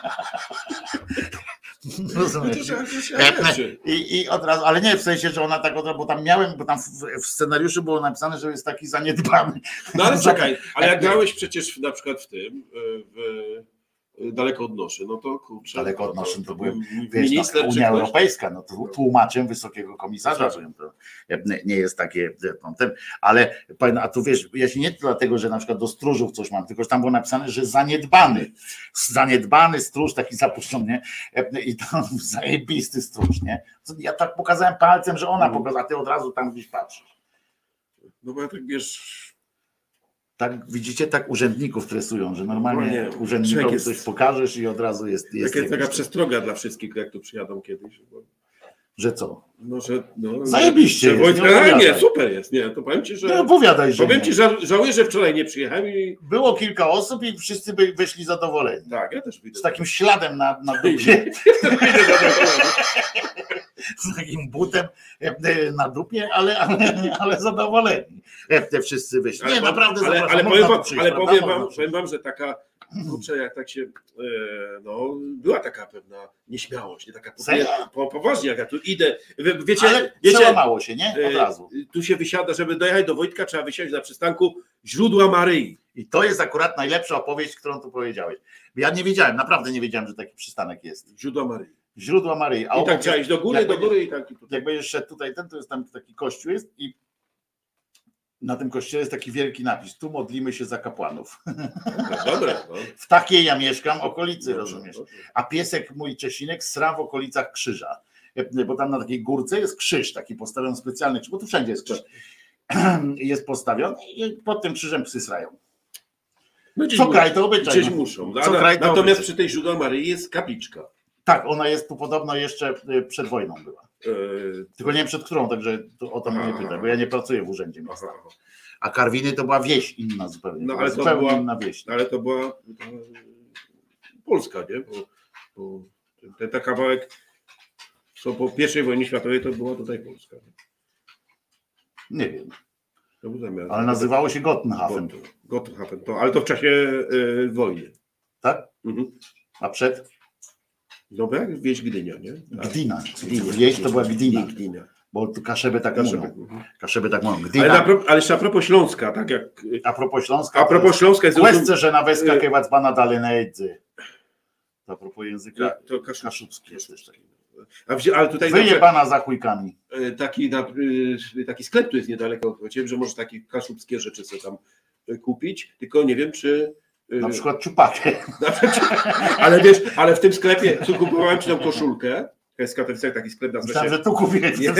Rozumiesz? I od razu, ale nie w sensie, że ona tak od razu, bo tam w scenariuszu było napisane, że jest taki zaniedbany. No ale czekaj, ale jak grałeś przecież na przykład w tym, Daleko od Noszy, no to kurczę. Daleko od Noszy to byłem, minister, Unia Europejska, no to tłumaczem wysokiego komisarza, że to nie jest takie, ale a tu wiesz, ja się nie dlatego, że na przykład do stróżów coś mam, tylko że tam było napisane, że zaniedbany stróż, taki zapuszczony, i to zajebisty stróż, nie? Ja tak pokazałem palcem, że ona pokazała, a ty od razu tam gdzieś patrzysz. No bo ja tak wiesz. Tak, widzicie, tak urzędników tresują, że normalnie urzędnikowi coś pokażesz i od razu jest taka przestroga dla wszystkich, jak tu przyjadą kiedyś. Że co? No, że zajebiście jest, nie, super jest, nie, to powiem ci, że... Nie opowiadaj, że powiem ci, że żałuję, że wczoraj nie przyjechałem i... Było kilka osób i wszyscy wyszli zadowoleni. Tak, ja też widzę. Z takim śladem na dupie. Z takim butem na dupie, ale zadowoleni. Te wszyscy wyszli. Nie, naprawdę zapraszam. Ale powiem wam, że taka... Kurczę, jak tak się, no, była taka pewna nieśmiałość, nie taka poważnie, jak ja tu idę, wiecie, przełamało się, nie? Od razu. Tu się wysiada, żeby dojechać do Wojtka, trzeba wysiąść na przystanku Źródła Maryi. I to jest akurat najlepsza opowieść, którą tu powiedziałeś. Ja nie wiedziałem, naprawdę nie wiedziałem, że taki przystanek jest. Źródła Maryi. Źródła Maryi. I tak trzeba iść do góry i tak. Jak będziesz szedł tutaj, to jest tam taki kościół jest i na tym kościele jest taki wielki napis, tu modlimy się za kapłanów. Dobre. W takiej ja mieszkam okolicy, rozumiesz. A piesek mój Czesinek sra w okolicach krzyża, bo tam na takiej górce jest krzyż, taki postawiony specjalny, bo tu wszędzie jest krzyż. Jest postawiony i pod tym krzyżem psy srają. No co kraj to obyczaj. Gdzieś muszą. Natomiast przy tej Źródła Maryi jest kapliczka. Tak, ona jest tu podobno jeszcze przed wojną była. Tylko nie wiem przed którą, także o to mnie pyta, bo ja nie pracuję w urzędzie miasta. A Karwiny to była wieś inna zupełnie. No, ale zupełnie była inna wieś. Ale to była Polska, nie? Bo ten kawałek, co po I wojnie światowej, to była tutaj Polska. Nie wiem. To był zamiar. Ale nazywało się Gottenhafen. Gottenhafen, ale to w czasie wojny. Tak? Mhm. A przed? No jak wieś Gdynia, nie? Gdynia. Wieś to była Gdynia. Bo tu Kaszebę tak mówią. Kaszebę tak mówią. Ale jeszcze a propos Śląska, tak jak... A propos Śląska jest... Kwestia, że na Weska kiełacbana dalej na jedzy. A propos języka to kaszubski jest też taki. Ale tutaj wyjebana za chujkami. Taki sklep tu jest niedaleko. Wiem, że może takie kaszubskie rzeczy sobie tam kupić, tylko nie wiem, czy... Na przykład czupakę. Ale w tym sklepie kupowałem ci tą koszulkę. Taki sklep nazywa się... że tu kupiłeś nie.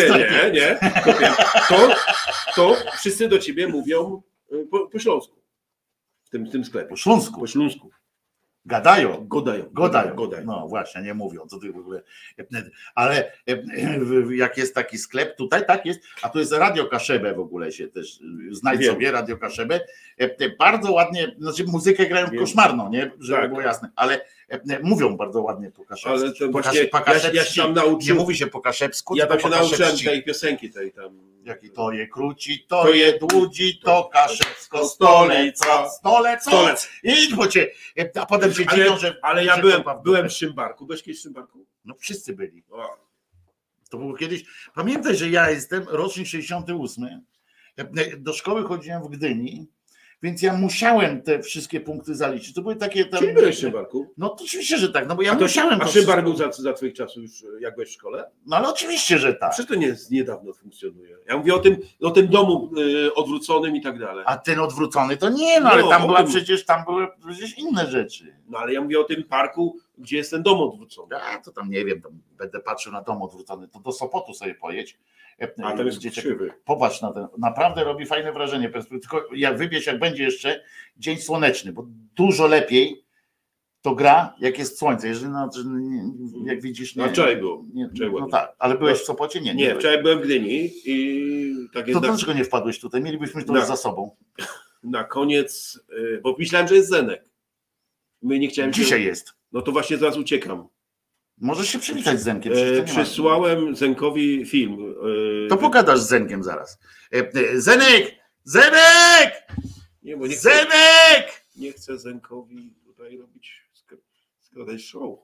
To wszyscy do ciebie mówią po śląsku. W tym sklepie. Po śląsku. Gadają. Godają. No właśnie, nie mówią. Co ty w ogóle. Ale jak jest taki sklep, tutaj tak jest, a tu jest Radio Kaszebę w ogóle się też, znajdź sobie Radio Kaszebę. Bardzo ładnie, znaczy muzykę grają koszmarną, nie? Żeby było jasne, ale mówią bardzo ładnie po kaszebsku. Ja się tam nauczyłem. Nie mówi się po kaszebsku. Ja tam się nauczyłem tej piosenki Jaki to je króci, to je dłudzi, to kaszebsko stolec. Idź, bo cię, a potem się dziwią, że... Ale ja byłem w Szymbarku. Byłeś kiedyś w Szymbarku? No wszyscy byli. To było kiedyś... Pamiętaj, że ja jestem rocznik 68. Do szkoły chodziłem w Gdyni, więc ja musiałem te wszystkie punkty zaliczyć. To były takie tam... Czyli byłeś w Szymbarku? No to oczywiście, że tak, no bo ja musiałem... A Szymbark był za twoich czasów już, jak byłeś w szkole? No ale oczywiście, że tak. Przecież to niedawno funkcjonuje. Ja mówię o tym domu odwróconym i tak dalej. A ten odwrócony to nie, ale tam były przecież inne rzeczy. No ale ja mówię o tym parku, gdzie jest ten dom odwrócony. Ja to tam nie wiem, tam będę patrzył na dom odwrócony, to do Sopotu sobie pojedź. A tam jest krzywy. Popatrz na ten, naprawdę robi fajne wrażenie. Tylko jak wybierz, jak będzie jeszcze dzień słoneczny, bo dużo lepiej to gra, jak jest słońce. Jeżeli jak widzisz, nie. A wczoraj było. No tak, ale byłeś w Sopocie? Nie. Nie, wczoraj byłem w Gdyni i tak jest. To dlaczego nie wpadłeś tutaj? Mielibyśmy to już za sobą. Na koniec, bo myślałem, że jest Zenek. Nie chciałem Dzisiaj jest. No to właśnie zaraz uciekam. Możesz się przywitać z Zenkiem. Przysłałem Zenkowi film. To pogadasz z Zenkiem zaraz. Zenek! Zenek! Nie, bo nie chcę, Zenek! nie chcę Zenkowi tutaj robić skradać show.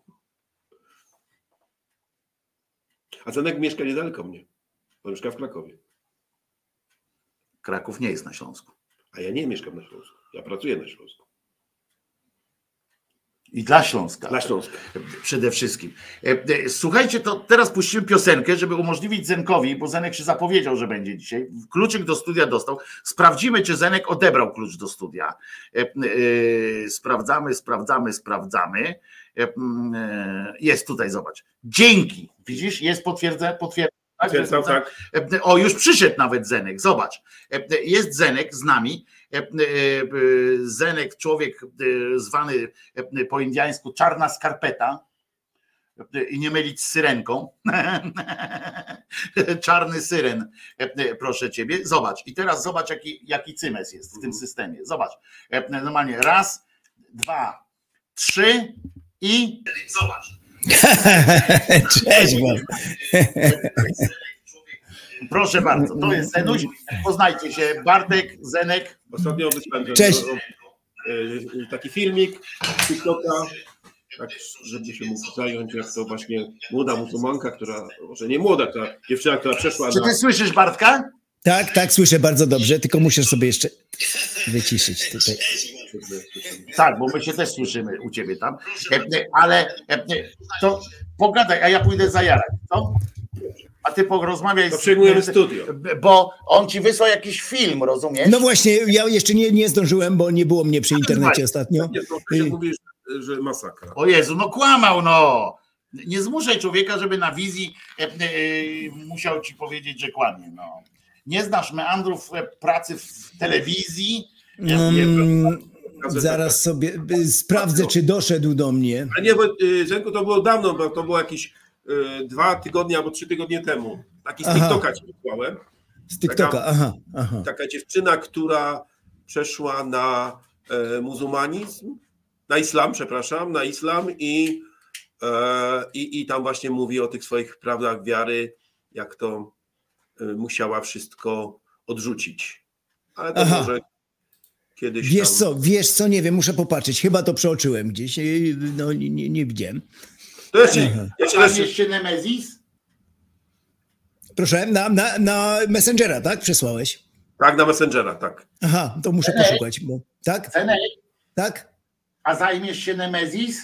A Zenek mieszka niedaleko mnie. Bo mieszka w Krakowie. Kraków nie jest na Śląsku. A ja nie mieszkam na Śląsku. Ja pracuję na Śląsku. I dla Śląska. Dla Śląska. Przede wszystkim. Słuchajcie, to teraz puścimy piosenkę, żeby umożliwić Zenkowi, bo Zenek się zapowiedział, że będzie dzisiaj. Kluczyk do studia dostał. Sprawdzimy, czy Zenek odebrał klucz do studia. Sprawdzamy. Jest tutaj, zobacz. Dzięki. Widzisz, jest potwierdzę. Tak. O, już przyszedł nawet Zenek, zobacz. Jest Zenek z nami. Zenek, człowiek zwany po indiańsku czarna skarpeta i nie mylić z syrenką. Czarny syren, proszę ciebie. Zobacz. I teraz zobacz, jaki cymes jest w tym systemie. Zobacz. Normalnie raz, 2, 3 i zobacz. Cześć wam. Proszę bardzo, to jest Zenuś. Poznajcie się, Bartek, Zenek. Ostatnio wysłałem taki filmik z TikToka, tak, żeby się mógł zająć, jak to właśnie młoda muzułmanka, która, może nie młoda, ta dziewczyna, która przeszła Czy ty słyszysz Bartka? Tak, słyszę bardzo dobrze, tylko musisz sobie jeszcze wyciszyć tutaj. Tak, bo my się też słyszymy u ciebie tam, ale to pogadaj, a ja pójdę zajarać, co? A ty porozmawiaj. To przejmujemy studio. Bo on ci wysłał jakiś film, rozumiesz? No właśnie, ja jeszcze nie zdążyłem, bo nie było mnie przy internecie ostatnio. Nie, to mówisz, że masakra. O Jezu, no kłamał, no. Nie zmuszaj człowieka, żeby na wizji musiał ci powiedzieć, że kłamie, no. Nie znasz meandrów pracy w telewizji? Zaraz sobie sprawdzę, czy doszedł do mnie. Ale nie, bo Zenku, to było dawno, bo to było jakieś 2 tygodnie albo 3 tygodnie temu. Taki z TikToka ci wysłałem. Z TikToka, aha. Taka dziewczyna, która przeszła na muzułmanizm, na islam i tam właśnie mówi o tych swoich prawdach wiary, jak to musiała wszystko odrzucić. Ale to może kiedyś Wiesz co, nie wiem, muszę popatrzeć. Chyba to przeoczyłem gdzieś. No nie widziałem. To jeszcze Nemezis? Proszę, na Messengera, tak? Przesłałeś? Tak, na Messengera, tak. Aha, to muszę poszukać. Bo, tak? Tak? A zajmiesz się Nemezis?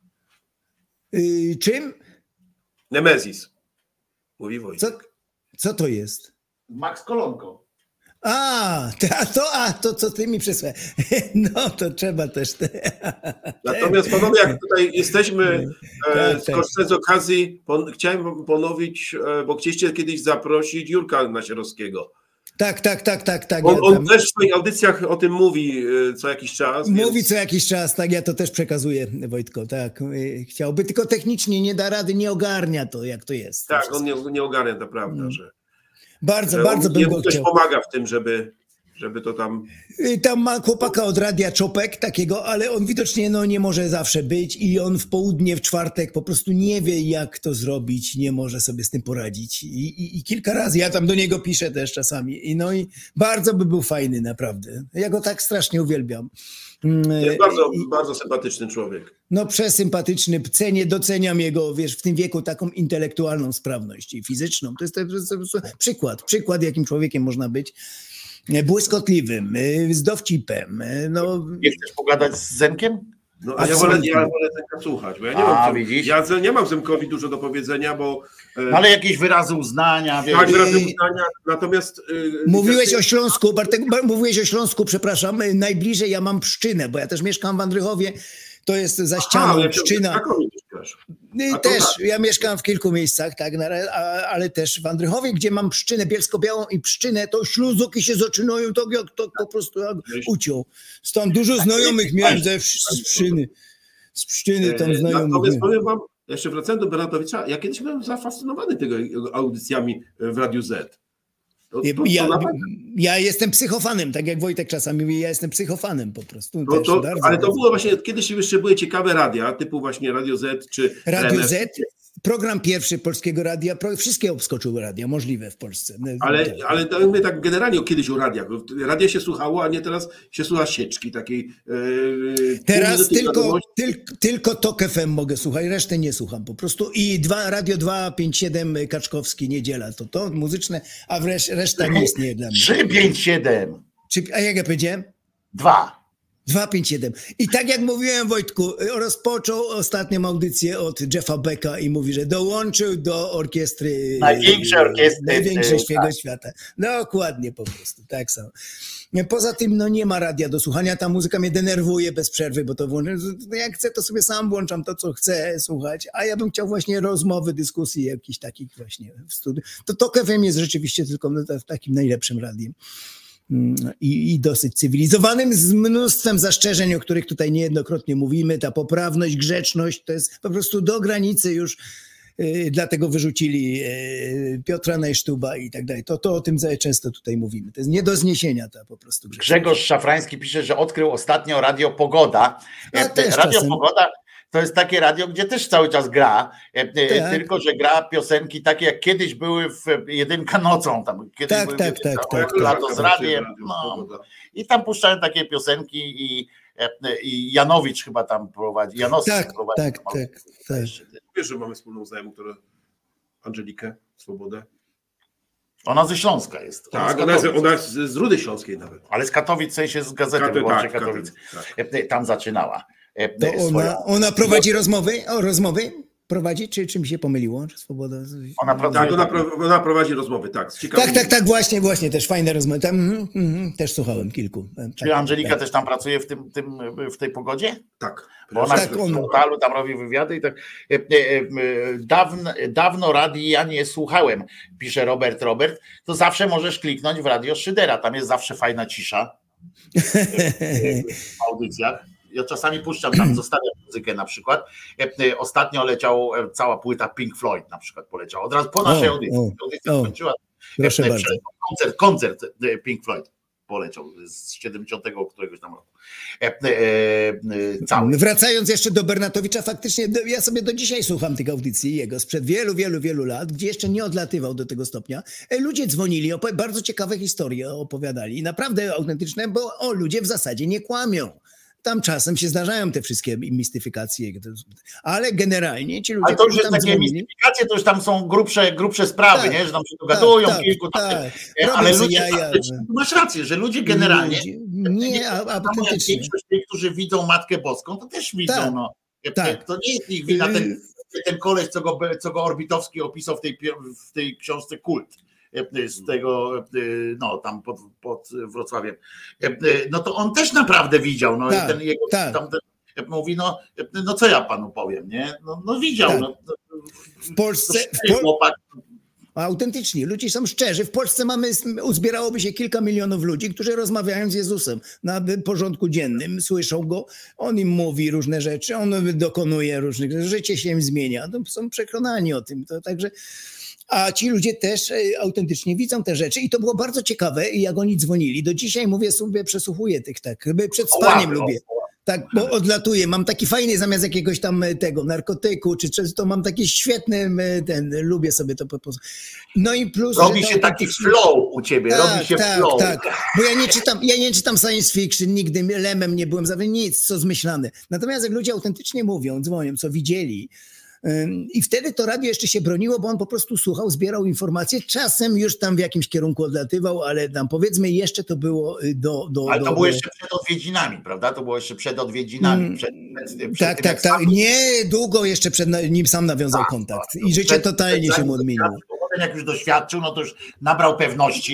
Czym? Nemezis. Mówi Wojtek. Co to jest? Max Kolonko. To co ty mi przesłałeś. No to trzeba też. Natomiast panowie, jak tutaj jesteśmy, skorzystać z okazji, chciałem ponowić, bo chcieliście kiedyś zaprosić Jurka Nasierowskiego. Tak. On też w swoich audycjach o tym mówi co jakiś czas. Mówi co jakiś czas, tak, ja to też przekazuję, Wojtko, tak. Chciałby, tylko technicznie nie da rady, nie ogarnia to, jak to jest. Tak, on nie ogarnia, to prawda, że bardzo bym go chciał. Też pomaga w tym, żeby to tam... Tam ma chłopaka od radia Czopek takiego, ale on widocznie nie może zawsze być i on w południe, w czwartek po prostu nie wie, jak to zrobić, nie może sobie z tym poradzić. I kilka razy ja tam do niego piszę też czasami. I bardzo by był fajny, naprawdę. Ja go tak strasznie uwielbiam. Jest bardzo sympatyczny człowiek. No przesympatyczny, doceniam jego, w tym wieku taką intelektualną sprawność i fizyczną. To jest przykład, jakim człowiekiem można być. Błyskotliwym, z dowcipem. Nie chcesz pogadać z Zenkiem? Ja wolę Zenka słuchać, bo ja nie mam Zenkowi dużo do powiedzenia, bo... ale jakieś wyrazy uznania. Tak, wyrazy uznania, natomiast... Mówiłeś o Śląsku, Bartek, przepraszam, najbliżej ja mam Pszczynę, bo ja też mieszkam w Andrychowie. To jest za ścianą Pszczyna. A Też, tak. ja mieszkam w kilku miejscach, tak, ale też w Andrychowie, gdzie mam Pszczynę bielsko-białą i Pszczynę, to śluzoki się zaczynają tak jak to po prostu jak uciął. Stąd dużo znajomych miałem z Pszczyny. Z Pszczyny tam znajomych. Natomiast powiem wam, jeszcze wracając do Bernatowicza, ja kiedyś byłem zafascynowany tego audycjami w Radiu Z. Ja jestem psychofanem, tak jak Wojtek czasami mówi, ja jestem psychofanem po prostu. Ale to było właśnie, kiedyś jeszcze były ciekawe radia, typu właśnie Radio Z czy Radio RMF. Z, program pierwszy Polskiego Radia, wszystkie obskoczyły radia możliwe w Polsce. Ale to mówię tak generalnie kiedyś o radiach. Radia się słuchało, a nie teraz się słucha sieczki takiej. Teraz tylko TOK FM mogę słuchać, resztę nie słucham po prostu. I Radio 257 Kaczkowski, niedziela, to muzyczne, a reszta nie istnieje dla mnie. 357. A jak ja powiedziałem? 257. I tak jak mówiłem, Wojtku, rozpoczął ostatnią audycję od Jeffa Becka i mówi, że dołączył do orkiestry. Największej orkiestry. Największej świata. Dokładnie po prostu, tak samo. Poza tym nie ma radia do słuchania, ta muzyka mnie denerwuje bez przerwy, bo to jak chcę, to sobie sam włączam to, co chcę słuchać, a ja bym chciał właśnie rozmowy, dyskusji jakichś takich właśnie w studiu. To TOK FM jest rzeczywiście tylko takim najlepszym radiem. I dosyć cywilizowanym, z mnóstwem zastrzeżeń, o których tutaj niejednokrotnie mówimy. Ta poprawność, grzeczność to jest po prostu do granicy już, dlatego wyrzucili Piotra Najsztuba i tak dalej. To o tym często tutaj mówimy. To jest nie do zniesienia ta po prostu grzeczność. Grzegorz Szafrański pisze, że odkrył ostatnio Radio Pogoda. Radio Pogoda to jest takie radio, gdzie też cały czas gra, tylko że gra piosenki takie, jak kiedyś były w Jedynka nocą. Tam, Tak. Lato z radiem. I tam puszczają takie piosenki i Janowicz chyba tam prowadzi. Janowski prowadzi. Tak. Wiesz, że mamy wspólną znajomą, która Angelikę Swobodę. Ona ze Śląska jest. Tak, ona jest z Rudy Śląskiej nawet. Ale z Katowic, w sensie z gazety wyborczej Katowic. Tam zaczynała. To ona prowadzi rozmowy? Prowadzi, czy mi się pomyliło? Czy Swoboda? Ona prowadzi rozmowy, tak. Tak, właśnie, też fajne rozmowy. Tam, też słuchałem kilku. Czy Angelika też tam pracuje w tej Pogodzie? Tak. Bo ona w portalu tam robi wywiady i tak. Dawno radia nie słuchałem, pisze Robert. To zawsze możesz kliknąć w Radio Szydera, tam jest zawsze fajna cisza w audycjach. Ja czasami puszczam tam, zostawiam muzykę na przykład. Ostatnio leciał cała płyta Pink Floyd na przykład poleciała. Od razu po naszej audycji. Audycja skończyła. Koncert Pink Floyd poleciał z 70 któregoś tam roku. Cały. Wracając jeszcze do Bernatowicza, faktycznie ja sobie do dzisiaj słucham tych audycji jego sprzed wielu lat, gdzie jeszcze nie odlatywał do tego stopnia. Ludzie dzwonili, bardzo ciekawe historie opowiadali. Naprawdę autentyczne, bo ludzie w zasadzie nie kłamią. Tam czasem się zdarzają te wszystkie mistyfikacje, ale generalnie ci ludzie, ale to już jest takie mistyfikacje, to już tam są grubsze sprawy, nie? Że tam się dogadują kilku. Ale ludzie, masz rację, że ludzie generalnie, większość tych, którzy widzą Matkę Boską, to też widzą. To nie jest ich wina ten koleś, co go Orbitowski opisał w tej książce Kult. Z tego, tam pod Wrocławiem. No to on też naprawdę widział. Ten jego mówi, co ja panu powiem, nie? No widział. W Polsce. Autentycznie, ludzie są szczerzy. W Polsce uzbierałoby się kilka milionów ludzi, którzy rozmawiają z Jezusem na porządku dziennym, słyszą go, on im mówi różne rzeczy, on dokonuje różnych rzeczy, życie się im zmienia. Są przekonani o tym. Także. A ci ludzie też autentycznie widzą te rzeczy i to było bardzo ciekawe, jak oni dzwonili. Do dzisiaj mówię sobie, przesłuchuję tych przed spaniem lubię. Tak, bo odlatuję. Mam taki fajny zamiast jakiegoś tam narkotyku, czy to mam taki świetny, lubię sobie to. No i plus. Robi się taki flow u ciebie, robi się flow. Tak, bo ja nie czytam science fiction, nigdy lemem nie byłem, nic co zmyślane. Natomiast jak ludzie autentycznie mówią, dzwonią, co widzieli, i wtedy to radio jeszcze się broniło, bo on po prostu słuchał, zbierał informacje, czasem już tam w jakimś kierunku odlatywał, ale tam powiedzmy jeszcze to było Ale to było jeszcze przed odwiedzinami, prawda? To było jeszcze przed odwiedzinami. Tak. Nie długo jeszcze przed nim sam nawiązał kontakt i życie totalnie się mu odmieniło. Potem jak już doświadczył, to już nabrał pewności,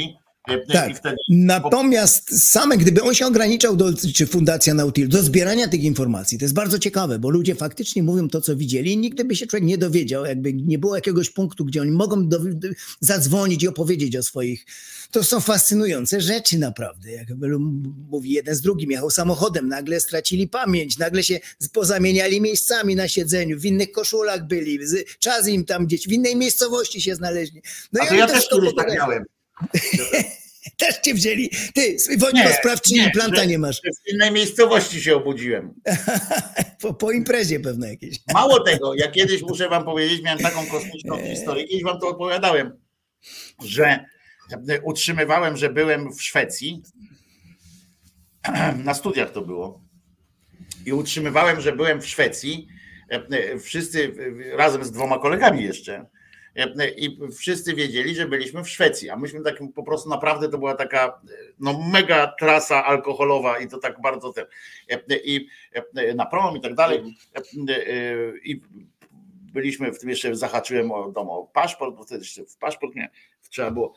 Tak. I wtedy... Natomiast same, gdyby on się ograniczał czy Fundacja Nautilus, do zbierania tych informacji, to jest bardzo ciekawe, bo ludzie faktycznie mówią to, co widzieli i nigdy by się człowiek nie dowiedział, jakby nie było jakiegoś punktu, gdzie oni mogą zadzwonić i opowiedzieć o swoich. To są fascynujące rzeczy naprawdę. Jak mówi jeden z drugim, jechał samochodem, nagle stracili pamięć, nagle się pozamieniali miejscami na siedzeniu, w innych koszulach byli, czas im tam gdzieś, w innej miejscowości się znaleźli. No a to ja też kiedyś tak miałem. Też cię wzięli. Ty, Wojtko, sprawdź, czy implanta nie masz. W innej miejscowości się obudziłem. po imprezie pewno jakieś. Mało tego, ja kiedyś, muszę wam powiedzieć, miałem taką kosmiczną historię, kiedyś wam to opowiadałem, że utrzymywałem, że byłem w Szwecji, na studiach to było, i utrzymywałem, że byłem w Szwecji, wszyscy razem z 2 kolegami jeszcze, i wszyscy wiedzieli, że byliśmy w Szwecji, a myśmy takim po prostu naprawdę, to była taka mega trasa alkoholowa i to tak bardzo i na prom i tak dalej, i byliśmy w tym, jeszcze zahaczyłem o paszport, bo wtedy jeszcze w paszport nie trzeba było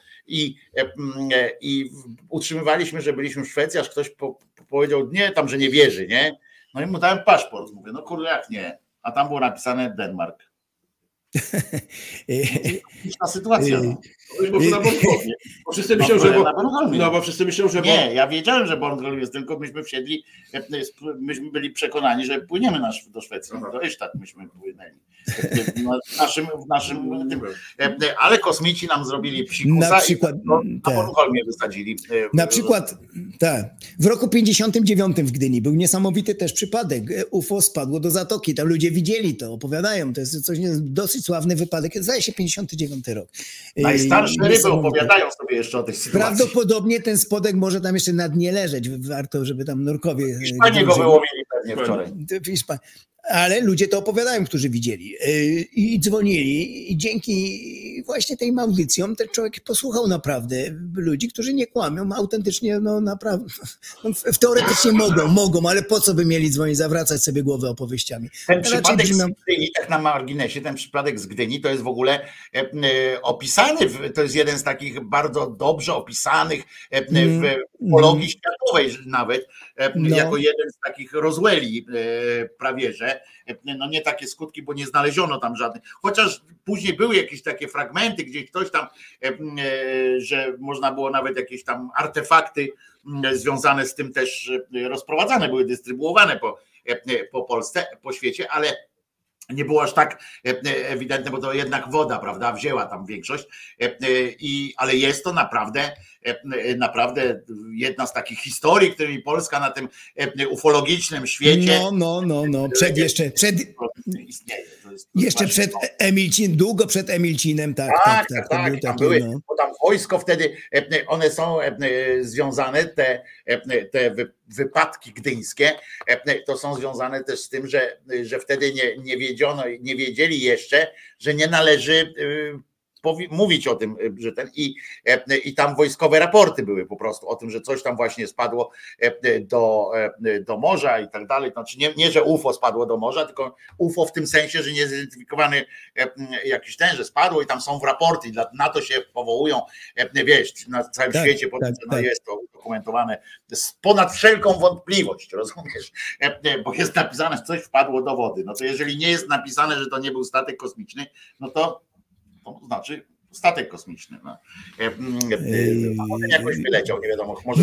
i utrzymywaliśmy, że byliśmy w Szwecji, aż ktoś powiedział, nie, tam, że nie wierzy, nie? No i mu dałem paszport, mówię, no kurde, jak nie? A tam było napisane Denmark. Ta sytuacja. Bo wszyscy myślą, że nie, ja wiedziałem, że Bornholm jest, tylko myśmy wsiedli, myśmy byli przekonani, że płyniemy do Szwecji. Do Esztat myśmy płynęli. W naszym ale kosmici nam zrobili psikusa na przykład, i na Bornholmie wysadzili. Na przykład, tak, w roku 59 w Gdyni był niesamowity też przypadek. UFO spadło do zatoki, tam ludzie widzieli to, opowiadają, to jest coś dosyć sławny wypadek, zdaje się 59 rok. Najstarsze ryby opowiadają sobie jeszcze o tej sytuacji. Prawdopodobnie ten spodek może tam jeszcze na dnie leżeć, warto, żeby tam nurkowie... Hiszpanie go wyłowili pewnie wczoraj. Ale ludzie to opowiadają, którzy widzieli i dzwonili i dzięki właśnie tym audycjom ten człowiek posłuchał naprawdę ludzi, którzy nie kłamią, autentycznie naprawdę, teoretycznie mogą, ale po co by mieli dzwonić, zawracać sobie głowę opowieściami. Ten przypadek z Gdyni, tak na marginesie, ten przypadek z Gdyni to jest w ogóle opisany, to jest jeden z takich bardzo dobrze opisanych w ufologii światowej nawet, jako jeden z takich Roswelli prawie, że nie takie skutki, bo nie znaleziono tam żadnych, chociaż później były jakieś takie fragmenty, gdzie ktoś tam, że można było nawet jakieś tam artefakty związane z tym też rozprowadzane, były dystrybuowane po Polsce, po świecie, ale nie było aż tak ewidentne, bo to jednak woda, prawda, wzięła tam większość, ale jest to naprawdę jedna z takich historii, którymi Polska na tym ufologicznym świecie przed Emilcinem, długo przed Emilcinem, tak. Tam były, bo tam wojsko wtedy, one są związane, te wypadki gdyńskie, to są związane też z tym, że wtedy nie wiedzieli jeszcze, że nie należy mówić o tym, że i tam wojskowe raporty były po prostu o tym, że coś tam właśnie spadło do morza i tak dalej. Znaczy nie, że UFO spadło do morza, tylko UFO w tym sensie, że niezidentyfikowany jakiś że spadło i tam są w raporty i na to się powołują, wiesz, na całym świecie, jest to udokumentowane ponad wszelką wątpliwość, rozumiesz? Bo jest napisane, że coś wpadło do wody. No to jeżeli nie jest napisane, że to nie był statek kosmiczny, no to znaczy statek kosmiczny. Jakoś wyleciał, nie wiadomo. Może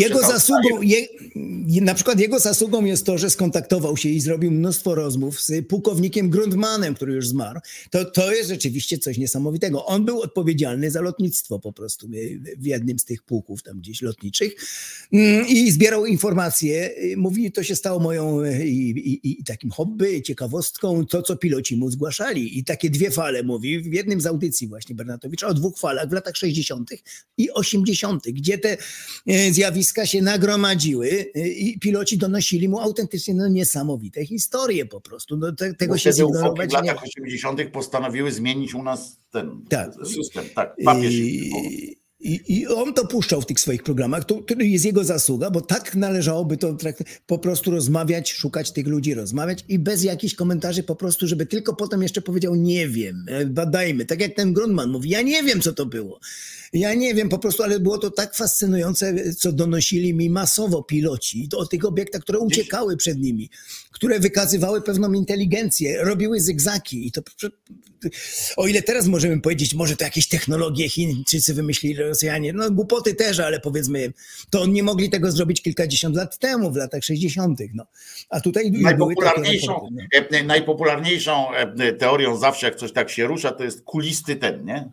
na przykład jego zasługą jest to, że skontaktował się i zrobił mnóstwo rozmów z pułkownikiem Grundmanem, który już zmarł. To jest rzeczywiście coś niesamowitego. On był odpowiedzialny za lotnictwo po prostu w jednym z tych pułków tam gdzieś lotniczych i zbierał informacje. Mówi, to się stało moją i takim hobby, ciekawostką, to co piloci mu zgłaszali. I takie 2 fale mówi w jednym z audycji właśnie Bernatowicza o 2 falach w latach 60. i 80., gdzie te zjawiska się nagromadziły i piloci donosili mu autentycznie niesamowite historie po prostu. Tego się zignorować w latach 80. postanowiły zmienić u nas ten system. Tak, papież. I on to puszczał w tych swoich programach, to jest jego zasługa, bo tak należałoby to po prostu rozmawiać, szukać tych ludzi, rozmawiać i bez jakichś komentarzy po prostu, żeby tylko potem jeszcze powiedział nie wiem, badajmy. Tak jak ten Grundman mówi, ja nie wiem, co to było. Ja nie wiem po prostu, ale było to tak fascynujące, co donosili mi masowo piloci o tych obiektach, które uciekały przed nimi, które wykazywały pewną inteligencję, robiły zygzaki. I to, o ile teraz możemy powiedzieć, może to jakieś technologie Chińczycy wymyślili, Rosjanie, no głupoty też, ale powiedzmy, to nie mogli tego zrobić kilkadziesiąt lat temu, w latach 60. No. A tutaj najpopularniejszą teorią zawsze, jak coś tak się rusza, to jest kulisty ten, nie?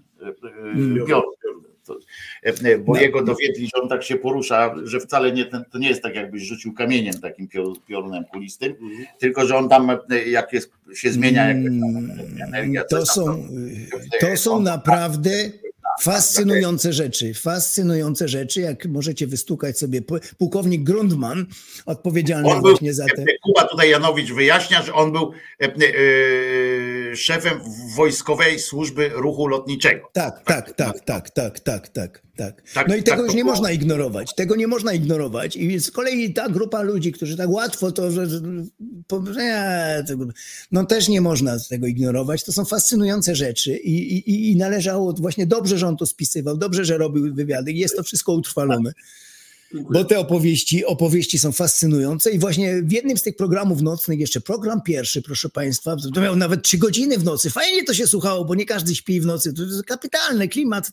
Bo jego dowiedli, że on tak się porusza, że wcale nie, to nie jest tak, jakbyś rzucił kamieniem takim piorunem kulistym, tylko że on tam, jak jest, się zmienia jakaś energia. To są naprawdę fascynujące rzeczy, jak możecie wystukać sobie pułkownik Grundman, odpowiedzialny właśnie za te... Kuba tutaj Janowicz wyjaśnia, że on był szefem Wojskowej Służby Ruchu Lotniczego. Tak. No i tego już nie można ignorować. Tego nie można ignorować. I z kolei ta grupa ludzi, którzy tak łatwo to... No też nie można tego ignorować. To są fascynujące rzeczy i należało właśnie dobrze, że on to spisywał, dobrze, że robił wywiady. Jest to wszystko utrwalone. Bo te opowieści są fascynujące i właśnie w jednym z tych programów nocnych, jeszcze program pierwszy, proszę Państwa, to miał nawet 3 godziny w nocy. Fajnie to się słuchało, bo nie każdy śpi w nocy. To jest kapitalny klimat.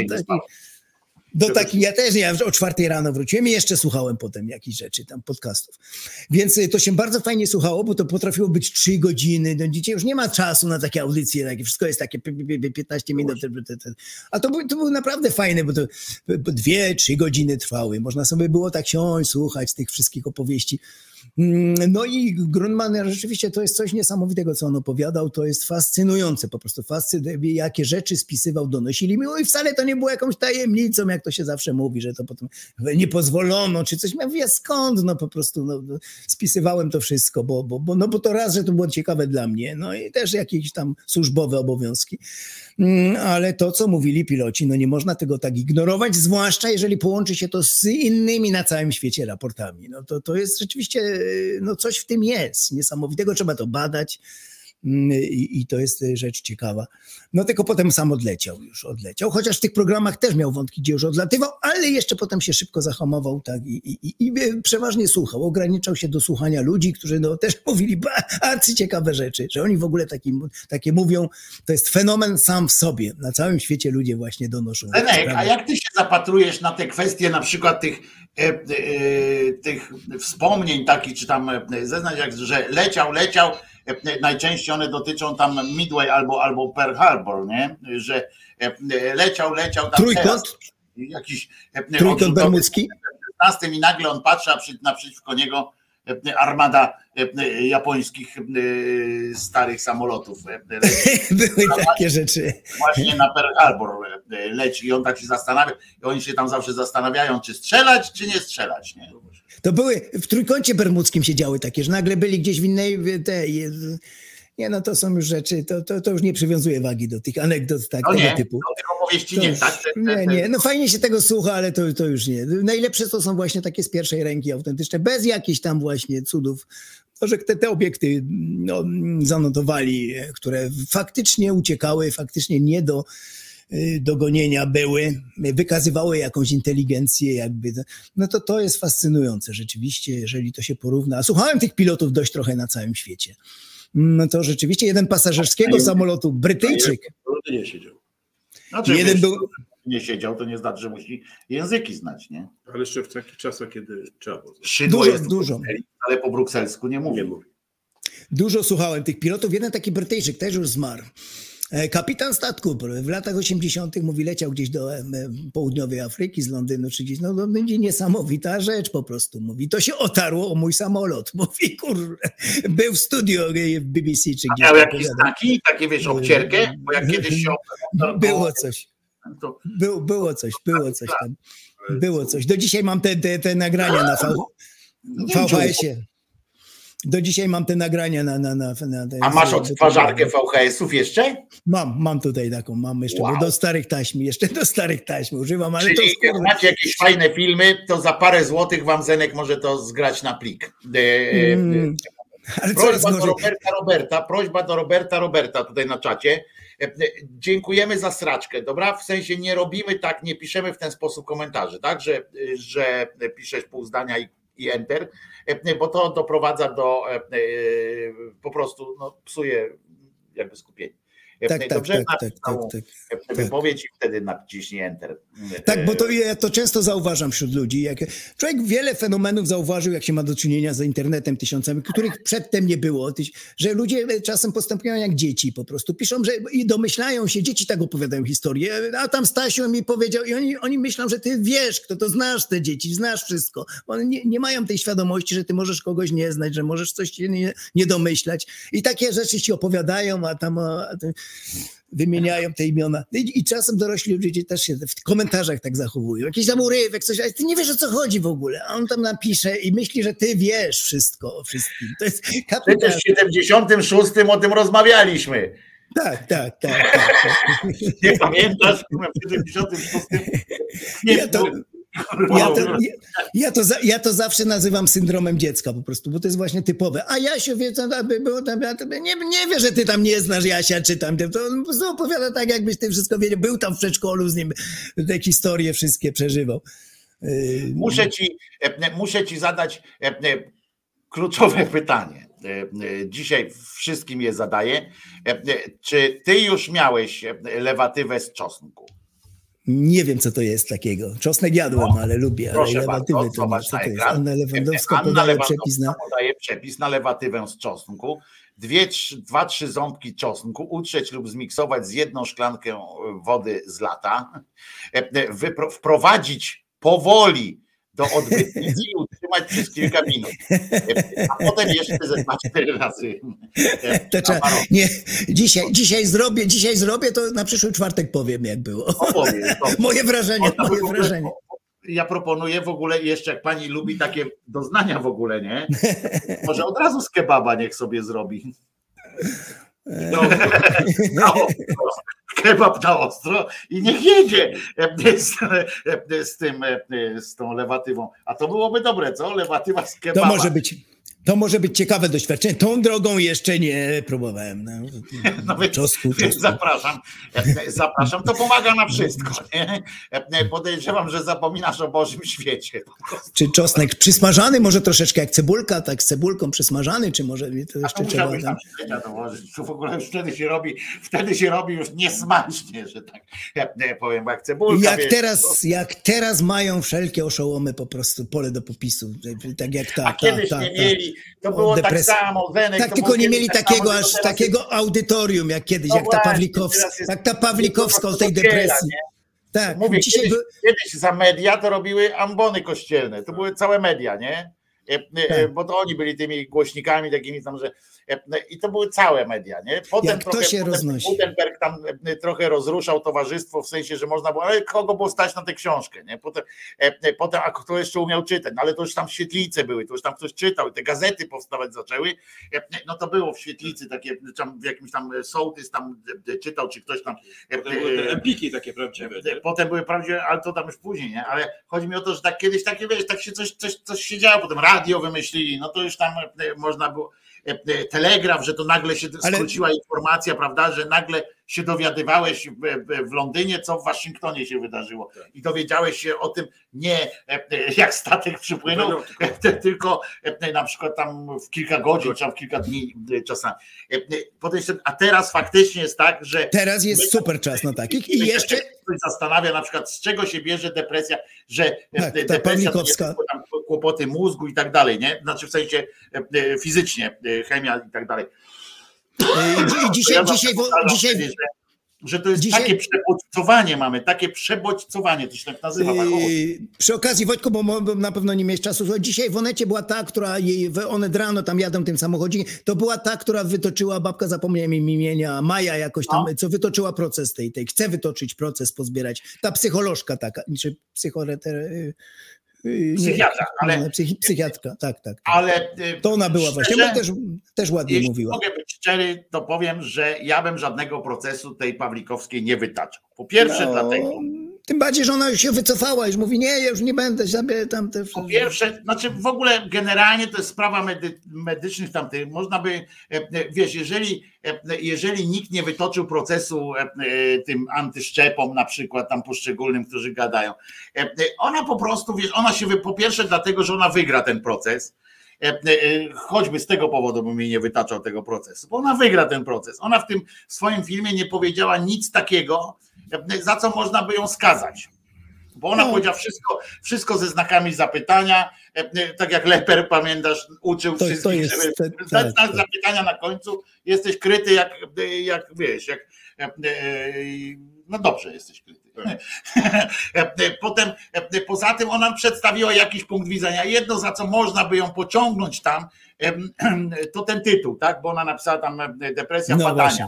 Ja o 4 rano wróciłem i jeszcze słuchałem potem jakichś rzeczy, tam podcastów. Więc to się bardzo fajnie słuchało, bo to potrafiło być 3 godziny. No, dzisiaj już nie ma czasu na takie audycje, takie wszystko jest takie 15 minut. A to było naprawdę fajne, bo to 2-3 godziny trwały. Można sobie było tak siąść, słuchać tych wszystkich opowieści. No i Grundman rzeczywiście to jest coś niesamowitego, co on opowiadał. To jest fascynujące, po prostu jakie rzeczy spisywał, donosili mi. I wcale to nie było jakąś tajemnicą, jak to się zawsze mówi, że to potem nie pozwolono, czy coś. Ja mówię, skąd? No po prostu spisywałem to wszystko, bo to raz, że to było ciekawe dla mnie, no i też jakieś tam służbowe obowiązki. Ale to, co mówili piloci, no nie można tego tak ignorować, zwłaszcza jeżeli połączy się to z innymi na całym świecie raportami. No to jest rzeczywiście, no coś w tym jest niesamowitego, trzeba to badać i to jest rzecz ciekawa. No tylko potem sam odleciał, chociaż w tych programach też miał wątki, gdzie już odlatywał, ale jeszcze potem się szybko zahamował tak i przeważnie słuchał, ograniczał się do słuchania ludzi, którzy też mówili arcyciekawe rzeczy, że oni w ogóle takie mówią, to jest fenomen sam w sobie, na całym świecie ludzie właśnie donoszą. Zenek, a jak ty się zapatrujesz na te kwestie na przykład tych wspomnień takich, czy tam zeznań, że leciał, najczęściej one dotyczą tam Midway albo Pearl Harbor, nie? Że leciał tam Trójkąt? Jakiś Trójkąt bermudzki? I nagle on patrzy, a naprzeciwko niego armada japońskich starych samolotów. Były takie rzeczy. Właśnie na Pearl Harbor leci i on tak się zastanawia, i oni się tam zawsze zastanawiają, czy strzelać, czy nie strzelać, nie? To były, w Trójkącie Bermudzkim się działy takie, że nagle byli gdzieś w innej nie, no to są już rzeczy, to już nie przywiązuje wagi do tych anegdot tego typu. Do tych opowieści nie, tak? Nie, no fajnie się tego słucha, ale to już nie. Najlepsze to są właśnie takie z pierwszej ręki autentyczne, bez jakichś tam właśnie cudów. To, że te obiekty zanotowali, które faktycznie uciekały, faktycznie nie do dogonienia były, wykazywały jakąś inteligencję jakby, no to jest fascynujące rzeczywiście, jeżeli to się porówna. Słuchałem tych pilotów dość trochę na całym świecie. No to rzeczywiście jeden pasażerskiego samolotu, Brytyjczyk. Nie siedział. Znaczy, jeden był... Nie siedział, to nie znaczy, że musi języki znać, nie? Ale jeszcze w takich czasach, kiedy trzeba było. Dużo. Ale po brukselsku nie mówię. Dużo słuchałem tych pilotów. Jeden taki Brytyjczyk też już zmarł. Kapitan statku w latach 80. mówi, leciał gdzieś do południowej Afryki z Londynu, czy gdzieś, no będzie niesamowita rzecz po prostu, mówi, to się otarło o mój samolot, mówi, był w studio w BBC, czy gdzieś. A miał jakieś znaki, takie wiesz, obcierkę, bo jak kiedyś się było coś. Było coś tam. Było coś. Do dzisiaj mam te nagrania na VHS-ie. Do dzisiaj mam te nagrania na A masz odtwarzarkę VHS-ów jeszcze? Mam tutaj taką, mam jeszcze, Wow. bo do starych taśm używam, ale Czyli to jak macie jakieś fajne filmy, to za parę złotych wam Zenek może to zgrać na plik. ale coraz Prośba do gorzej. Prośba do Roberta tutaj na czacie. Dziękujemy za sraczkę, dobra? W sensie nie robimy tak, nie piszemy w ten sposób komentarzy, tak? Że piszesz pół zdania i enter, bo to doprowadza do po prostu psuje jakby skupienie. Dobrze, wypowiedź i wtedy naciśnij enter. Tak, bo to ja to często zauważam wśród ludzi. Jak człowiek wiele fenomenów zauważył, jak się ma do czynienia z internetem tysiącami, których przedtem nie było, że ludzie czasem postępują jak dzieci po prostu. Piszą, że i domyślają się, dzieci tak opowiadają historię, a tam Stasiu mi powiedział i oni myślą, że ty wiesz, kto to, znasz te dzieci, znasz wszystko. One nie mają tej świadomości, że ty możesz kogoś nie znać, że możesz coś się nie domyślać. I takie rzeczy ci opowiadają, a tam wymieniają te imiona. I czasem dorośli ludzie też się w komentarzach tak zachowują. Jakiś tam urywek, coś, ale ty nie wiesz, o co chodzi w ogóle. A on tam napisze i myśli, że ty wiesz wszystko o wszystkim. To jest kapitalne. Przecież w 76 o tym rozmawialiśmy. Tak. Nie pamiętasz? W 76 Ja to zawsze nazywam syndromem dziecka po prostu, bo to jest właśnie typowe. A Jasiu wie, co tam było, nie wie, że ty tam nie znasz Jasia, czy tam. To on po prostu opowiada tak, jakbyś ty wszystko wiedział. Był tam w przedszkolu z nim, te historie wszystkie przeżywał. Muszę ci zadać kluczowe pytanie. Dzisiaj wszystkim je zadaję. Czy ty już miałeś lewatywę z czosnku? Nie wiem, co to jest takiego. Czosnek jadłem, ale lubię. Proszę ale bardzo, lewatywy to zobacz co na to jest? ekran. Anna Lewandowska Anna podaje przepis na... podaje przepis na lewatywę z czosnku. 2-3 ząbki czosnku utrzeć lub zmiksować z 1 szklankę wody z lata. Wprowadzić powoli do odbytnicy i utrzymać przez kilka minut. A potem jeszcze ze 4 razy. Nie, dzisiaj zrobię, to na przyszły czwartek powiem, jak było. Moje wrażenie. Ja proponuję w ogóle jeszcze, jak pani lubi takie doznania w ogóle, nie? Może od razu z kebaba niech sobie zrobi. Kebab na ostro i niech jedzie z tą lewatywą. A to byłoby dobre, co? Lewatywa z kebaba. To może być ciekawe doświadczenie. Tą drogą jeszcze nie próbowałem. Czosnku. Zapraszam. To pomaga na wszystko. Nie? Podejrzewam, że zapominasz o Bożym świecie. Czy czosnek przysmażany, może troszeczkę jak cebulka, tak z cebulką przysmażany, czy może to jeszcze trzeba... Tam śledzia dołożyć. To w ogóle już wtedy się robi już niesmacznie, że tak powiem, jak cebulka. Jak teraz mają wszelkie oszołomy po prostu pole do popisu. Tak jak a kiedyś nie mieli. To było tak samo. Tak, tylko nie mieli takiego audytorium jak kiedyś, jak ta Pawlikowska o tej depresji. Tak, mówię, kiedyś za media to robiły ambony kościelne. To były całe media, nie? Bo to oni byli tymi głośnikami takimi tam, że i to były całe media, nie? Potem Gutenberg tam trochę rozruszał towarzystwo, w sensie, że można było, ale kogo było stać na tę książkę, nie? Potem a kto jeszcze umiał czytać, no ale to już tam świetlice były, to już tam ktoś czytał i te gazety powstawać zaczęły, no to było w świetlicy takie, w jakimś tam sołtys tam czytał, czy ktoś tam... Były te epiki takie prawdziwe. Nie? Potem były prawdziwe, ale to tam już później, nie? Ale chodzi mi o to, że tak kiedyś takie, wiesz, tak się coś się działo, potem radio wymyślili, no to już tam można było telegraf, że to nagle się skróciła informacja, prawda, że nagle się dowiadywałeś w Londynie, co w Waszyngtonie się wydarzyło i dowiedziałeś się o tym nie jak statek przypłynął, tylko na przykład tam w kilka godzin, czy w kilka dni czasami. A teraz faktycznie jest tak, że... Teraz jest super czas na takich i jeszcze... Ktoś zastanawia na przykład, z czego się bierze depresja, że depresja to nie tylko tam kłopoty mózgu i tak dalej, nie? Znaczy w sensie fizycznie, chemia i tak dalej. Dzisiaj, że to jest takie przebodźcowanie mamy, takie przebodźcowanie, to się tak nazywa. Przy okazji, Wojtku, bo na pewno nie miałeś czasu, dzisiaj w Onecie była ta, która Onet rano tam jadą tym samochodzie, to była ta, która wytoczyła, babka zapomniałem imienia, Maja jakoś tam, co wytoczyła proces tej, chce wytoczyć proces, pozbierać, ta psycholożka taka, czy Psychiatra, ale... Psychiatrka, tak. Ale to ona była właśnie, bo też ładnie jeśli mówiła. mogę być szczery, to powiem, że ja bym żadnego procesu tej Pawlikowskiej nie wytaczał. Po pierwsze dlatego... Tym bardziej, że ona już się wycofała, już mówi, nie, ja już nie będę sobie tam też... Po pierwsze, znaczy w ogóle generalnie to jest sprawa medycznych tamtych. Można by, wiesz, jeżeli nikt nie wytoczył procesu tym antyszczepom na przykład tam poszczególnym, którzy gadają, ona po prostu, wiesz, ona się po pierwsze dlatego, że ona wygra ten proces, choćby z tego powodu bym jej nie wytaczał tego procesu, bo ona wygra ten proces. Ona w tym swoim filmie nie powiedziała nic takiego, za co można by ją skazać. Bo ona powiedziała wszystko ze znakami zapytania, tak jak Leper, pamiętasz, uczył wszystkich, żeby dać zapytania na końcu, jesteś kryty jak wiesz, no dobrze jesteś kryty. Poza tym ona przedstawiła jakiś punkt widzenia. Jedno, za co można by ją pociągnąć tam, to ten tytuł, tak? Bo ona napisała tam depresja, badania.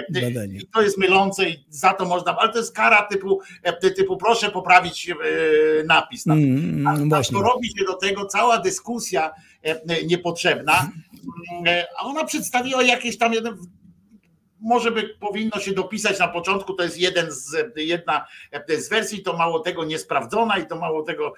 I to jest mylące i za to można, ale to jest kara typu proszę poprawić napis. A to robi się do tego cała dyskusja niepotrzebna, a ona przedstawiła jakieś tam może by powinno się dopisać na początku, to jest jedna z wersji, to mało tego niesprawdzona i to mało tego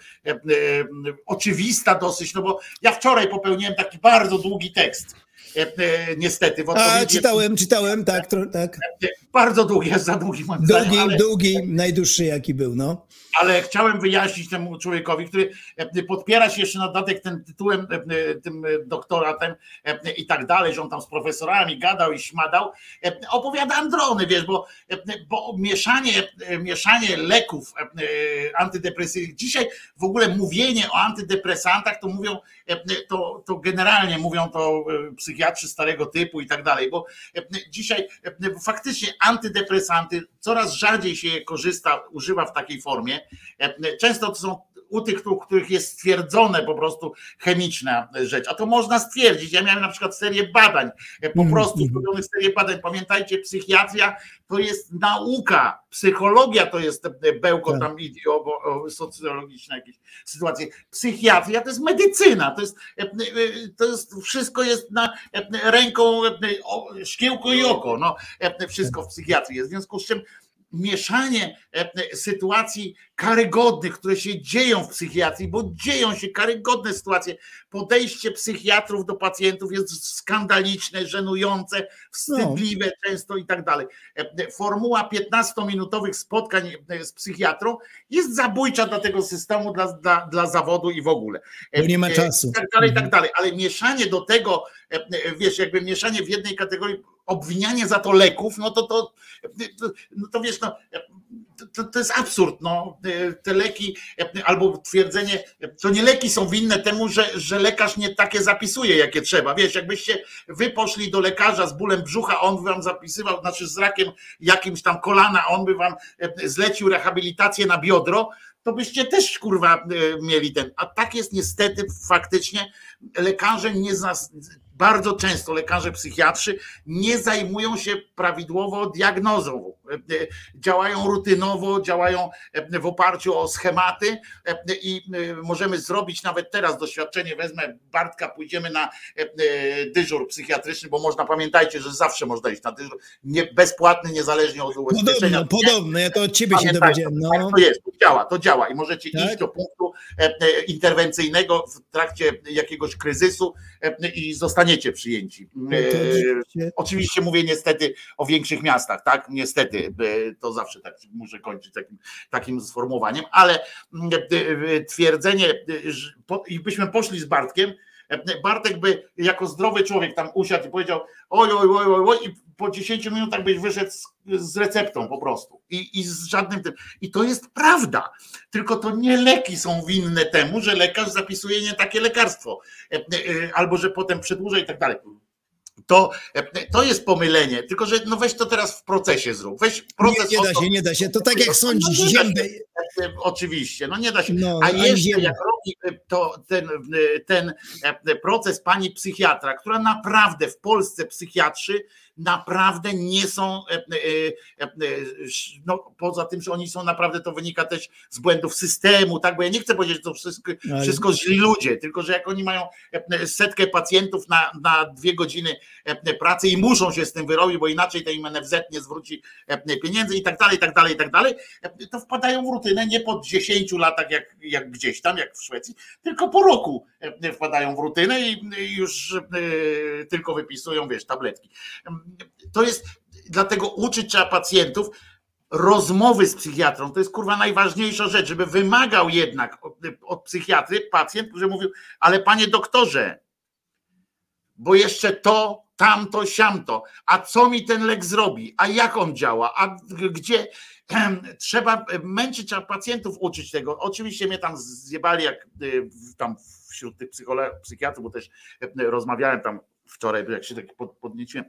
oczywista dosyć, no bo ja wczoraj popełniłem taki bardzo długi tekst. Niestety w odpowiedzi. Czytałem, tak. Bardzo długi, jest za długi moim zdaniem. Długi, najdłuższy jaki był, no. Ale chciałem wyjaśnić temu człowiekowi, który podpiera się jeszcze na dodatek tym tytułem, tym doktoratem i tak dalej, że on tam z profesorami gadał i śmadał, opowiada androny, wiesz, bo mieszanie leków antydepresyjnych, dzisiaj w ogóle mówienie o antydepresantach, to mówią, to generalnie mówią to psychiatrzy starego typu i tak dalej, bo dzisiaj faktycznie antydepresanty coraz rzadziej się je używa w takiej formie. Często to są u tych, których jest stwierdzone po prostu chemiczna rzecz, a to można stwierdzić. Ja miałem na przykład serię badań, po prostu zrobionych serię badań. Pamiętajcie, psychiatria to jest nauka, psychologia to jest bełko tam socjologiczne jakieś sytuacje. Psychiatria to jest medycyna, to jest wszystko jest na ręką, szkiełko i oko, no, wszystko w psychiatrii jest. W związku z czym mieszanie sytuacji karygodnych, które się dzieją w psychiatrii, bo dzieją się karygodne sytuacje. Podejście psychiatrów do pacjentów jest skandaliczne, żenujące, wstydliwe często i tak dalej. Formuła 15-minutowych spotkań z psychiatrą jest zabójcza dla tego systemu, dla zawodu i w ogóle. Bo nie ma czasu. I tak dalej. Ale mieszanie do tego, wiesz, jakby mieszanie w jednej kategorii, obwinianie za to leków, no to wiesz, no, to jest absurd, no, te leki, albo twierdzenie, to nie leki są winne temu, że lekarz nie takie zapisuje, jakie trzeba, wiesz, jakbyście wy poszli do lekarza z bólem brzucha, on by wam zapisywał, znaczy z rakiem jakimś tam kolana, on by wam zlecił rehabilitację na biodro, to byście też, kurwa, mieli a tak jest niestety faktycznie, lekarze bardzo często lekarze psychiatrzy nie zajmują się prawidłowo diagnozą. Działają rutynowo, działają w oparciu o schematy i możemy zrobić nawet teraz doświadczenie, wezmę Bartka, pójdziemy na dyżur psychiatryczny, bo można, pamiętajcie, że zawsze można iść na dyżur, bezpłatny, niezależnie od ubezpieczenia. Podobno, ja to od ciebie się dowiedziałem. No. Tak to jest, to działa i możecie iść do punktu interwencyjnego w trakcie jakiegoś kryzysu i zostaniecie przyjęci. Oczywiście mówię niestety o większych miastach, tak? Niestety, to zawsze tak muszę kończyć takim sformułowaniem, ale twierdzenie, i byśmy poszli z Bartkiem, Bartek by jako zdrowy człowiek tam usiadł i powiedział oj, i po 10 minutach byś wyszedł z receptą po prostu i z żadnym tym. I to jest prawda, tylko to nie leki są winne temu, że lekarz zapisuje nie takie lekarstwo, albo że potem przedłuża i tak dalej. to jest pomylenie, tylko że no weź to teraz w procesie zrób. Weź proces. Nie da się. To tak jak sądzisz, ziębę. Oczywiście, no nie da się. No, a jeszcze ziębę. jak robi to ten proces pani psychiatra, która naprawdę w Polsce psychiatrzy naprawdę nie są, no poza tym, że oni są naprawdę, to wynika też z błędów systemu, tak, bo ja nie chcę powiedzieć, że to wszystko źli ludzie, tylko że jak oni mają setkę pacjentów na 2 godziny pracy i muszą się z tym wyrobić, bo inaczej to im NFZ nie zwróci pieniędzy i tak dalej, to wpadają w rutynę nie po 10 latach jak gdzieś tam, jak w Szwecji, tylko po roku wpadają w rutynę i już tylko wypisują, wiesz, tabletki. To jest, dlatego uczyć trzeba pacjentów rozmowy z psychiatrą, to jest kurwa najważniejsza rzecz, żeby wymagał jednak od psychiatry pacjent, który mówił, ale panie doktorze, bo jeszcze to, tamto, siamto, a co mi ten lek zrobi, a jak on działa, a gdzie trzeba męczyć, trzeba pacjentów uczyć tego. Oczywiście mnie tam zjebali, jak tam wśród tych psychiatrów, bo też rozmawiałem tam wczoraj, jak się tak podnieciłem,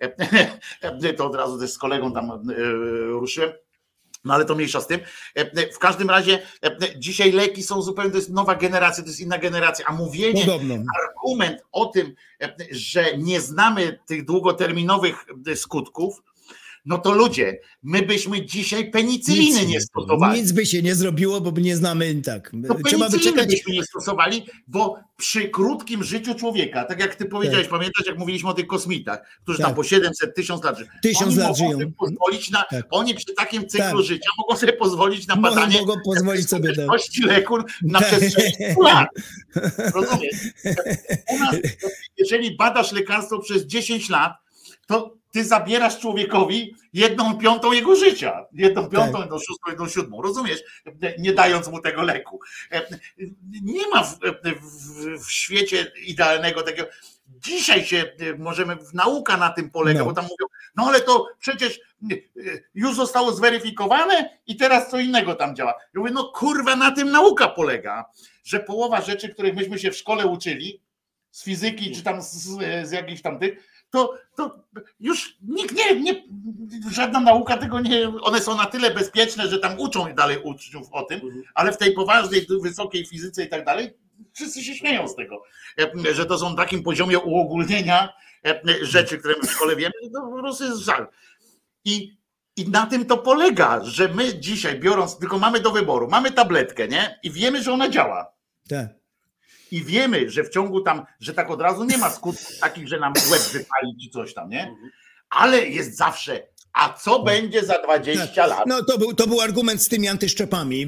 to od razu też z kolegą tam ruszyłem. No ale to mniejsza z tym. W każdym razie dzisiaj leki są zupełnie, to jest nowa generacja, to jest inna generacja, a mówienie, argument o tym, że nie znamy tych długoterminowych skutków, no to ludzie, my byśmy dzisiaj penicyliny nie stosowali. Nic by się nie zrobiło, bo nie znamy tak. No Trzeba by czekać. Byśmy nie stosowali, bo przy krótkim życiu człowieka, tak jak ty powiedziałeś, pamiętasz, jak mówiliśmy o tych kosmitach, którzy tam po 700, 1000 lat żyją. 1000 lat żyją. Pozwolić na, oni przy takim cyklu życia mogą sobie pozwolić na badanie mogą pozwolić sobie leku na przestrzeni 100 lat. Rozumiesz? U nas, jeżeli badasz lekarstwo przez 10 lat, to ty zabierasz człowiekowi 1/5 jego życia. 1/5, 1/6, 1/7. Rozumiesz? Nie dając mu tego leku. Nie ma w świecie idealnego takiego. Dzisiaj się możemy, nauka na tym polega, bo tam mówią, no ale to przecież już zostało zweryfikowane i teraz co innego tam działa. Ja mówię, no kurwa, na tym nauka polega, że połowa rzeczy, których myśmy się w szkole uczyli, z fizyki czy tam z jakichś tamtych, to już nikt żadna nauka tego nie, one są na tyle bezpieczne, że tam uczą dalej uczniów o tym, ale w tej poważnej, wysokiej fizyce i tak dalej, wszyscy się śmieją z tego, że to są na takim poziomie uogólnienia rzeczy, które my w szkole wiemy, to po prostu jest żal. I na tym to polega, że my dzisiaj biorąc, tylko mamy do wyboru, mamy tabletkę, nie? I wiemy, że ona działa. Tak. I wiemy, że w ciągu tam, że tak od razu nie ma skutków takich, że nam łeb wypali czy coś tam, nie? Ale jest zawsze, a co będzie za 20 lat? No to był argument z tymi antyszczepami.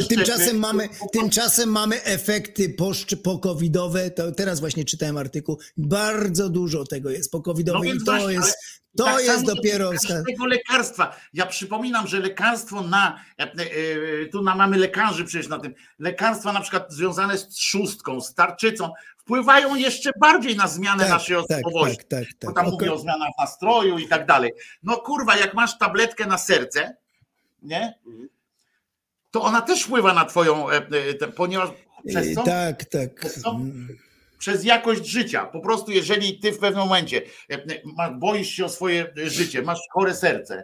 Tymczasem mamy efekty po-covidowe. Teraz właśnie czytałem artykuł. Bardzo dużo tego jest po-covidowe i to jest dopiero tego lekarstwa. Ja przypominam, że lekarstwo mamy lekarzy przecież na tym. Lekarstwa na przykład związane z trzustką, z tarczycą wpływają jeszcze bardziej na zmianę naszej osobowości. Bo tam mówię o zmianach nastroju i tak dalej. No kurwa, jak masz tabletkę na serce, nie? To ona też wpływa na twoją, ponieważ przez co? Tak. Przez co? Przez jakość życia. Po prostu jeżeli ty w pewnym momencie boisz się o swoje życie, masz chore serce,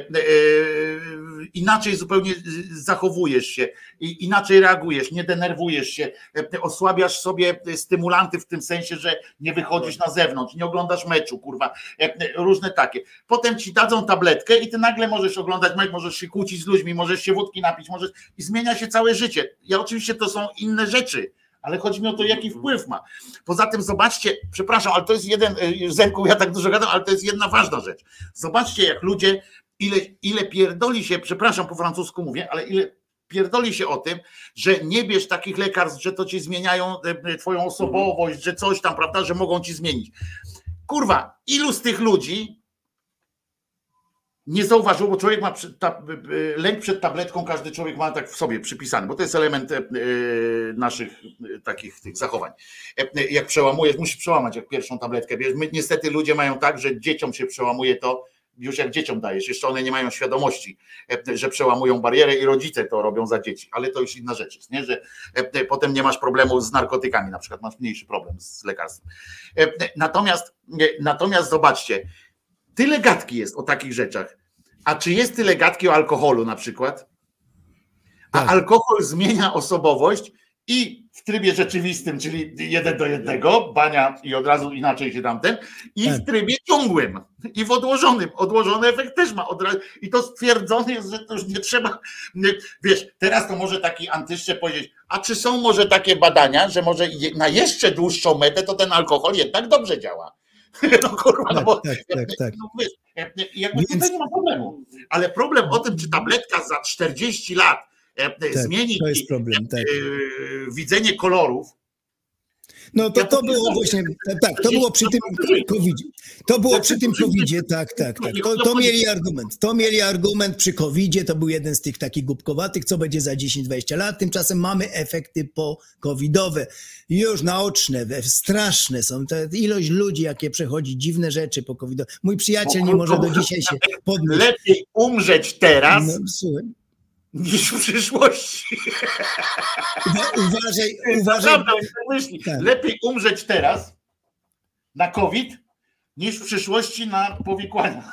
inaczej zupełnie zachowujesz się, inaczej reagujesz, nie denerwujesz się, osłabiasz sobie stymulanty w tym sensie, że nie wychodzisz na zewnątrz, nie oglądasz meczu, kurwa, różne takie. Potem ci dadzą tabletkę i ty nagle możesz oglądać mecz, możesz się kłócić z ludźmi, możesz się wódki napić, i zmienia się całe życie. Oczywiście to są inne rzeczy, ale chodzi mi o to, jaki wpływ ma. Poza tym zobaczcie, przepraszam, ale to jest Zenku, ja tak dużo gadam, ale to jest jedna ważna rzecz. Zobaczcie, jak ludzie, ile pierdoli się, przepraszam, po francusku mówię, ale ile pierdoli się o tym, że nie bierz takich lekarstw, że to ci zmieniają twoją osobowość, że coś tam, prawda, że mogą ci zmienić. Kurwa, ilu z tych ludzi nie zauważył, bo człowiek ma lęk przed tabletką, każdy człowiek ma tak w sobie przypisany, bo to jest element naszych takich tych zachowań. Jak przełamujesz, musisz przełamać jak pierwszą tabletkę. Niestety ludzie mają tak, że dzieciom się przełamuje to, już jak dzieciom dajesz, jeszcze one nie mają świadomości, że przełamują barierę i rodzice to robią za dzieci, ale to już inna rzecz jest, nie? Że potem nie masz problemu z narkotykami, na przykład masz mniejszy problem z lekarstwem. Natomiast zobaczcie, tyle gadki jest o takich rzeczach, a czy jest tyle gadki o alkoholu na przykład? A alkohol zmienia osobowość i w trybie rzeczywistym, czyli 1:1, bania i od razu inaczej się tamten, i w trybie ciągłym, i w odłożonym. Odłożony efekt też ma od razu. I to stwierdzone jest, że to już nie trzeba. Wiesz, teraz to może taki Antyszczep powiedzieć, a czy są może takie badania, że może na jeszcze dłuższą metę to ten alkohol jednak dobrze działa. No kurwa, no bo no wiesz, jakby tutaj nie ma problemu. Ale problem o tym, czy tabletka za 40 lat zmieni widzenie kolorów. No to było właśnie, to było przy tym COVID-zie. To było przy tym COVID-zie, tak. To mieli argument przy COVID-zie, to był jeden z tych takich głupkowatych, co będzie za 10-20 lat. Tymczasem mamy efekty po-covidowe, już naoczne, straszne są. To ilość ludzi, jakie przechodzi dziwne rzeczy po COVID-owe. Mój przyjaciel nie może do dzisiaj się podnieść. Lepiej umrzeć teraz, niż w przyszłości. Uważaj. Lepiej umrzeć teraz na COVID, niż w przyszłości na powikłania.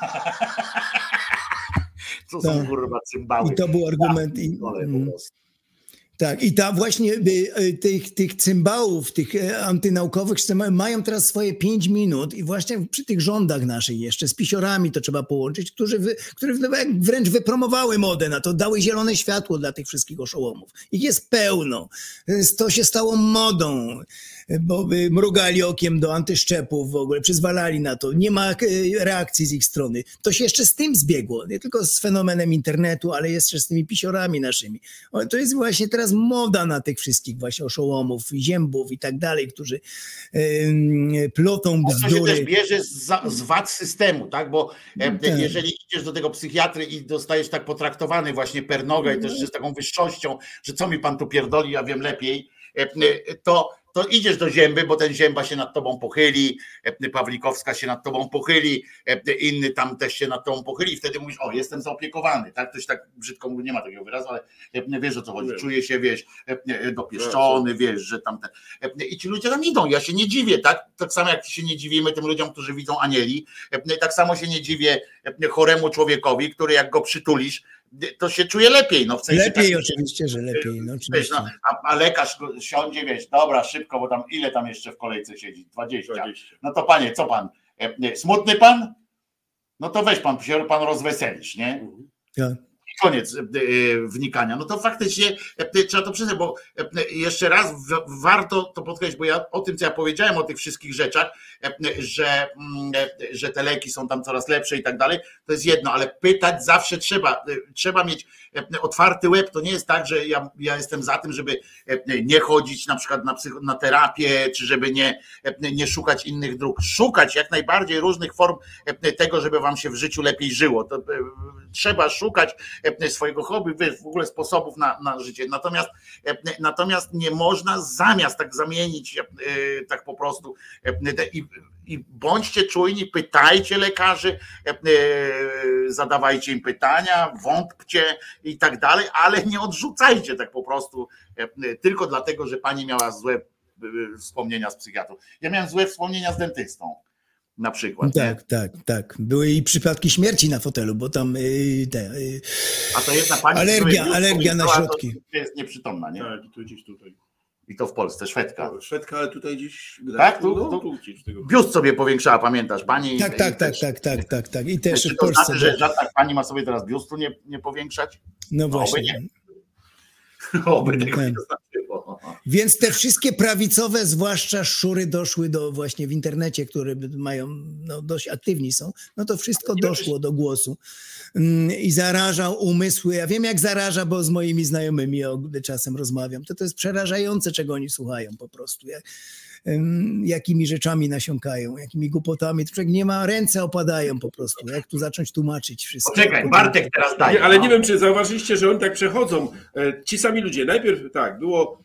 Co są kurwa cymbały. I to był argument. Tak, i ta właśnie tych cymbałów, tych antynaukowych mają teraz swoje 5 minut i właśnie przy tych rządach naszych jeszcze z pisiorami to trzeba połączyć, które wręcz wypromowały modę na to, dały zielone światło dla tych wszystkich oszołomów. Ich jest pełno. To się stało modą, bo mrugali okiem do antyszczepów w ogóle, przyzwalali na to. Nie ma reakcji z ich strony. To się jeszcze z tym zbiegło, nie tylko z fenomenem internetu, ale jeszcze z tymi pisiorami naszymi. To jest właśnie teraz moda na tych wszystkich właśnie oszołomów, ziębów i tak dalej, którzy plotą bzdury. To się też bierze z wad systemu, tak? Bo jeżeli idziesz do tego psychiatry i dostajesz tak potraktowany właśnie per noga i też z taką wyższością, że co mi pan tu pierdoli, ja wiem lepiej, to idziesz do Zięby, bo ten Zięba się nad tobą pochyli, Pawlikowska się nad tobą pochyli, inny tam też się nad tobą pochyli i wtedy mówisz, o, jestem zaopiekowany, tak? Ktoś tak brzydko mówi, nie ma takiego wyrazu, ale wiesz o co chodzi, czuję się, wiesz, dopieszczony, wiesz, że tamten. I ci ludzie tam idą, ja się nie dziwię, tak? Tak samo jak się nie dziwimy tym ludziom, którzy widzą anieli, tak samo się nie dziwię choremu człowiekowi, który jak go przytulisz, to się czuje lepiej. No w sensie lepiej tak, oczywiście, że lepiej. No, wiesz, no, a lekarz siądzie, wiesz, dobra, szybko, bo tam ile tam jeszcze w kolejce siedzi? 20. No to panie, co pan? Smutny pan? No to weź pan rozweselisz, nie? Tak. Koniec wnikania. No to faktycznie trzeba to przyznać, bo jeszcze raz warto to podkreślić, bo ja o tym, co ja powiedziałem, o tych wszystkich rzeczach, że te leki są tam coraz lepsze i tak dalej, to jest jedno, ale pytać zawsze trzeba mieć otwarty łeb. To nie jest tak, że ja jestem za tym, żeby nie chodzić na przykład na terapię, czy żeby nie szukać innych dróg. Szukać jak najbardziej różnych form tego, żeby wam się w życiu lepiej żyło. To trzeba szukać swojego hobby, wiesz, w ogóle sposobów na życie. Natomiast nie można zamiast tak zamienić tak po prostu i bądźcie czujni, pytajcie lekarzy, zadawajcie im pytania, wątpcie i tak dalej, ale nie odrzucajcie tak po prostu tylko dlatego, że pani miała złe wspomnienia z psychiatrą. Ja miałem złe wspomnienia z dentystą. Na przykład. Tak. Były i przypadki śmierci na fotelu, bo tam a to jedna pani alergia na środki. To jest nieprzytomna, nie? Tak, i tu gdzieś tutaj. I to w Polsce, Szwedka. No, Szwedka, ale tutaj gdzieś... Tak? Tu gdzieś tego. Biust sobie powiększała, pamiętasz? Pani. Tak. I też czy w Polsce. To znaczy, że żadna pani ma sobie teraz biustu nie powiększać? No właśnie. Oby tego nie znaczyło. Więc te wszystkie prawicowe, zwłaszcza szury doszły właśnie w internecie, które mają, dość aktywni są, no to wszystko doszło do głosu i zarażał umysły. Ja wiem jak zaraża, bo z moimi znajomymi czasem rozmawiam. To jest przerażające, czego oni słuchają po prostu. Jakimi rzeczami nasiąkają, jakimi głupotami. To człowiek nie ma, ręce opadają po prostu. Jak tu zacząć tłumaczyć wszystko? Poczekaj, Bartek teraz daje. Ale nie wiem, czy zauważyliście, że oni tak przechodzą. Ci sami ludzie. Najpierw tak, było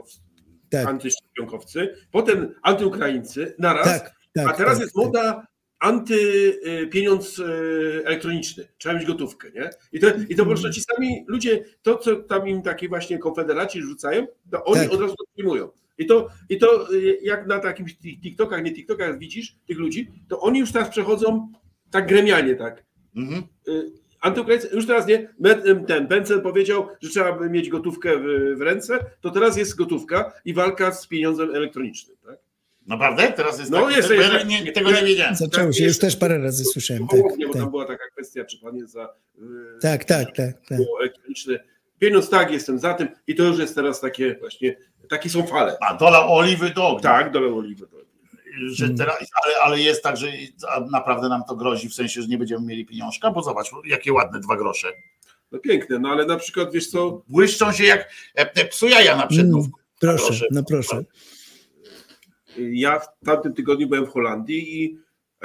antyszczepionkowcy, potem antyukraińcy naraz, a teraz jest moda antypieniądz elektroniczny. Trzeba mieć gotówkę, nie? I to po prostu ci sami ludzie, to co tam im takie właśnie konfederaci rzucają, to oni od razu to przyjmują. I to jak na takich TikTokach, nie TikTokach widzisz tych ludzi, to oni już teraz przechodzą tak gremialnie, tak. Antyukraińcy, już teraz nie, ten Pencel powiedział, że trzeba by mieć gotówkę w ręce, to teraz jest gotówka i walka z pieniądzem elektronicznym, tak? Naprawdę? Teraz jest no tak? Jest, tego nie wiedziałem. Zaczęło się, już też parę razy słyszałem. Bo tam była taka kwestia, czy pan jest za tak. elektroniczny pieniądz, tak, jestem za tym i to już jest teraz takie właśnie, takie są fale. A dolał oliwy do ognia. Tak, dolał oliwy do ognia. Że teraz, ale jest tak, że naprawdę nam to grozi, w sensie, że nie będziemy mieli pieniążka, bo zobacz, jakie ładne 2 grosze. No piękne, no ale na przykład, wiesz co... Błyszczą się jak psu jaja na przednówku. Proszę, no proszę. Ja w tamtym tygodniu byłem w Holandii i...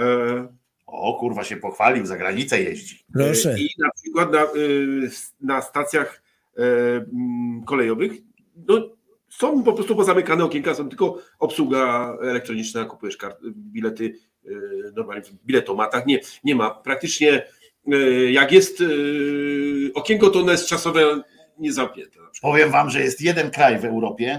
O kurwa, się pochwalił, za granicę jeździ. Proszę. I na przykład na stacjach kolejowych, no są po prostu pozamykane okienka, są tylko obsługa elektroniczna, kupujesz bilety normalnie w biletomatach. Nie ma. Praktycznie jak jest okienko, to ono jest czasowe niezamknięte. Powiem wam, że jest jeden kraj w Europie,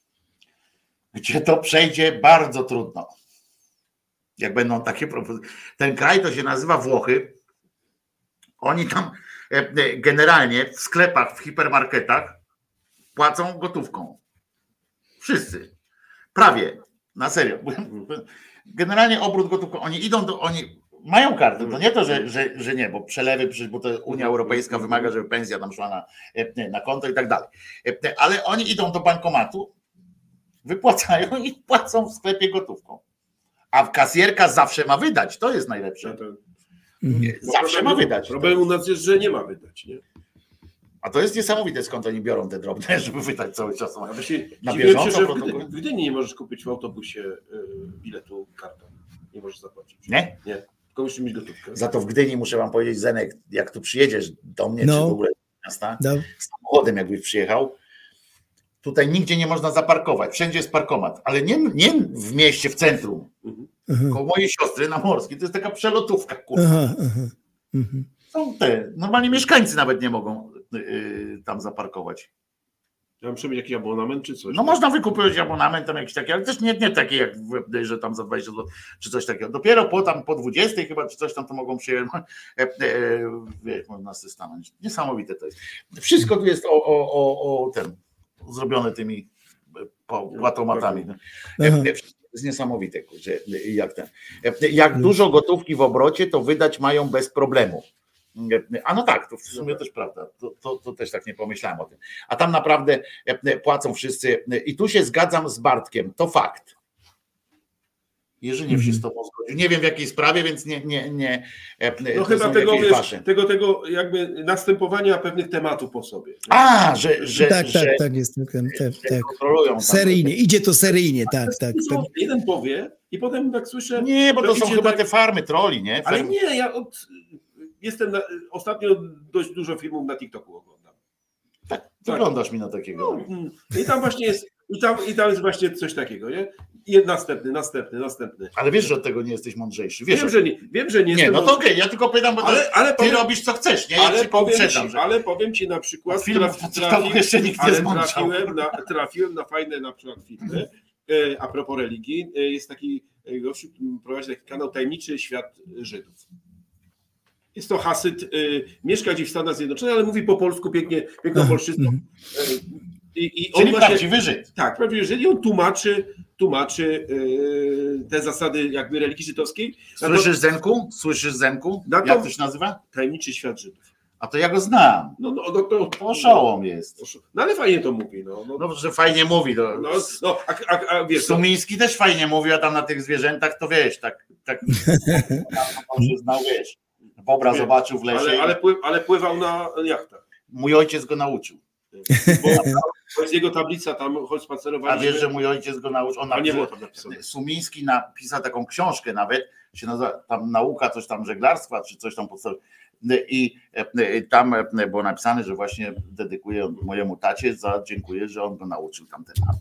gdzie to przejdzie bardzo trudno. Jak będą takie propozycje. Ten kraj to się nazywa Włochy. Oni tam generalnie w sklepach, w hipermarketach płacą gotówką. Wszyscy. Prawie. Na serio. Generalnie obrót gotówką. Oni idą oni mają kartę. To nie to, że nie, bo przelewy, bo to Unia Europejska wymaga, żeby pensja tam szła na konto i tak dalej. Ale oni idą do bankomatu, wypłacają i płacą w sklepie gotówką. A kasjerka zawsze ma wydać. To jest najlepsze. Zawsze ma wydać. Problem u nas jest, że nie ma wydać. Nie? A to jest niesamowite, skąd oni biorą te drobne, żeby wydać cały czas. Na bieżąco. W Gdyni nie możesz kupić w autobusie biletu kartą. Nie możesz zapłacić. Nie? Nie. Tylko musisz mieć gotówkę. Za to w Gdyni muszę wam powiedzieć, Zenek, jak tu przyjedziesz do mnie, czy w ogóle do miasta, samochodem jakbyś przyjechał, tutaj nigdzie nie można zaparkować. Wszędzie jest parkomat, ale nie w mieście, w centrum. Koło mojej siostry na Morskiej. To jest taka przelotówka. Są normalnie mieszkańcy nawet nie mogą tam zaparkować. Ja muszę mieć jakiś abonament czy coś? No można wykupić abonament tam jakiś taki, ale też nie taki jak że tam za 20 zł czy coś takiego. Dopiero po 20 chyba czy coś tam to mogą przyjąć. Można sobie stanąć. Niesamowite to jest. Wszystko tu jest zrobione tymi płatomatami. Jest niesamowite, jak dużo gotówki w obrocie, to wydać mają bez problemu. A no tak, to w sumie też prawda, to też tak nie pomyślałem o tym. A tam naprawdę płacą wszyscy i tu się zgadzam z Bartkiem, to fakt. Jerzyniew się z tobą zgodził. Nie wiem w jakiej sprawie, więc nie no chyba tego jakby następowania pewnych tematów po sobie. A, że tak jest. Tak. Kontrolują. Seryjnie, idzie to seryjnie, tak. Jeden powie i potem tak słyszę... Nie, bo to są chyba te farmy troli, nie? Ale nie, ja ostatnio dość dużo filmów na TikToku oglądam. Tak, wyglądasz mi na takiego. No, i tam właśnie jest, i tam jest właśnie coś takiego, nie? I następny. Ale wiesz, że od tego nie jesteś mądrzejszy. Wiem, że nie. Nie, no to okej, ja tylko pytam, bo ty robisz co chcesz, nie? Ale powiem ci na przykład, trafiłem na fajne na przykład filmy, a propos religii, jest taki gościu, prowadzi taki kanał Tajemniczy Świat Żydów. Jest to Hasyt, mieszka gdzieś w Stanach Zjednoczonych, ale mówi po polsku piękną polszczyzną. Czyli prawdziwy Żyd. Tak, prawdziwy Żyd i on tłumaczy te zasady jakby religii żydowskiej. Słyszysz Zenku? Jak to się nazywa? Tajemniczy Świat Żydów. A to ja go znam. To oszołom jest. No ale fajnie to mówi. No że fajnie mówi. Wiesz, Sumiński też fajnie mówi, a tam na tych zwierzętach to wiesz, tak się znał, wiesz. Bobra zobaczył w lesie. Ale pływał na jachtach. Mój ojciec go nauczył. Bo jest jego tablica tam, choć spacerowaliśmy. A wiesz, że mój ojciec go nauczył? Nie było tam napisane. Sumiński napisał taką książkę nawet, się nazywa tam Nauka coś tam żeglarstwa, czy coś tam podstawowe. I tam było napisane, że właśnie dedykuję mojemu tacie, dziękuję, że on go nauczył tamten.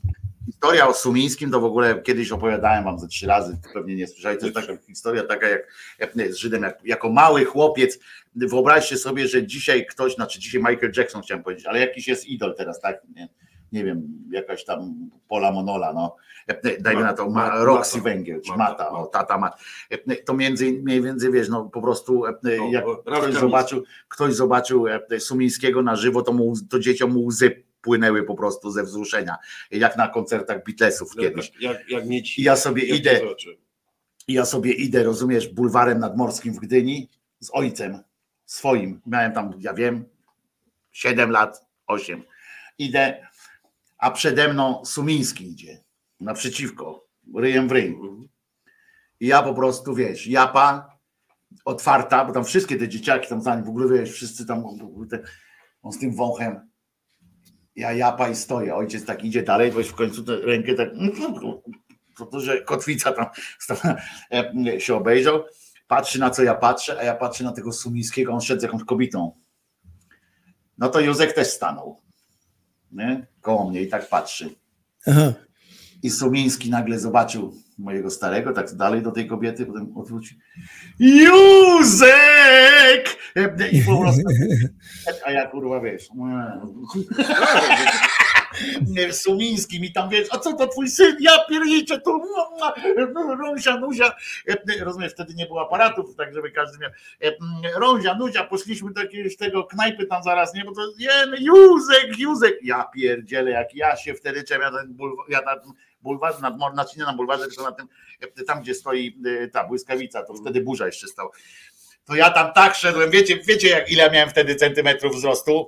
Historia o Sumińskim to w ogóle kiedyś opowiadałem wam ze 3 razy, pewnie nie słyszałeś. To jest taka historia taka jak z Żydem, jako mały chłopiec. Wyobraźcie sobie, że dzisiaj ktoś, znaczy dzisiaj Michael Jackson chciałem powiedzieć, ale jakiś jest idol teraz, tak? Nie wiem, jakaś tam Pola Monola, no. Dajmy na to Roxy Węgiel, czy Mata, o tata Mat. To mniej więcej, wiesz, no po prostu jak ktoś zobaczył Sumińskiego na żywo, to dzieciom mu łzy płynęły po prostu ze wzruszenia, jak na koncertach Beatlesów kiedyś. Jak mieć, I ja sobie idę, rozumiesz, bulwarem nadmorskim w Gdyni z ojcem swoim. Miałem tam, ja wiem, 7 lat, 8. Idę, a przede mną Sumiński idzie, naprzeciwko, ryjem w ryj. I ja po prostu, wiesz, japa otwarta, bo tam wszystkie te dzieciaki tam za nim, w ogóle wiesz, wszyscy tam, on z tym wąchem, ja japa i stoję, ojciec tak idzie dalej, bo w końcu tę rękę tak, to że kotwica tam się obejrzał, patrzy na co ja patrzę, a ja patrzę na tego Sumińskiego, on szedł z jakąś kobietą. No to Józek też stanął, nie? Koło mnie i tak patrzy. Aha. I Sumiński nagle zobaczył mojego starego, tak dalej do tej kobiety, potem odwrócił. Józek! I po prostu, a ja kurwa wiesz, Sumiński mi tam wiesz, a co to twój syn? Ja pierniczę tu, Rąsia, Nuzia. Rozumiesz, wtedy nie było aparatów, tak żeby każdy miał. Rąsia, Nuzia, poszliśmy do jakiegoś tego knajpy tam zaraz, nie? Bo to Józek. Ja pierdzielę, jak ja się wtedy na bulwarze, znaczy nie na bulwarze, tylko na tym, tam gdzie stoi ta błyskawica, to wtedy burza jeszcze stała. To ja tam tak szedłem, wiecie jak ile miałem wtedy centymetrów wzrostu?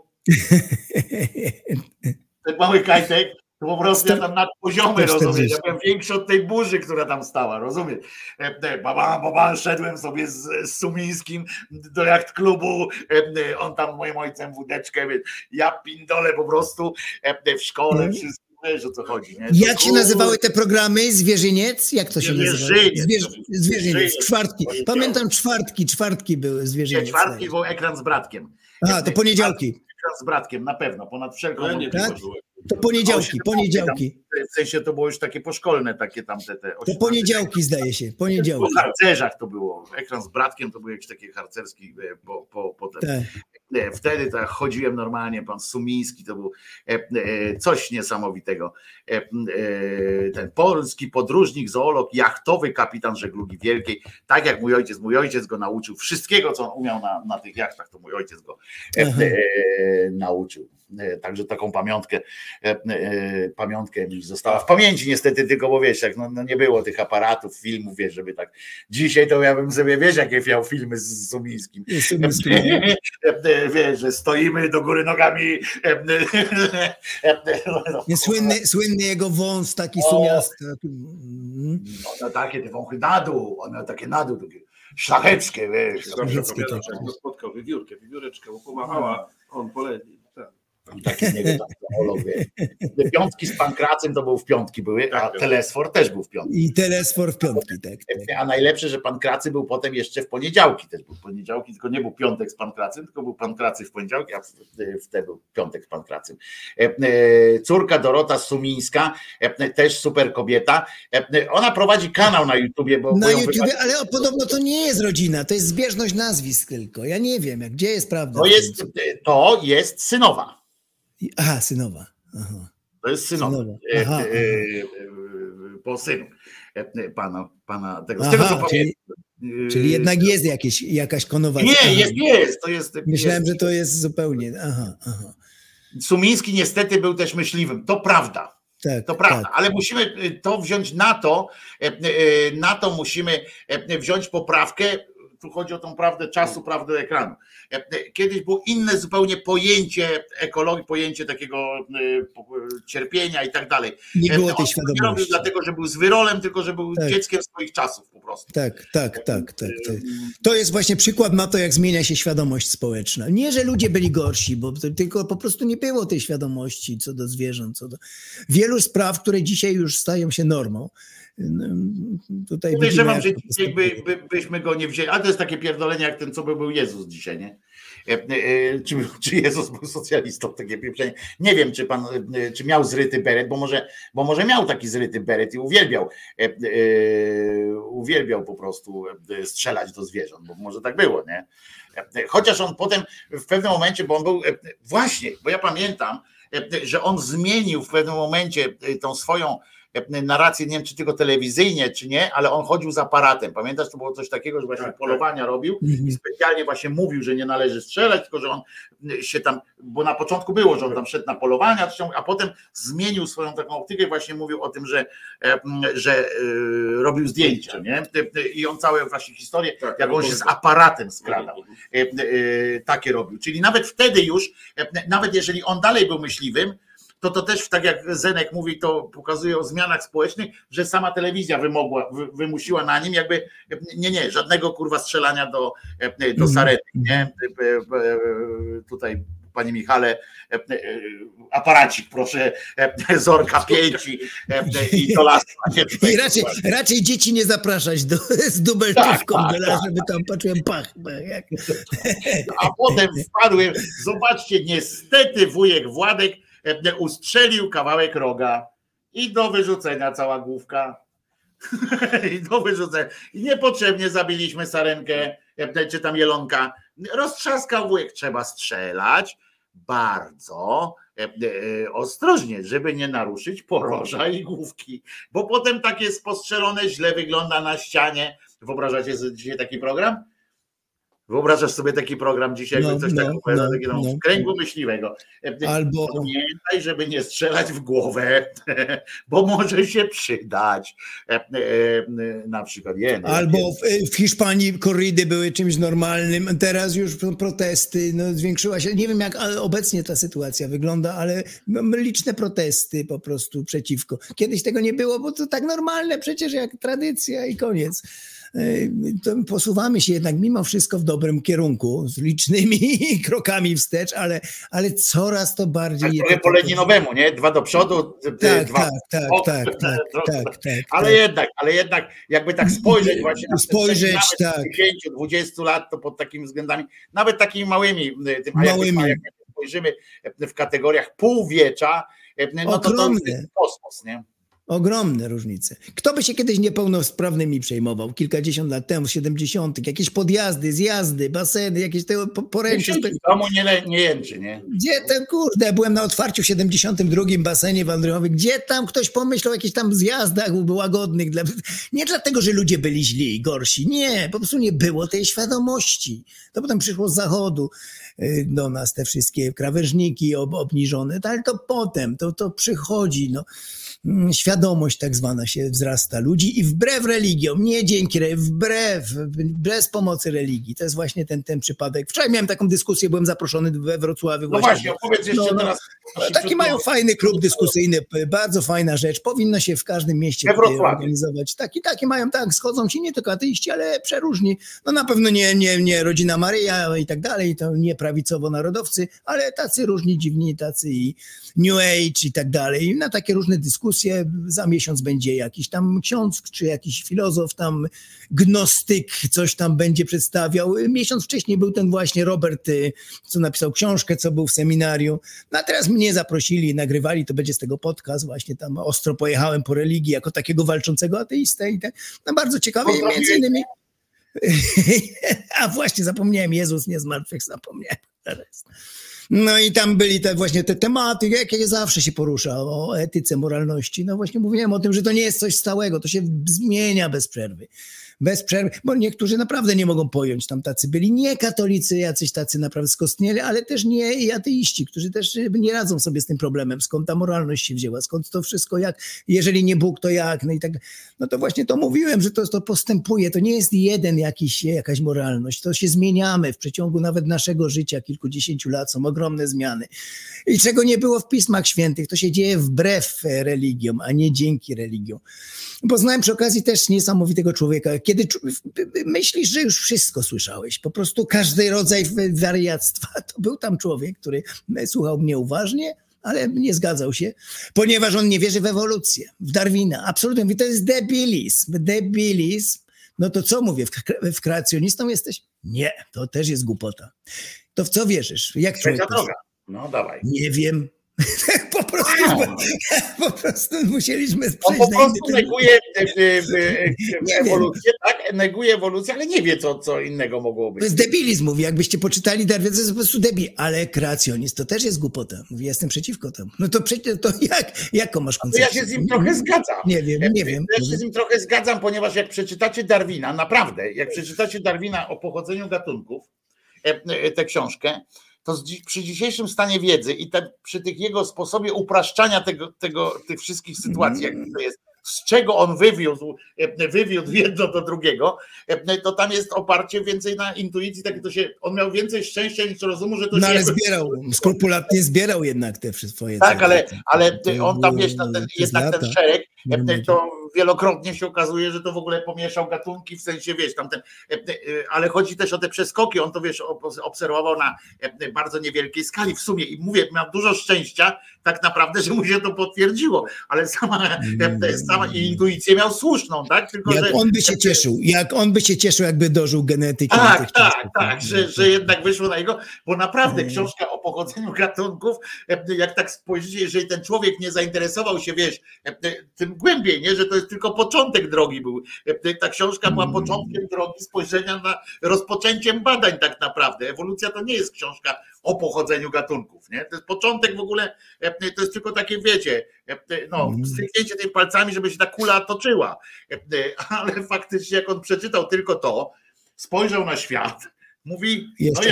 Ten mały kajtek, to po prostu ja tam nad poziomy, rozumiesz, ja byłem większy od tej burzy, która tam stała, rozumiesz? Szedłem sobie z Sumińskim do jachtklubu, on tam moim ojcem wódeczkę, ja pindolę po prostu w szkole, wszystko. Wiesz, o co chodzi, nie? Jak się nazywały te programy? Zwierzyniec? Jak to się nazywało? Zwierzyniec. Czwartki. Pamiętam czwartki były Zwierzyniec. Czwartki był Ekran z bratkiem. A, to poniedziałki. Ekran z bratkiem, na pewno, ponad wszelką tak? To poniedziałki. W sensie to było już takie poszkolne, takie tam te to poniedziałki zdaje się, poniedziałki. Po harcerzach to było, Ekran z bratkiem to był jakiś taki harcerski potem. Tak. Wtedy tak chodziłem normalnie, pan Sumiński to był coś niesamowitego. Ten polski podróżnik, zoolog, jachtowy kapitan żeglugi wielkiej, tak jak mój ojciec go nauczył. Wszystkiego, co on umiał na tych jachtach, to mój ojciec go nauczył. Także taką pamiątkę mi została w pamięci niestety, tylko bo wiesz, jak no nie było tych aparatów, filmów, wiesz, żeby tak. Dzisiaj to ja bym sobie, wiesz, jakie miał filmy z Sumińskim. Wiesz, że stoimy do góry nogami. Słynny jego wąs taki sumiasty. No takie te wąchy na dół, one takie na dół, takie szlacheckie, wiesz. Spotkał wiewióreczkę, mu pomachała, on poleci. Taki piątki z Pankracym to był w piątki były, a Telesfor też był w piątki. I Telesfor w piątki, tak. A najlepsze, że Pankracy był potem jeszcze w poniedziałki też był. Poniedziałki, tylko nie był piątek z Pankracym, tylko był Pankracy w poniedziałki, a wtedy był piątek z Pankracym. Córka Dorota Sumińska, też super kobieta. Ona prowadzi kanał na YouTubie. Na YouTubie, ale podobno to nie jest rodzina, to jest zbieżność nazwisk tylko. Ja nie wiem, gdzie jest prawda. To jest synowa. Aha, synowa. Aha. To jest synowa. Po synu pana tego. Z tego co czyli jednak jest jakaś konowacja. Nie, jest. To jest. Myślałem, że to jest zupełnie. Aha. Sumiński niestety był też myśliwym. To prawda. Tak, to prawda, ale musimy to wziąć na to musimy wziąć poprawkę. Tu chodzi o tą prawdę czasu, prawdę ekranu. Kiedyś było inne zupełnie pojęcie ekologii, pojęcie takiego cierpienia i tak dalej. Nie było tej świadomości. Nie dlatego, że był zwyrolem, tylko że był dzieckiem swoich czasów po prostu. Tak. To jest właśnie przykład na to, jak zmienia się świadomość społeczna. Nie, że ludzie byli gorsi, bo tylko po prostu nie było tej świadomości co do zwierząt, co do wielu spraw, które dzisiaj już stają się normą. tutaj Podejrzewam, że dzisiaj byśmy go nie wzięli, ale to jest takie pierdolenie jak ten, co był Jezus dzisiaj, nie? Czy Jezus był socjalistą, takie pieprzenie. Nie wiem, czy miał zryty beret, bo może miał taki zryty beret i uwielbiał po prostu strzelać do zwierząt, bo może tak było, nie? Chociaż on potem w pewnym momencie, bo on był właśnie, bo ja pamiętam, że on zmienił w pewnym momencie tą swoją narrację, nie wiem czy tylko telewizyjnie, czy nie, ale on chodził z aparatem. Pamiętasz, to było coś takiego, że właśnie polowania robił i specjalnie właśnie mówił, że nie należy strzelać, tylko że on się tam, bo na początku było, że on tam szedł na polowania, a potem zmienił swoją taką optykę i właśnie mówił o tym, że robił zdjęcia, nie? I on całą właśnie historię, jak on się z aparatem skradał, takie robił. Czyli nawet wtedy już, nawet jeżeli on dalej był myśliwym, to też tak jak Zenek mówi, to pokazuje o zmianach społecznych, że sama telewizja wymusiła na nim jakby nie, żadnego kurwa strzelania do sarety, nie? Tutaj panie Michale, aparacik proszę, Zorka 5 i to las. I raczej dzieci nie zapraszać z dubeltówką, żeby tam patrzyłem pach. A potem wpadłem, zobaczcie, niestety wujek Władek ustrzelił kawałek roga i do wyrzucenia cała główka. I do wyrzucenia. I niepotrzebnie zabiliśmy sarenkę, czy tam jelonka. Roztrzaskał wujek. Trzeba strzelać bardzo ostrożnie, żeby nie naruszyć poroża i główki. Bo potem takie spostrzelone źle wygląda na ścianie. Wyobrażacie sobie dzisiaj taki program? Wyobrażasz sobie taki program dzisiaj, jakby coś takiego w kręgu myśliwego. Albo pamiętaj, żeby nie strzelać w głowę, bo może się przydać. Na przykład. Albo w Hiszpanii korridy były czymś normalnym, teraz już protesty, zwiększyła się. Nie wiem, jak obecnie ta sytuacja wygląda, ale liczne protesty po prostu przeciwko. Kiedyś tego nie było, bo to tak normalne przecież jak tradycja i koniec. To posuwamy się jednak mimo wszystko w dobrym kierunku, z licznymi krokami wstecz, ale coraz to bardziej... Tak trochę po Leninowemu, nie? 2 do przodu, tak, 2 tak. Ale jednak jakby tak spojrzeć właśnie na spojrzeć, nawet 10-20 lat, to pod takimi względami, nawet takimi małymi, jak spojrzymy w kategoriach półwiecza, no to jest kosmos, nie? Ogromne różnice. Kto by się kiedyś niepełnosprawnymi przejmował? Kilkadziesiąt lat temu, 70. Jakieś podjazdy, zjazdy, baseny, jakieś te poręcze. W domu nie jęczy, nie? Gdzie ten kurde? Byłem na otwarciu w 72. basenie w Andrychowie. Gdzie tam ktoś pomyślał o jakichś tam zjazdach łagodnych? Nie dlatego, że ludzie byli źli, gorsi. Nie, po prostu nie było tej świadomości. To potem przyszło z zachodu do nas te wszystkie krawężniki obniżone, ale to potem, to przychodzi, świadomość tak zwana się wzrasta ludzi i wbrew religiom, nie dzięki, bez pomocy religii. To jest właśnie ten przypadek. Wczoraj miałem taką dyskusję, byłem zaproszony we Wrocławiu. No właśnie, opowiedz jeszcze teraz. Taki mają fajny klub dyskusyjny, bardzo fajna rzecz. Powinno się w każdym mieście organizować. Taki mają, schodzą się nie tylko ateiści, ale przeróżni. Na pewno nie Rodzina Maryja i tak dalej, to nie prawicowo-narodowcy, ale tacy różni, dziwni, tacy i New Age i tak dalej. Na takie różne dyskusje za miesiąc będzie jakiś tam ksiądz, czy jakiś filozof tam, gnostyk, coś tam będzie przedstawiał. Miesiąc wcześniej był ten właśnie Robert, co napisał książkę, co był w seminarium. A teraz mnie zaprosili, nagrywali, to będzie z tego podcast, właśnie tam ostro pojechałem po religii jako takiego walczącego ateistę i tak. Bardzo ciekawe, między innymi. A właśnie, zapomniałem, Jezus nie zmartwych, zapomniałem teraz. No i tam byli właśnie te tematy, jakie zawsze się porusza, o etyce, moralności. Właśnie mówiłem o tym, że to nie jest coś stałego, to się zmienia bez przerwy. Bez przerwy, bo niektórzy naprawdę nie mogą pojąć, tam tacy byli nie katolicy, jacyś tacy naprawdę skostnieli, ale też nie i ateiści, którzy też nie radzą sobie z tym problemem, skąd ta moralność się wzięła, skąd to wszystko, jak, jeżeli nie Bóg, to jak, no i tak, no to właśnie to mówiłem, że to postępuje, to nie jest jakaś moralność, to się zmieniamy w przeciągu nawet naszego życia, kilkudziesięciu lat, są ogromne zmiany i czego nie było w Pismach Świętych, to się dzieje wbrew religiom, a nie dzięki religiom. Poznałem przy okazji też niesamowitego człowieka, kiedy myślisz, że już wszystko słyszałeś, po prostu każdy rodzaj wariactwa, to był tam człowiek, który słuchał mnie uważnie, ale nie zgadzał się, ponieważ on nie wierzy w ewolucję, w Darwina. Absolutnie, mówi, to jest debilizm. No to co mówię, w kreacjonistą jesteś? Nie, to też jest głupota. To w co wierzysz? Jak człowiek? Trzecia droga. No dawaj. Nie wiem. po prostu musieliśmy On przejść po na prostu inny neguje ewolucję, tak? Neguje ewolucję, ale nie wie, co innego mogło być. To jest debilizm, mówi, jakbyście poczytali Darwina, to jest po prostu debil, ale kreacjonizm to też jest głupota. Mówi, jestem przeciwko temu. No to przecież to jaką masz To koncepcję? ja się z nim trochę zgadzam. Nie wiem. Ja się z nim trochę zgadzam, ponieważ jak przeczytacie Darwina, naprawdę, jak przeczytacie Darwina o pochodzeniu gatunków, tę książkę, to przy dzisiejszym stanie wiedzy i przy tych jego sposobie upraszczania tych wszystkich sytuacji, jak to jest, z czego on wywiódł jedno do drugiego, to tam jest oparcie więcej na intuicji, on miał więcej szczęścia niż rozumu, że to no się... ale skrupulatnie zbierał jednak te swoje... Tak, ale on tam wiesz, jednak ten szereg, to wielokrotnie się okazuje, że to w ogóle pomieszał gatunki, w sensie wiesz, ale chodzi też o te przeskoki, on to wiesz, obserwował na bardzo niewielkiej skali w sumie i mówię, miał dużo szczęścia tak naprawdę, że mu się to potwierdziło, ale sama intuicję miał słuszną, tak? Tylko, jak on by się cieszył, jakby dożył genetyki. Tak, że jednak wyszło na jego, bo naprawdę książka o pochodzeniu gatunków, jak tak spojrzycie, jeżeli ten człowiek nie zainteresował się, wiesz, tym głębiej, nie, że to jest tylko początek drogi był. Ta książka była początkiem drogi spojrzenia na rozpoczęciem badań tak naprawdę. Ewolucja to nie jest książka o pochodzeniu gatunków, nie? To jest początek w ogóle, to jest tylko takie, wiecie, stryknięcie tymi palcami, żeby się ta kula toczyła. Ale faktycznie jak on przeczytał tylko to, spojrzał na świat, mówi,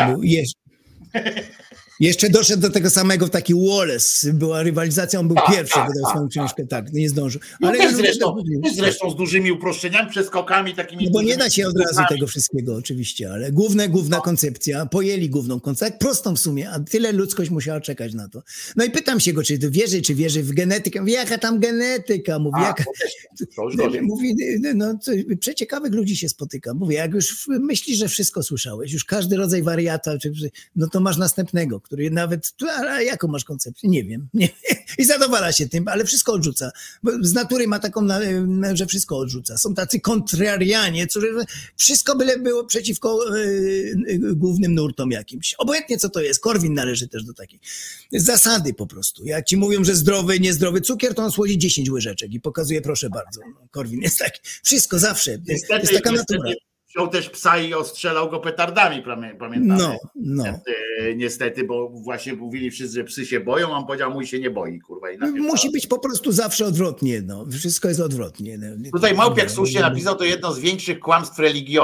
Jeszcze doszedł do tego samego taki Wallace, była rywalizacja, on był pierwszy, wydał swoją książkę, nie zdążył. Ale zresztą z dużymi uproszczeniami, przeskokami takimi. No bo nie da się od razu tego wszystkiego oczywiście, ale główna koncepcja, pojęli główną koncepcję, prostą w sumie, a tyle ludzkość musiała czekać na to. No i pytam się go, czy wierzy w genetykę. Mówi, jaka tam genetyka? Mówi, przeciekawych ludzi się spotyka. Mówię, jak już myślisz, że wszystko słyszałeś, już każdy rodzaj wariata, no to masz następnego, który nawet, ale jaką masz koncepcję? Nie wiem. I zadowala się tym, ale wszystko odrzuca. Bo z natury ma taką, że wszystko odrzuca. Są tacy kontrarianie, którzy wszystko byle było przeciwko głównym nurtom jakimś. Obojętnie co to jest. Korwin należy też do takiej zasady po prostu. Jak ci mówią, że zdrowy, niezdrowy cukier, to on słodzi 10 łyżeczek i pokazuje, proszę bardzo. Korwin jest taki. Wszystko zawsze. Jest taka natura. Wziął też psa i ostrzelał go petardami, pamiętamy? No. Niestety, bo właśnie mówili wszyscy, że psy się boją, a on powiedział, mój się nie boi, kurwa. Musi być po prostu zawsze odwrotnie, Wszystko jest odwrotnie. Tutaj Małpiak słusznie napisał, to jedno z większych kłamstw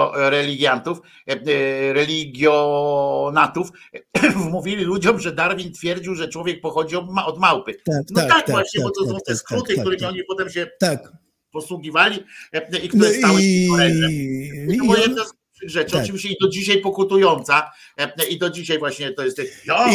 religionatów. Wmówili ludziom, że Darwin twierdził, że człowiek pochodzi od małpy. Tak, właśnie, bo to są te skróty, którymi oni potem się... posługiwali i które stały się to jedno z tych rzeczy, oczywiście i do dzisiaj pokutująca i do dzisiaj właśnie to jest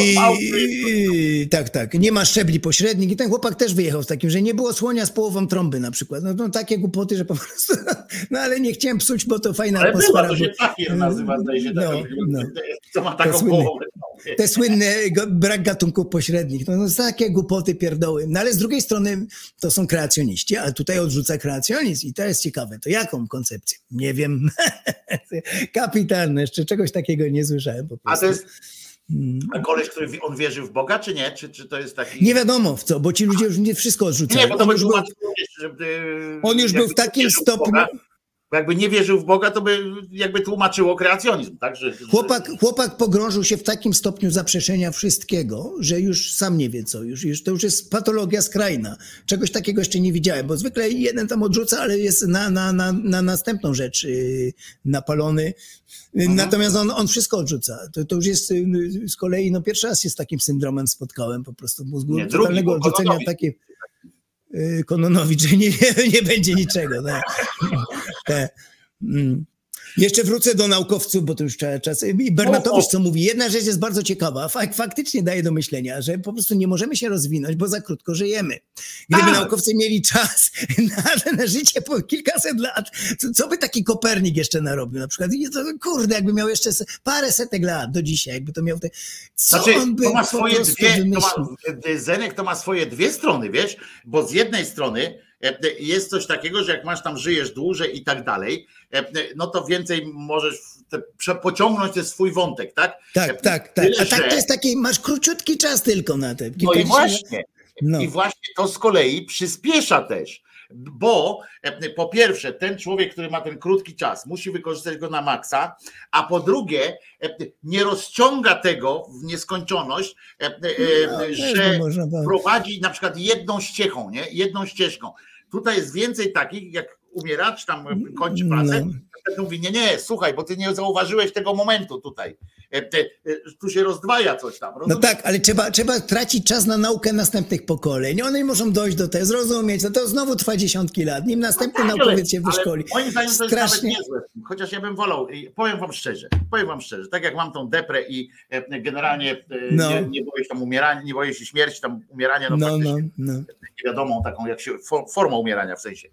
tak, nie ma szczebli pośrednich i ten chłopak też wyjechał z takim, że nie było słonia z połową trąby na przykład, no takie głupoty, że po prostu, ale nie chciałem psuć, bo to fajna atmosfera. Ale to się Zafir nazywa, zdaje się, co ma taką połowę. Te słynne brak gatunków pośrednich, takie głupoty, pierdoły, no ale z drugiej strony to są kreacjoniści, a tutaj odrzuca kreacjonizm i to jest ciekawe, to jaką koncepcję? Nie wiem. Kapitalne, jeszcze czegoś takiego nie słyszałem po prostu. A to jest koleś, który on wierzy w Boga, czy nie? Czy to jest taki... Nie wiadomo w co, bo ci ludzie już nie wszystko odrzucają. Nie, bo on już był w takim stopniu... Bo jakby nie wierzył w Boga, to by jakby tłumaczyło kreacjonizm, tak? Chłopak pogrążył się w takim stopniu zaprzeczenia wszystkiego, że już sam nie wie co. To już jest patologia skrajna. Czegoś takiego jeszcze nie widziałem, bo zwykle jeden tam odrzuca, ale jest na następną rzecz napalony. Natomiast on wszystko odrzuca. To już jest z kolei, pierwszy raz się z takim syndromem spotkałem po prostu w mózgu. Totalnego odrzucenia takie... Kononowicz, że nie będzie niczego. Jeszcze wrócę do naukowców, bo to już czas. I Bernatowicz co mówi, jedna rzecz jest bardzo ciekawa, faktycznie daje do myślenia, że po prostu nie możemy się rozwinąć, bo za krótko żyjemy. Gdyby naukowcy mieli czas na życie po kilkaset lat, co by taki Kopernik jeszcze narobił na przykład? I to, kurde, jakby miał jeszcze parę setek lat do dzisiaj, jakby to miał te... on by to ma swoje wymyślił? Zenek to ma swoje dwie strony, wiesz, bo z jednej strony jest coś takiego, że jak masz tam, żyjesz dłużej i tak dalej, no to więcej możesz pociągnąć ten swój wątek, tak? Tak. Tyle, A tak to jest taki, masz króciutki czas tylko na te. No i właśnie. I właśnie to z kolei przyspiesza też, bo po pierwsze ten człowiek, który ma ten krótki czas, musi wykorzystać go na maksa, a po drugie nie rozciąga tego w nieskończoność, że prowadzi na przykład jedną ścieżką, nie? Jedną ścieżką. Tutaj jest więcej takich, jak umiera, czy tam kończy pracę, mówi, nie, słuchaj, bo ty nie zauważyłeś tego momentu tutaj. Tu się rozdwaja coś tam. Rozumiesz? No tak, ale trzeba tracić czas na naukę następnych pokoleń. One muszą dojść do tego, zrozumieć, to znowu trwa dziesiątki lat, nim następny naukowiec się wyszkoli. Moim zdaniem to jest nawet niezłe. Chociaż ja bym wolał, powiem wam szczerze, tak jak mam tą deprę i generalnie nie boję się tam umierania, nie boję się śmierci, tam umierania, wiadomą taką jak się, formą umierania w sensie.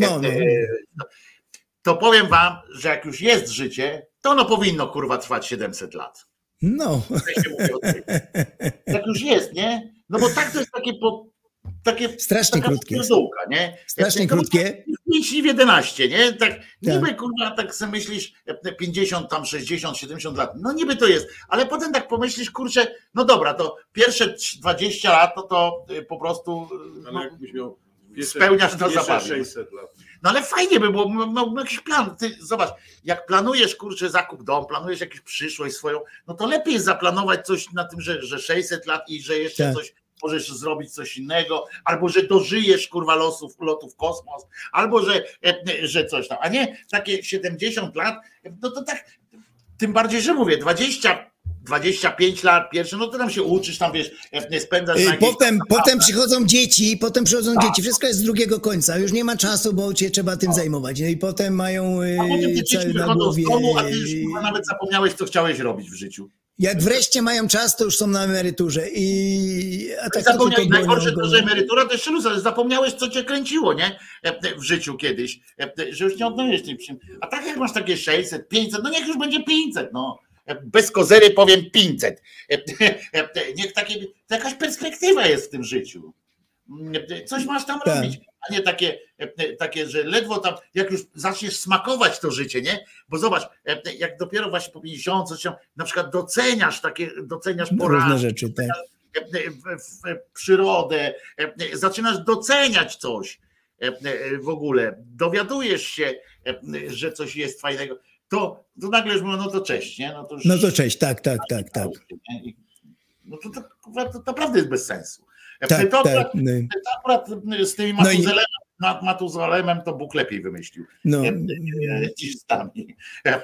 To powiem wam, że jak już jest życie, to ono powinno kurwa trwać 700 lat. No. Jak już jest, nie? No bo tak to jest takie strasznie krótkie. Nie? Strasznie krótkie. 5 i 11, nie? Tak niby kurwa, tak sobie myślisz 50, tam 60, 70 lat. No niby to jest, ale potem tak pomyślisz, kurczę, no dobra, to pierwsze 20 lat to po prostu spełniasz to zabawy. 600 lat. No ale fajnie by było, no jakiś plan. Ty zobacz, jak planujesz, kurczę, zakup domu, planujesz jakąś przyszłość swoją, no to lepiej jest zaplanować coś na tym, że 600 lat i że jeszcze coś możesz zrobić coś innego, albo że dożyjesz, kurwa, lotu w kosmos, albo że coś tam, a nie takie 70 lat, no to tak, tym bardziej, że mówię, 25 lat pierwsze, no to tam się uczysz, tam wiesz, spędzasz na potem przychodzą dzieci, wszystko jest z drugiego końca, już nie ma czasu, bo cię trzeba tym zajmować. No i potem mają na głowie. A ty już nawet zapomniałeś, co chciałeś robić w życiu. Jak wreszcie mają czas, to już są na emeryturze. Najgorsze to, że emerytura to jeszcze luz, ale zapomniałeś, co cię kręciło, nie? W życiu kiedyś, że już nie odnajdziesz tej przyjemności. A tak jak masz takie 600, 500, no niech już będzie 500, no. Bez kozery powiem 500. Niech to jakaś perspektywa jest w tym życiu. Coś masz tam robić, a nie takie, że ledwo tam, jak już zaczniesz smakować to życie, nie? Bo zobacz, jak dopiero właśnie po 50, coś tam, na przykład doceniasz różne rzeczy, przyrodę, zaczynasz doceniać coś w ogóle, dowiadujesz się, że coś jest fajnego. To nagle już mówią, no to cześć, nie? No to cześć, tak. No to naprawdę jest bez sensu. Tak. Akurat z tymi Matuzalemem to Bóg lepiej wymyślił niż z nami.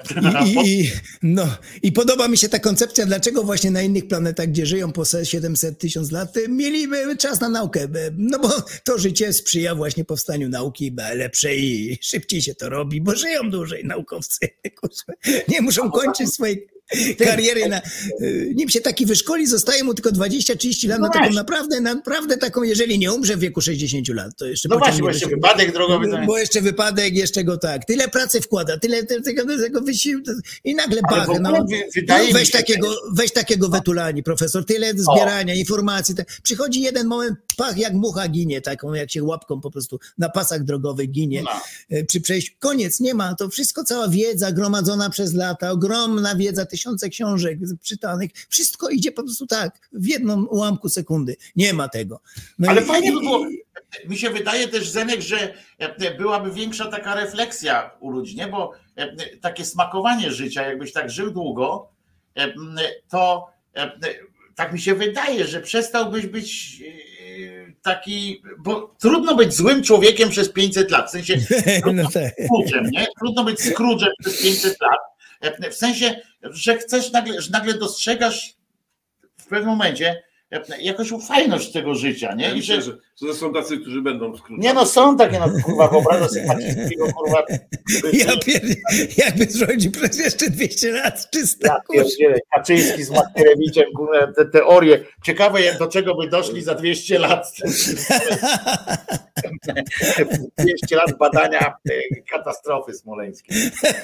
I podoba mi się ta koncepcja, dlaczego właśnie na innych planetach, gdzie żyją po 700 000 lat, mieli czas na naukę. No bo to życie sprzyja właśnie powstaniu nauki lepszej i szybciej się to robi, bo żyją dłużej naukowcy. Nie muszą kończyć swojej kariery. Nim się taki wyszkoli, zostaje mu tylko 20-30 lat na taką naprawdę taką, jeżeli nie umrze w wieku 60 lat, to jeszcze właśnie wypadek drogowy. Bo jeszcze wypadek, jeszcze go tyle pracy wkłada, tyle tego wysiłku i nagle weź takiego Vetulani, profesor, tyle zbierania informacji. Przychodzi jeden moment, jak mucha ginie, taką jak się łapką po prostu na pasach drogowych ginie przy przejściu. Koniec, nie ma, to wszystko, cała wiedza gromadzona przez lata, ogromna wiedza, tysiące książek czytanych, wszystko idzie po prostu tak, w jednym ułamku sekundy. Nie ma tego. Ale fajnie by było, mi się wydaje też, Zenek, że byłaby większa taka refleksja u ludzi, nie? Bo takie smakowanie życia, jakbyś tak żył długo, to tak mi się wydaje, że przestałbyś być taki, bo trudno być złym człowiekiem przez 500 lat, w sensie Scrooge'em, nie? Trudno być Scrooge'em przez 500 lat, w sensie, że chcesz nagle dostrzegasz w pewnym momencie, jakąś fajność tego życia, nie? Ja I myślę, że to są tacy, którzy będą skrócić. nie no, są takie, no kurwa, wyobrażasz sobie Kaczyńskiego, kurwa. Jakby rządził przez jeszcze 200 lat czysto. Ja pierdzielę, Kaczyński z Macierewiczem, kurwa, te teorie. Ciekawe, do czego by doszli za 200 lat. 200 lat badania katastrofy smoleńskiej.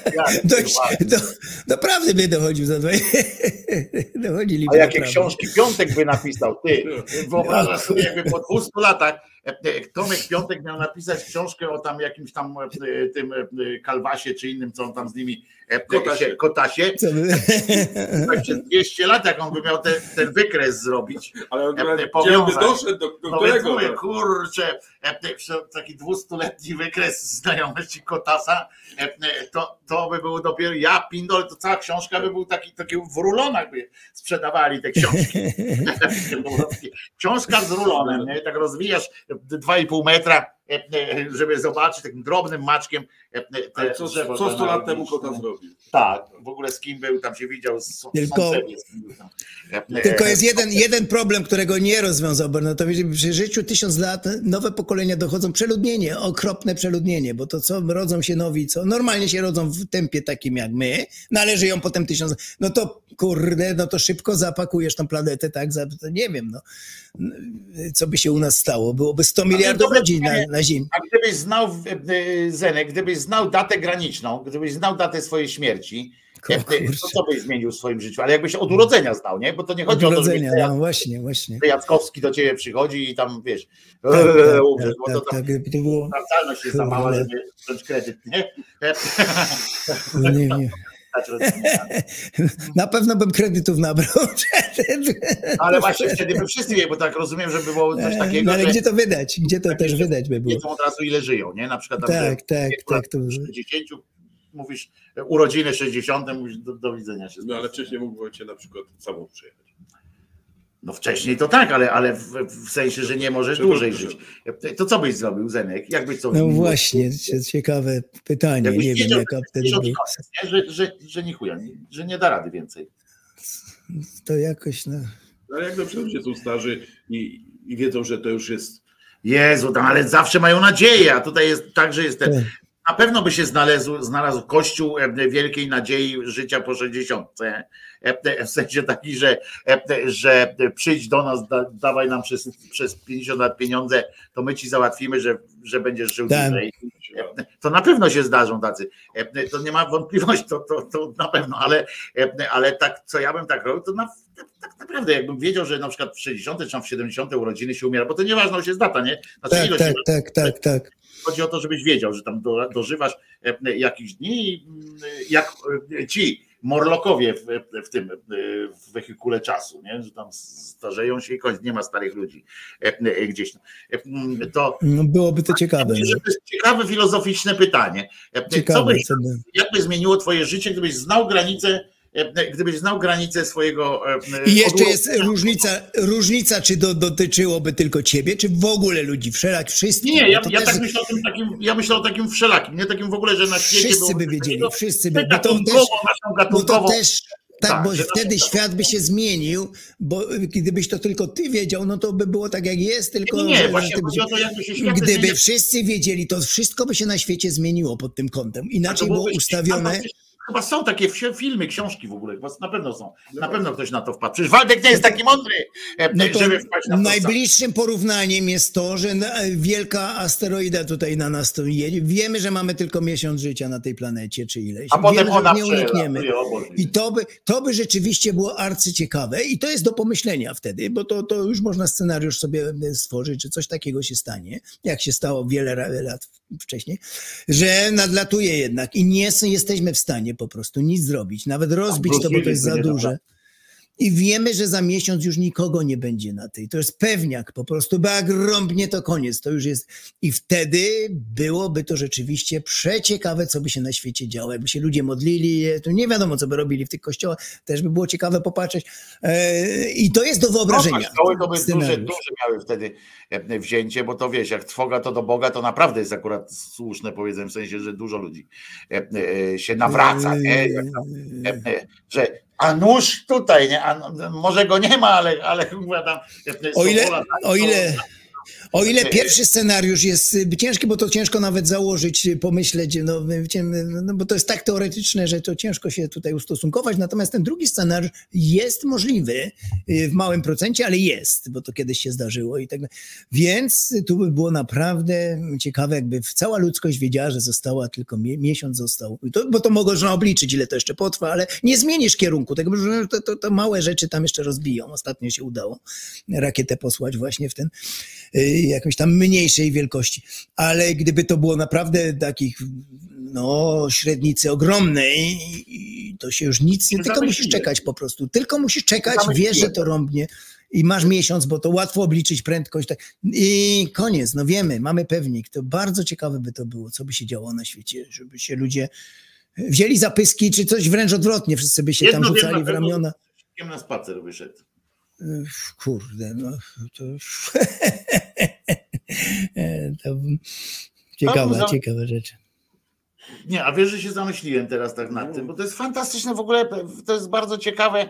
Naprawdę by dochodził za 2. Dochodziliby. A jakie książki Piątek by napisał, ty. Wyobrażasz sobie, jakby po 200 latach Tomek Piątek miał napisać książkę o tam jakimś tam tym Kalwasie czy innym, co on tam z nimi Kotasie. Przez 200 lat, jak on by miał ten wykres zrobić, ale powiązać. Doszedł do tego. Kurczę, taki 200-letni wykres znajomości Kotasa, to by było dopiero, ja pindol, to cała książka by był taki w rulonach by sprzedawali te książki. Książka z rulonem, nie? Tak rozwijasz 2,5 metra, żeby zobaczyć takim drobnym maczkiem. Co 100 lat temu Kota zrobił? Tak, w ogóle z kim był, tam się widział. Tylko jest jeden problem, którego nie rozwiązał, bo to przy życiu 1000 lat nowe pokolenia dochodzą przeludnienie, okropne przeludnienie, bo to co rodzą się nowi, co normalnie się rodzą w tempie takim jak my, należy ją potem 1000, no to kurde, no to szybko zapakujesz tą planetę, tak, nie wiem, no, co by się u nas stało, byłoby 100 miliardów ludzi na Ziemi. A gdybyś znał, Zenek, gdybyś znał datę graniczną, gdybyś znał datę swojej śmierci, to co byś zmienił w swoim życiu? Ale jakbyś od urodzenia znał, nie? Bo to nie chodzi o to, że no właśnie. Jackowski do ciebie przychodzi i tam, wiesz, bo to tam sprawdzalność jest za mała, żeby wziąć kredyt, nie? Nie. Na pewno bym kredytów nabrał. Ale właśnie wtedy by wszyscy wiedzieli, bo tak rozumiem, że by było coś takiego. No ale gdzie to wydać? Gdzie to też wydać by było? Wiedzą od razu ile żyją, nie? Na przykład tak. To 60 mówisz, urodziny 60, mówisz do widzenia się. No ale wcześniej mógłby cię na przykład samochód przyjechać. No wcześniej to tak, ale w sensie, że nie możesz dłużej żyć. To co byś zrobił, Zenek? Jakbyś to No właśnie, ciekawe pytanie. Nie wiem, jaka wtedy że nie chuja, że nie da rady więcej. To jakoś, no. Ale jak na przykład ludzie są starzy i wiedzą, że to już jest... Jezu, ale zawsze mają nadzieję, a tutaj jest tak, że jest ten... Na pewno by się znalazł kościół wielkiej nadziei życia po 60. W sensie taki, że przyjdź do nas, dawaj nam przez 50 lat pieniądze, to my ci załatwimy, że będziesz żył dłużej. To na pewno się zdarzą tacy. To nie ma wątpliwości, to na pewno, ale tak, co ja bym tak robił, to tak naprawdę jakbym wiedział, że na przykład w 60 czy w 70 urodziny się umiera, bo to nieważne, już jest data, nie? Znaczy, tak. Chodzi o to, żebyś wiedział, że tam dożywasz jakichś dni, jak ci Morlockowie w tym w wehikule czasu, nie? Że tam starzeją się i końc nie ma starych ludzi gdzieś tam. No byłoby to ciekawe. To jest ciekawe filozoficzne pytanie. Jakby zmieniło twoje życie, gdybyś znał granicę swojego... I jeszcze jest różnica, czy dotyczyłoby tylko ciebie, czy w ogóle ludzi, wszystkich. Nie, ja myślę o takim wszelakim, nie takim w ogóle, że na świecie... Wszyscy by wiedzieli, wszyscy by... Bo to też... Tak, bo wtedy świat by się zmienił, bo gdybyś to tylko ty wiedział, no to by było tak jak jest, tylko... Nie, właśnie chodzi o to, jakby się świat Gdyby zmienił. Wszyscy wiedzieli, to wszystko by się na świecie zmieniło pod tym kątem. Inaczej było ustawione... Chyba są takie filmy, książki w ogóle, na pewno są. Na pewno ktoś na to wpadł. Przecież Waldek nie jest taki mądry, żeby wpaść na to. Najbliższym porównaniem jest to, że wielka asteroida tutaj na nas to jedzie. Wiemy, że mamy tylko miesiąc życia na tej planecie, czy ileś. A potem wiemy, ona nie unikniemy. I to by rzeczywiście było arcyciekawe i to jest do pomyślenia wtedy, bo to już można scenariusz sobie stworzyć, czy coś takiego się stanie, jak się stało wiele lat wcześniej, że nadlatuje jednak i nie jesteśmy w stanie po prostu nic zrobić, nawet rozbić to, bo to jest za duże. I wiemy, że za miesiąc już nikogo nie będzie na tej. To jest pewniak po prostu, bo jak rąbnie to koniec, to już jest. I wtedy byłoby to rzeczywiście przeciekawe, co by się na świecie działo. Jakby się ludzie modlili, to nie wiadomo, co by robili w tych kościołach, też by było ciekawe popatrzeć. I to jest do wyobrażenia. Szkoły to by duże miały wtedy wzięcie, bo to wiesz, jak trwoga to do Boga, to naprawdę jest akurat słuszne powiedzenie, w sensie, że dużo ludzi się nawraca, nie? Że A nóż tutaj, nie? Może go nie ma, ale chyba tam... O ile pierwszy scenariusz jest ciężki, bo to ciężko nawet założyć, pomyśleć, no bo to jest tak teoretyczne, że to ciężko się tutaj ustosunkować, natomiast ten drugi scenariusz jest możliwy w małym procencie, ale jest, bo to kiedyś się zdarzyło i tak. Więc tu by było naprawdę ciekawe, jakby cała ludzkość wiedziała, że została tylko miesiąc został, bo to można obliczyć, ile to jeszcze potrwa, ale nie zmienisz kierunku tego, że to małe rzeczy tam jeszcze rozbiją. Ostatnio się udało rakietę posłać właśnie w ten jakiejś tam mniejszej wielkości, ale gdyby to było naprawdę takich średnicy ogromnej, to się już nic, tylko musisz czekać po prostu, tylko musisz czekać, wiesz, że to rąbnie i masz miesiąc, bo to łatwo obliczyć prędkość i koniec, wiemy, mamy pewnik, to bardzo ciekawe by to było, co by się działo na świecie, żeby się ludzie wzięli za pyski, czy coś wręcz odwrotnie, wszyscy by się tam rzucali w ramiona. Na spacer wyszedł. Kurde, to ciekawa rzecz. Nie, a wiesz, że się zamyśliłem teraz tak nad tym, bo to jest fantastyczne w ogóle, to jest bardzo ciekawe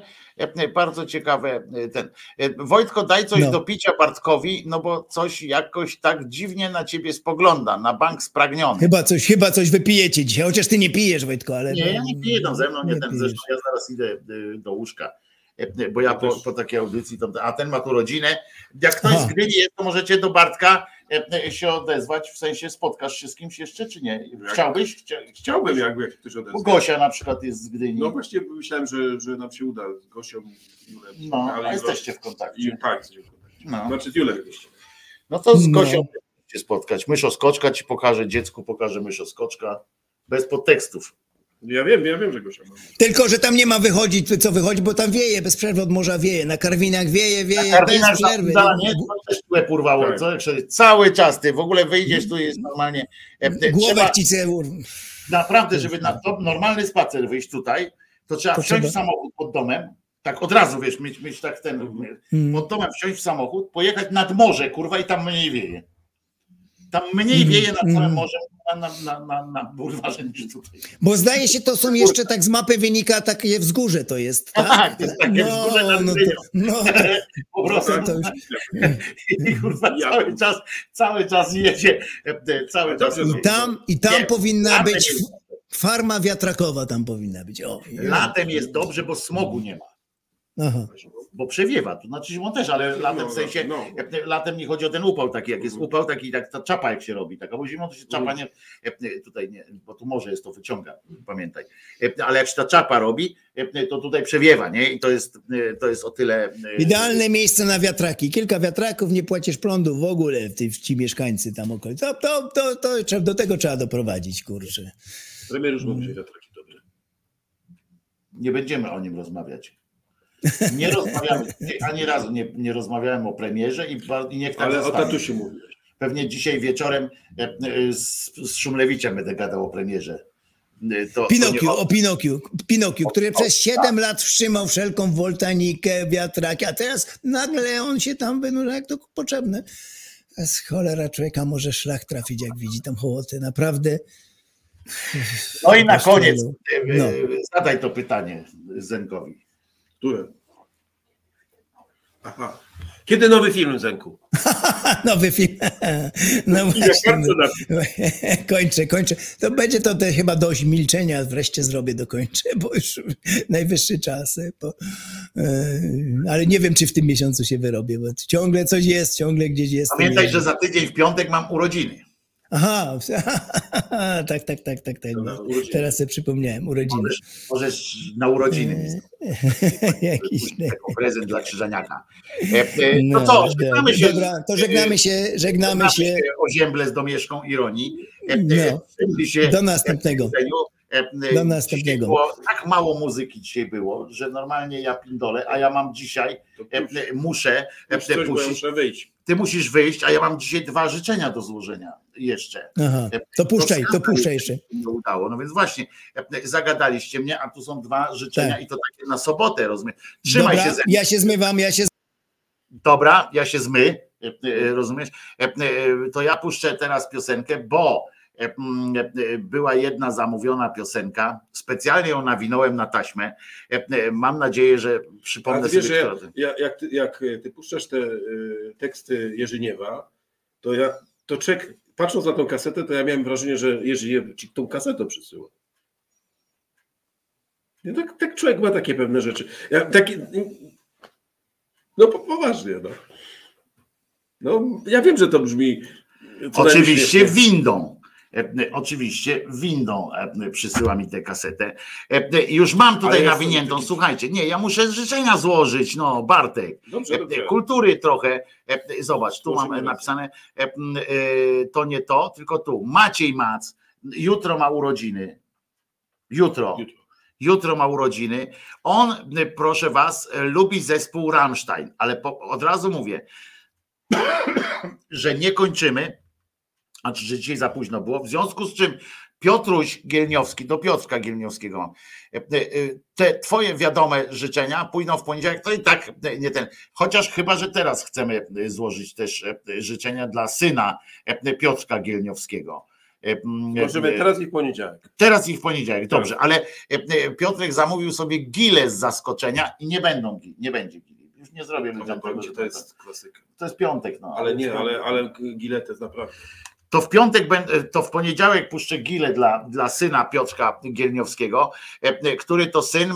ten. Wojtko, daj coś do picia Bartkowi, bo coś jakoś tak dziwnie na ciebie spogląda, na bank spragniony. Chyba coś wypijecie dzisiaj, chociaż ty nie pijesz, Wojtko, ale... Nie, ja nie piję tam ze mną, zresztą ja zaraz idę do łóżka. Bo ja po takiej audycji, a ten ma tu rodzinę. Jak ktoś z Gdyni jest, to możecie do Bartka się odezwać, w sensie spotkasz się z kimś jeszcze, czy nie? Chciałbyś? Chciałbym, jakby ktoś odezwał. Bo Gosia na przykład jest z Gdyni. No właśnie myślałem, że nam się uda z Gosią. Ale jesteście w kontakcie. Tak, jesteśmy w kontakcie. Znaczy z Julem jeszcze. No to z Gosią się spotkać. Myszoskoczka ci pokażę, dziecku pokażę myszoskoczka. Bez podtekstów. Ja wiem, że Gosia ma. Tylko, że tam nie ma wychodzić, co wychodzi, bo tam wieje, bez przerwy od morza wieje. Na Karwinach wieje, bez przerwy. Też łeb urwało, cały czas ty w ogóle wyjdziesz, tu jest normalnie. Głowę ci naprawdę, żeby na normalny spacer wyjść tutaj, to trzeba wsiąść w samochód pod domem, tak od razu, wiesz, mieć tak pod domem wsiąść w samochód, pojechać nad morze, kurwa, i tam mniej wieje. Tam mniej wieje nad całym morzem na bulwarze niż tutaj. Bo zdaje się, to są jeszcze tak z mapy wynika takie wzgórze to jest. Tak, to jest takie wzgórze nad Gdynią. Po prostu. I kurwa cały czas jedzie. I tam powinna być farma wiatrakowa, tam powinna być. Latem jest dobrze, bo smogu nie ma. Aha. Bo przewiewa, to znaczy zimą też, ale latem w sensie, latem nie chodzi o ten upał taki, jak jest upał, taki tak ta czapa jak się robi, tak, bo zimą to się czapa nie, tutaj nie, bo tu morze jest, to wyciąga, pamiętaj, ale jak się ta czapa robi, to tutaj przewiewa, nie, i to jest o tyle... Idealne miejsce na wiatraki, kilka wiatraków, nie płacisz prądu w ogóle, ci mieszkańcy tam okolicy, to do tego trzeba doprowadzić, kurczę. Premier już mówi, że wiatraki dobre. Nie będziemy o nim rozmawiać. Nie rozmawiamy, ani razu nie rozmawiałem o premierze i niech tak ale zostanie. O tatusiu mówiłeś. Pewnie dzisiaj wieczorem z Szumlewiczem będę gadał o premierze. Pinokiu, który przez 7 lat wstrzymał wszelką woltanikę, wiatraki, a teraz nagle on się tam wynurza, jak to potrzebne. Z cholera człowieka może szlak trafić, jak widzi tam hołotę, naprawdę. No i na koniec zadaj to pytanie Zenkowi. Które? Aha. Kiedy nowy film, Zenku? Nowy film. No właśnie. Kończę. To będzie to chyba dość milczenia. Wreszcie dokończę, bo już najwyższy czas. Ale nie wiem, czy w tym miesiącu się wyrobię, bo ciągle coś jest, ciągle gdzieś jest. Pamiętaj, że za tydzień w piątek mam urodziny. Aha, tak. Teraz sobie przypomniałem, urodziny. Możesz na urodziny. Jakiś prezent dla Krzyżaniaka. No co, żegnamy się. Dobra, to żegnamy się. O ziemble z domieszką ironii. Do następnego. Do następnego. Było, tak mało muzyki dzisiaj było, że normalnie ja pindolę, a ja mam dzisiaj, muszę wyjść. Ty musisz wyjść, a ja mam dzisiaj 2 życzenia do złożenia jeszcze. Aha, to puszczaj jeszcze. Nie udało, no więc właśnie, zagadaliście mnie, a tu są 2 życzenia tak. I to takie na sobotę, rozumiem. Trzymaj się ze mną. Ja się zmywam, Dobra, ja się rozumiesz? To ja puszczę teraz piosenkę, bo była jedna zamówiona piosenka, specjalnie ją nawinąłem na taśmę. Mam nadzieję, że przypomnę sobie. Wiesz, jak ty puszczasz te teksty Jerzyniewa, to patrząc na tą kasetę, to ja miałem wrażenie, że Jerzyniew ci tą kasetę przysyła. Tak człowiek ma takie pewne rzeczy. Poważnie. Ja wiem, że to brzmi... Oczywiście windą przysyła mi tę kasetę. Już mam tutaj nawiniętą, słuchajcie, ja muszę życzenia złożyć, Bartek. Dobrze. Kultury trochę. Zobacz, tu mam napisane, to nie to, tylko tu. Maciej Mac, jutro ma urodziny. Jutro ma urodziny. On, proszę was, lubi zespół Rammstein, ale od razu mówię, że nie kończymy, że dzisiaj za późno było, w związku z czym Piotruś Gielniowski, do Piotrka Gielniowskiego, te twoje wiadome życzenia pójdą w poniedziałek, to i tak nie ten, chociaż chyba, że teraz chcemy złożyć też życzenia dla syna Piotrka Gielniowskiego. Możemy teraz i w poniedziałek. Teraz i w poniedziałek, dobrze, ale Piotrek zamówił sobie gile z zaskoczenia i nie będzie gili. Już nie zrobię ludziom tego, to jest klasyka. To jest piątek. Ale gile to jest naprawdę. To w poniedziałek puszczę gilę dla syna Piotrka Gielniowskiego, który to syn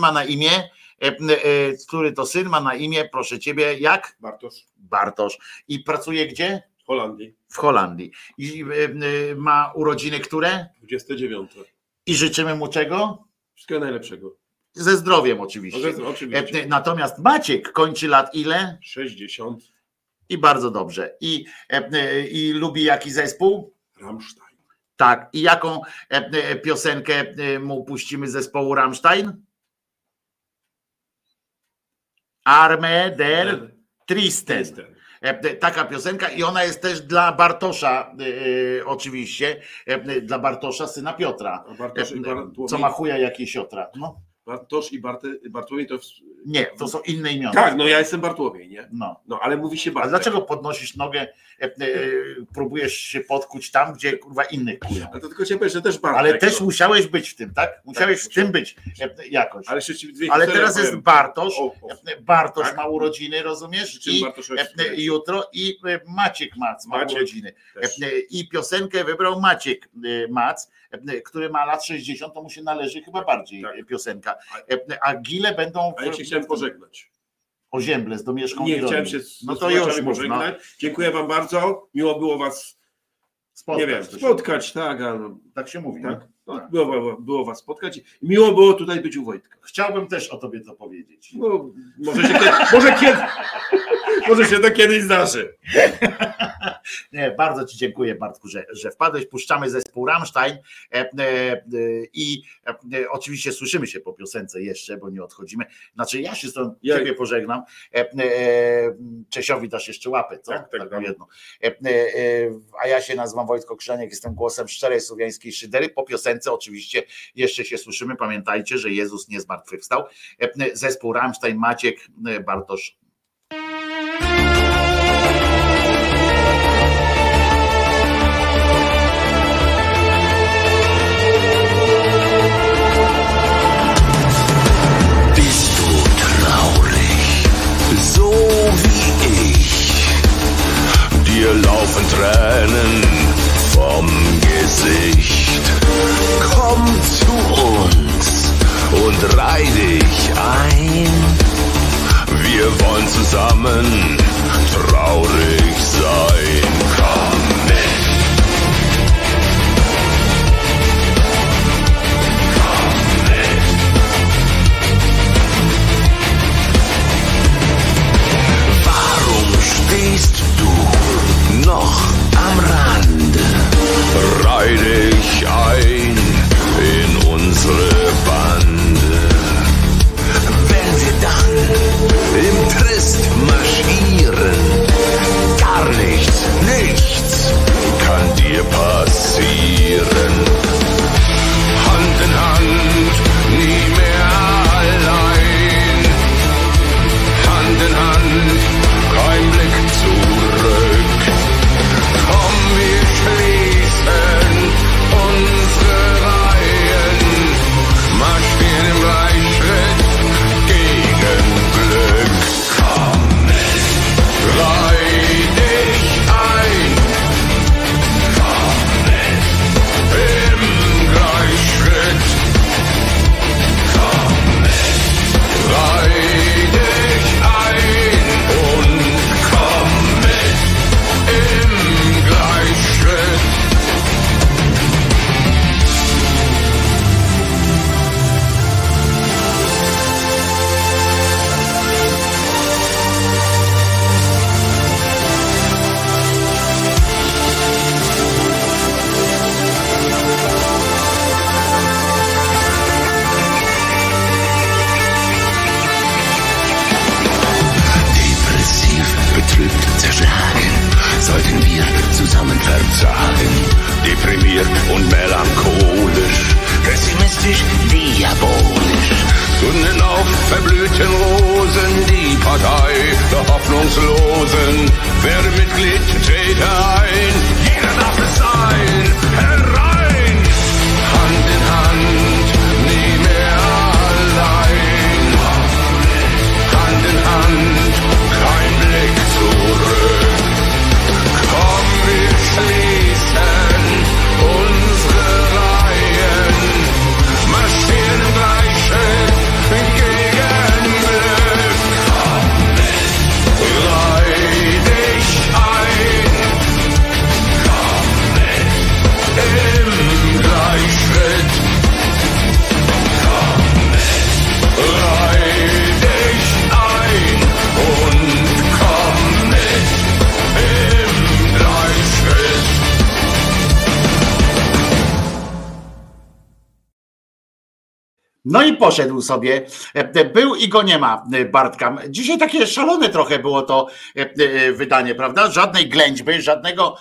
ma na imię, proszę ciebie, jak? Bartosz. I pracuje gdzie? W Holandii. I ma urodziny które? 29. I życzymy mu czego? Wszystkiego najlepszego. Ze zdrowiem oczywiście. Oczywiście. Natomiast Maciek kończy lat ile? 60. I bardzo dobrze. I lubi jaki zespół? Rammstein. Tak. I jaką piosenkę mu puścimy z zespołu Rammstein? Arme der Tristen. Taka piosenka i ona jest też dla Bartosza oczywiście, dla Bartosza, syna Piotra, co ma chuja jak jesiotra. Bartosz i Bartłomiej to... Nie, to są inne imiona. Tak, ja jestem Bartłomiej, nie? No ale mówi się Bartek. A dlaczego podnosisz nogę, próbujesz się podkuć tam, gdzie kurwa innych kują? To tylko cię powiem, że też Bartek. Ale też musiałeś być w tym, tak? Musiałeś w tym być jakoś. Ale teraz jest Bartosz. Bartosz ma urodziny, rozumiesz? I jutro i Maciek Mac ma urodziny. I piosenkę wybrał Maciek Mac, który ma lat 60, to mu się należy chyba bardziej piosenka. A gile będą... A ja się chciałem pożegnać. O ziemble z Domieszką. Nie, chciałem się to już pożegnać. Dziękuję wam bardzo. Miło było was spotkać, tak. Tak się mówi. Tak? Było was spotkać. Miło było tutaj być u Wojtka. Chciałbym też o tobie to powiedzieć. Może się to kiedyś zdarzy. Nie, bardzo ci dziękuję, Bartku, że wpadłeś. Puszczamy zespół Rammstein i oczywiście słyszymy się po piosence jeszcze, bo nie odchodzimy. Znaczy ja się stąd ciebie pożegnam. Czesiowi dasz jeszcze łapę, co? Tak, jedno. A ja się nazywam Wojtko Krzyżaniak, jestem głosem szczerej słowiańskiej szydery. Po piosence oczywiście jeszcze się słyszymy. Pamiętajcie, że Jezus nie zmartwychwstał. Zespół Rammstein, Maciek, Bartosz. So wie ich, dir laufen Tränen vom Gesicht. Komm zu uns und reih dich ein. Wir wollen zusammen traurig sein. Komm mit. Komm mit. Stehst du noch am Rande? Reih dich ein in unsere Bande. Wenn wir dann im Trist marschieren, gar nichts zerschlagen, sollten wir zusammen verzagen. Deprimiert und melancholisch, pessimistisch, diabolisch. Stunden auf verblühten Rosen, die Partei der Hoffnungslosen. Werde Mitglied, trete ein, jeder darf es sein, herein. Hand in Hand, nie mehr allein. Hand in Hand, kein Blick zurück. Komm, wir schließen unsere Reihen, marschieren im Gleichschritt gegen Glück. Reih dich ein, im Gleichschritt. Reih dich ein und komm mit im Gleichschritt. No i poszedł sobie, był i go nie ma, Bartka. Dzisiaj takie szalone trochę było to wydanie, prawda? Żadnej ględźby, żadnego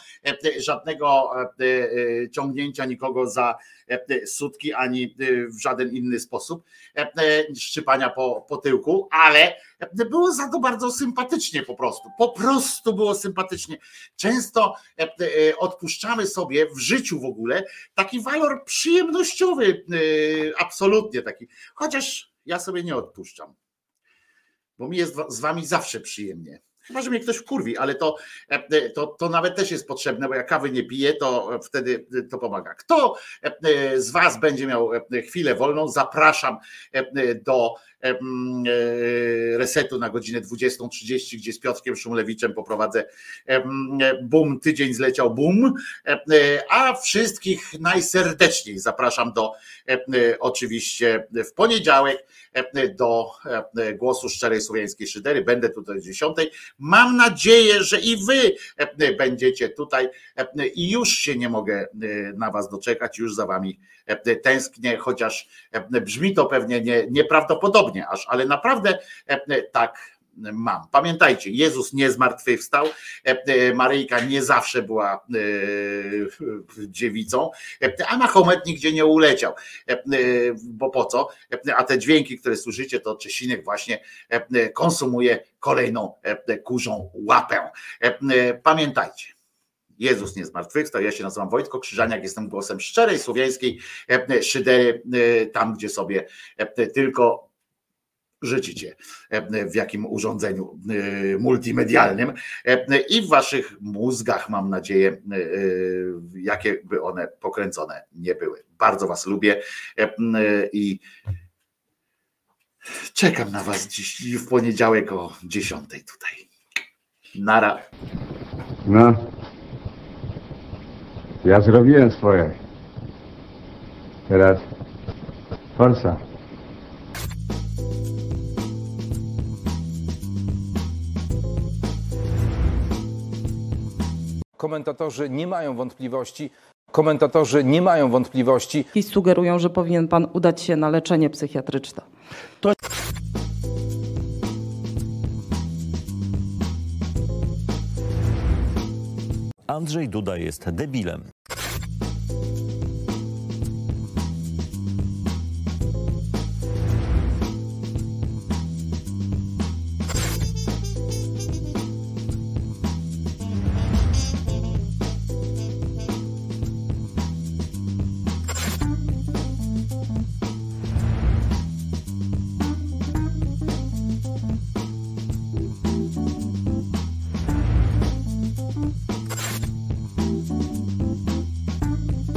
ciągnięcia nikogo za sutki, ani w żaden inny sposób, szczypania po tyłku, ale było za to bardzo sympatycznie po prostu było sympatycznie. Często odpuszczamy sobie w życiu w ogóle taki walor przyjemnościowy, absolutnie taki, chociaż ja sobie nie odpuszczam, bo mi jest z wami zawsze przyjemnie. Chyba że mnie ktoś wkurwi, ale to nawet też jest potrzebne, bo jak kawy nie piję, to wtedy to pomaga. Kto z was będzie miał chwilę wolną, zapraszam do Resetu na godzinę 20:30, gdzie z Piotrkiem Szumlewiczem poprowadzę Bum, tydzień zleciał bum, a wszystkich najserdeczniej zapraszam do oczywiście w poniedziałek do Głosu Szczerej Słowiańskiej Szydery. Będę tutaj o 10:00. Mam nadzieję, że i wy będziecie tutaj i już się nie mogę na was doczekać, już za wami tęsknię, chociaż brzmi to pewnie nieprawdopodobnie aż, ale naprawdę tak mam. Pamiętajcie, Jezus nie zmartwychwstał, Maryjka nie zawsze była dziewicą, a Mahomet nigdzie nie uleciał, bo po co? A te dźwięki, które słyszycie, to Czesinek właśnie konsumuje kolejną kurzą łapę. Pamiętajcie, Jezus nie zmartwychwstał. Ja się nazywam Wojtko Krzyżaniak, jestem głosem szczerej słowiańskiej szydery, tam gdzie sobie tylko życzycie, w jakim urządzeniu multimedialnym i w waszych mózgach, mam nadzieję, jakie by one pokręcone nie były. Bardzo was lubię i czekam na was dziś w poniedziałek o 10:00 tutaj. Nara. No, ja zrobiłem swoje. Teraz forsa. Komentatorzy nie mają wątpliwości. I sugerują, że powinien pan udać się na leczenie psychiatryczne. Andrzej Duda jest debilem.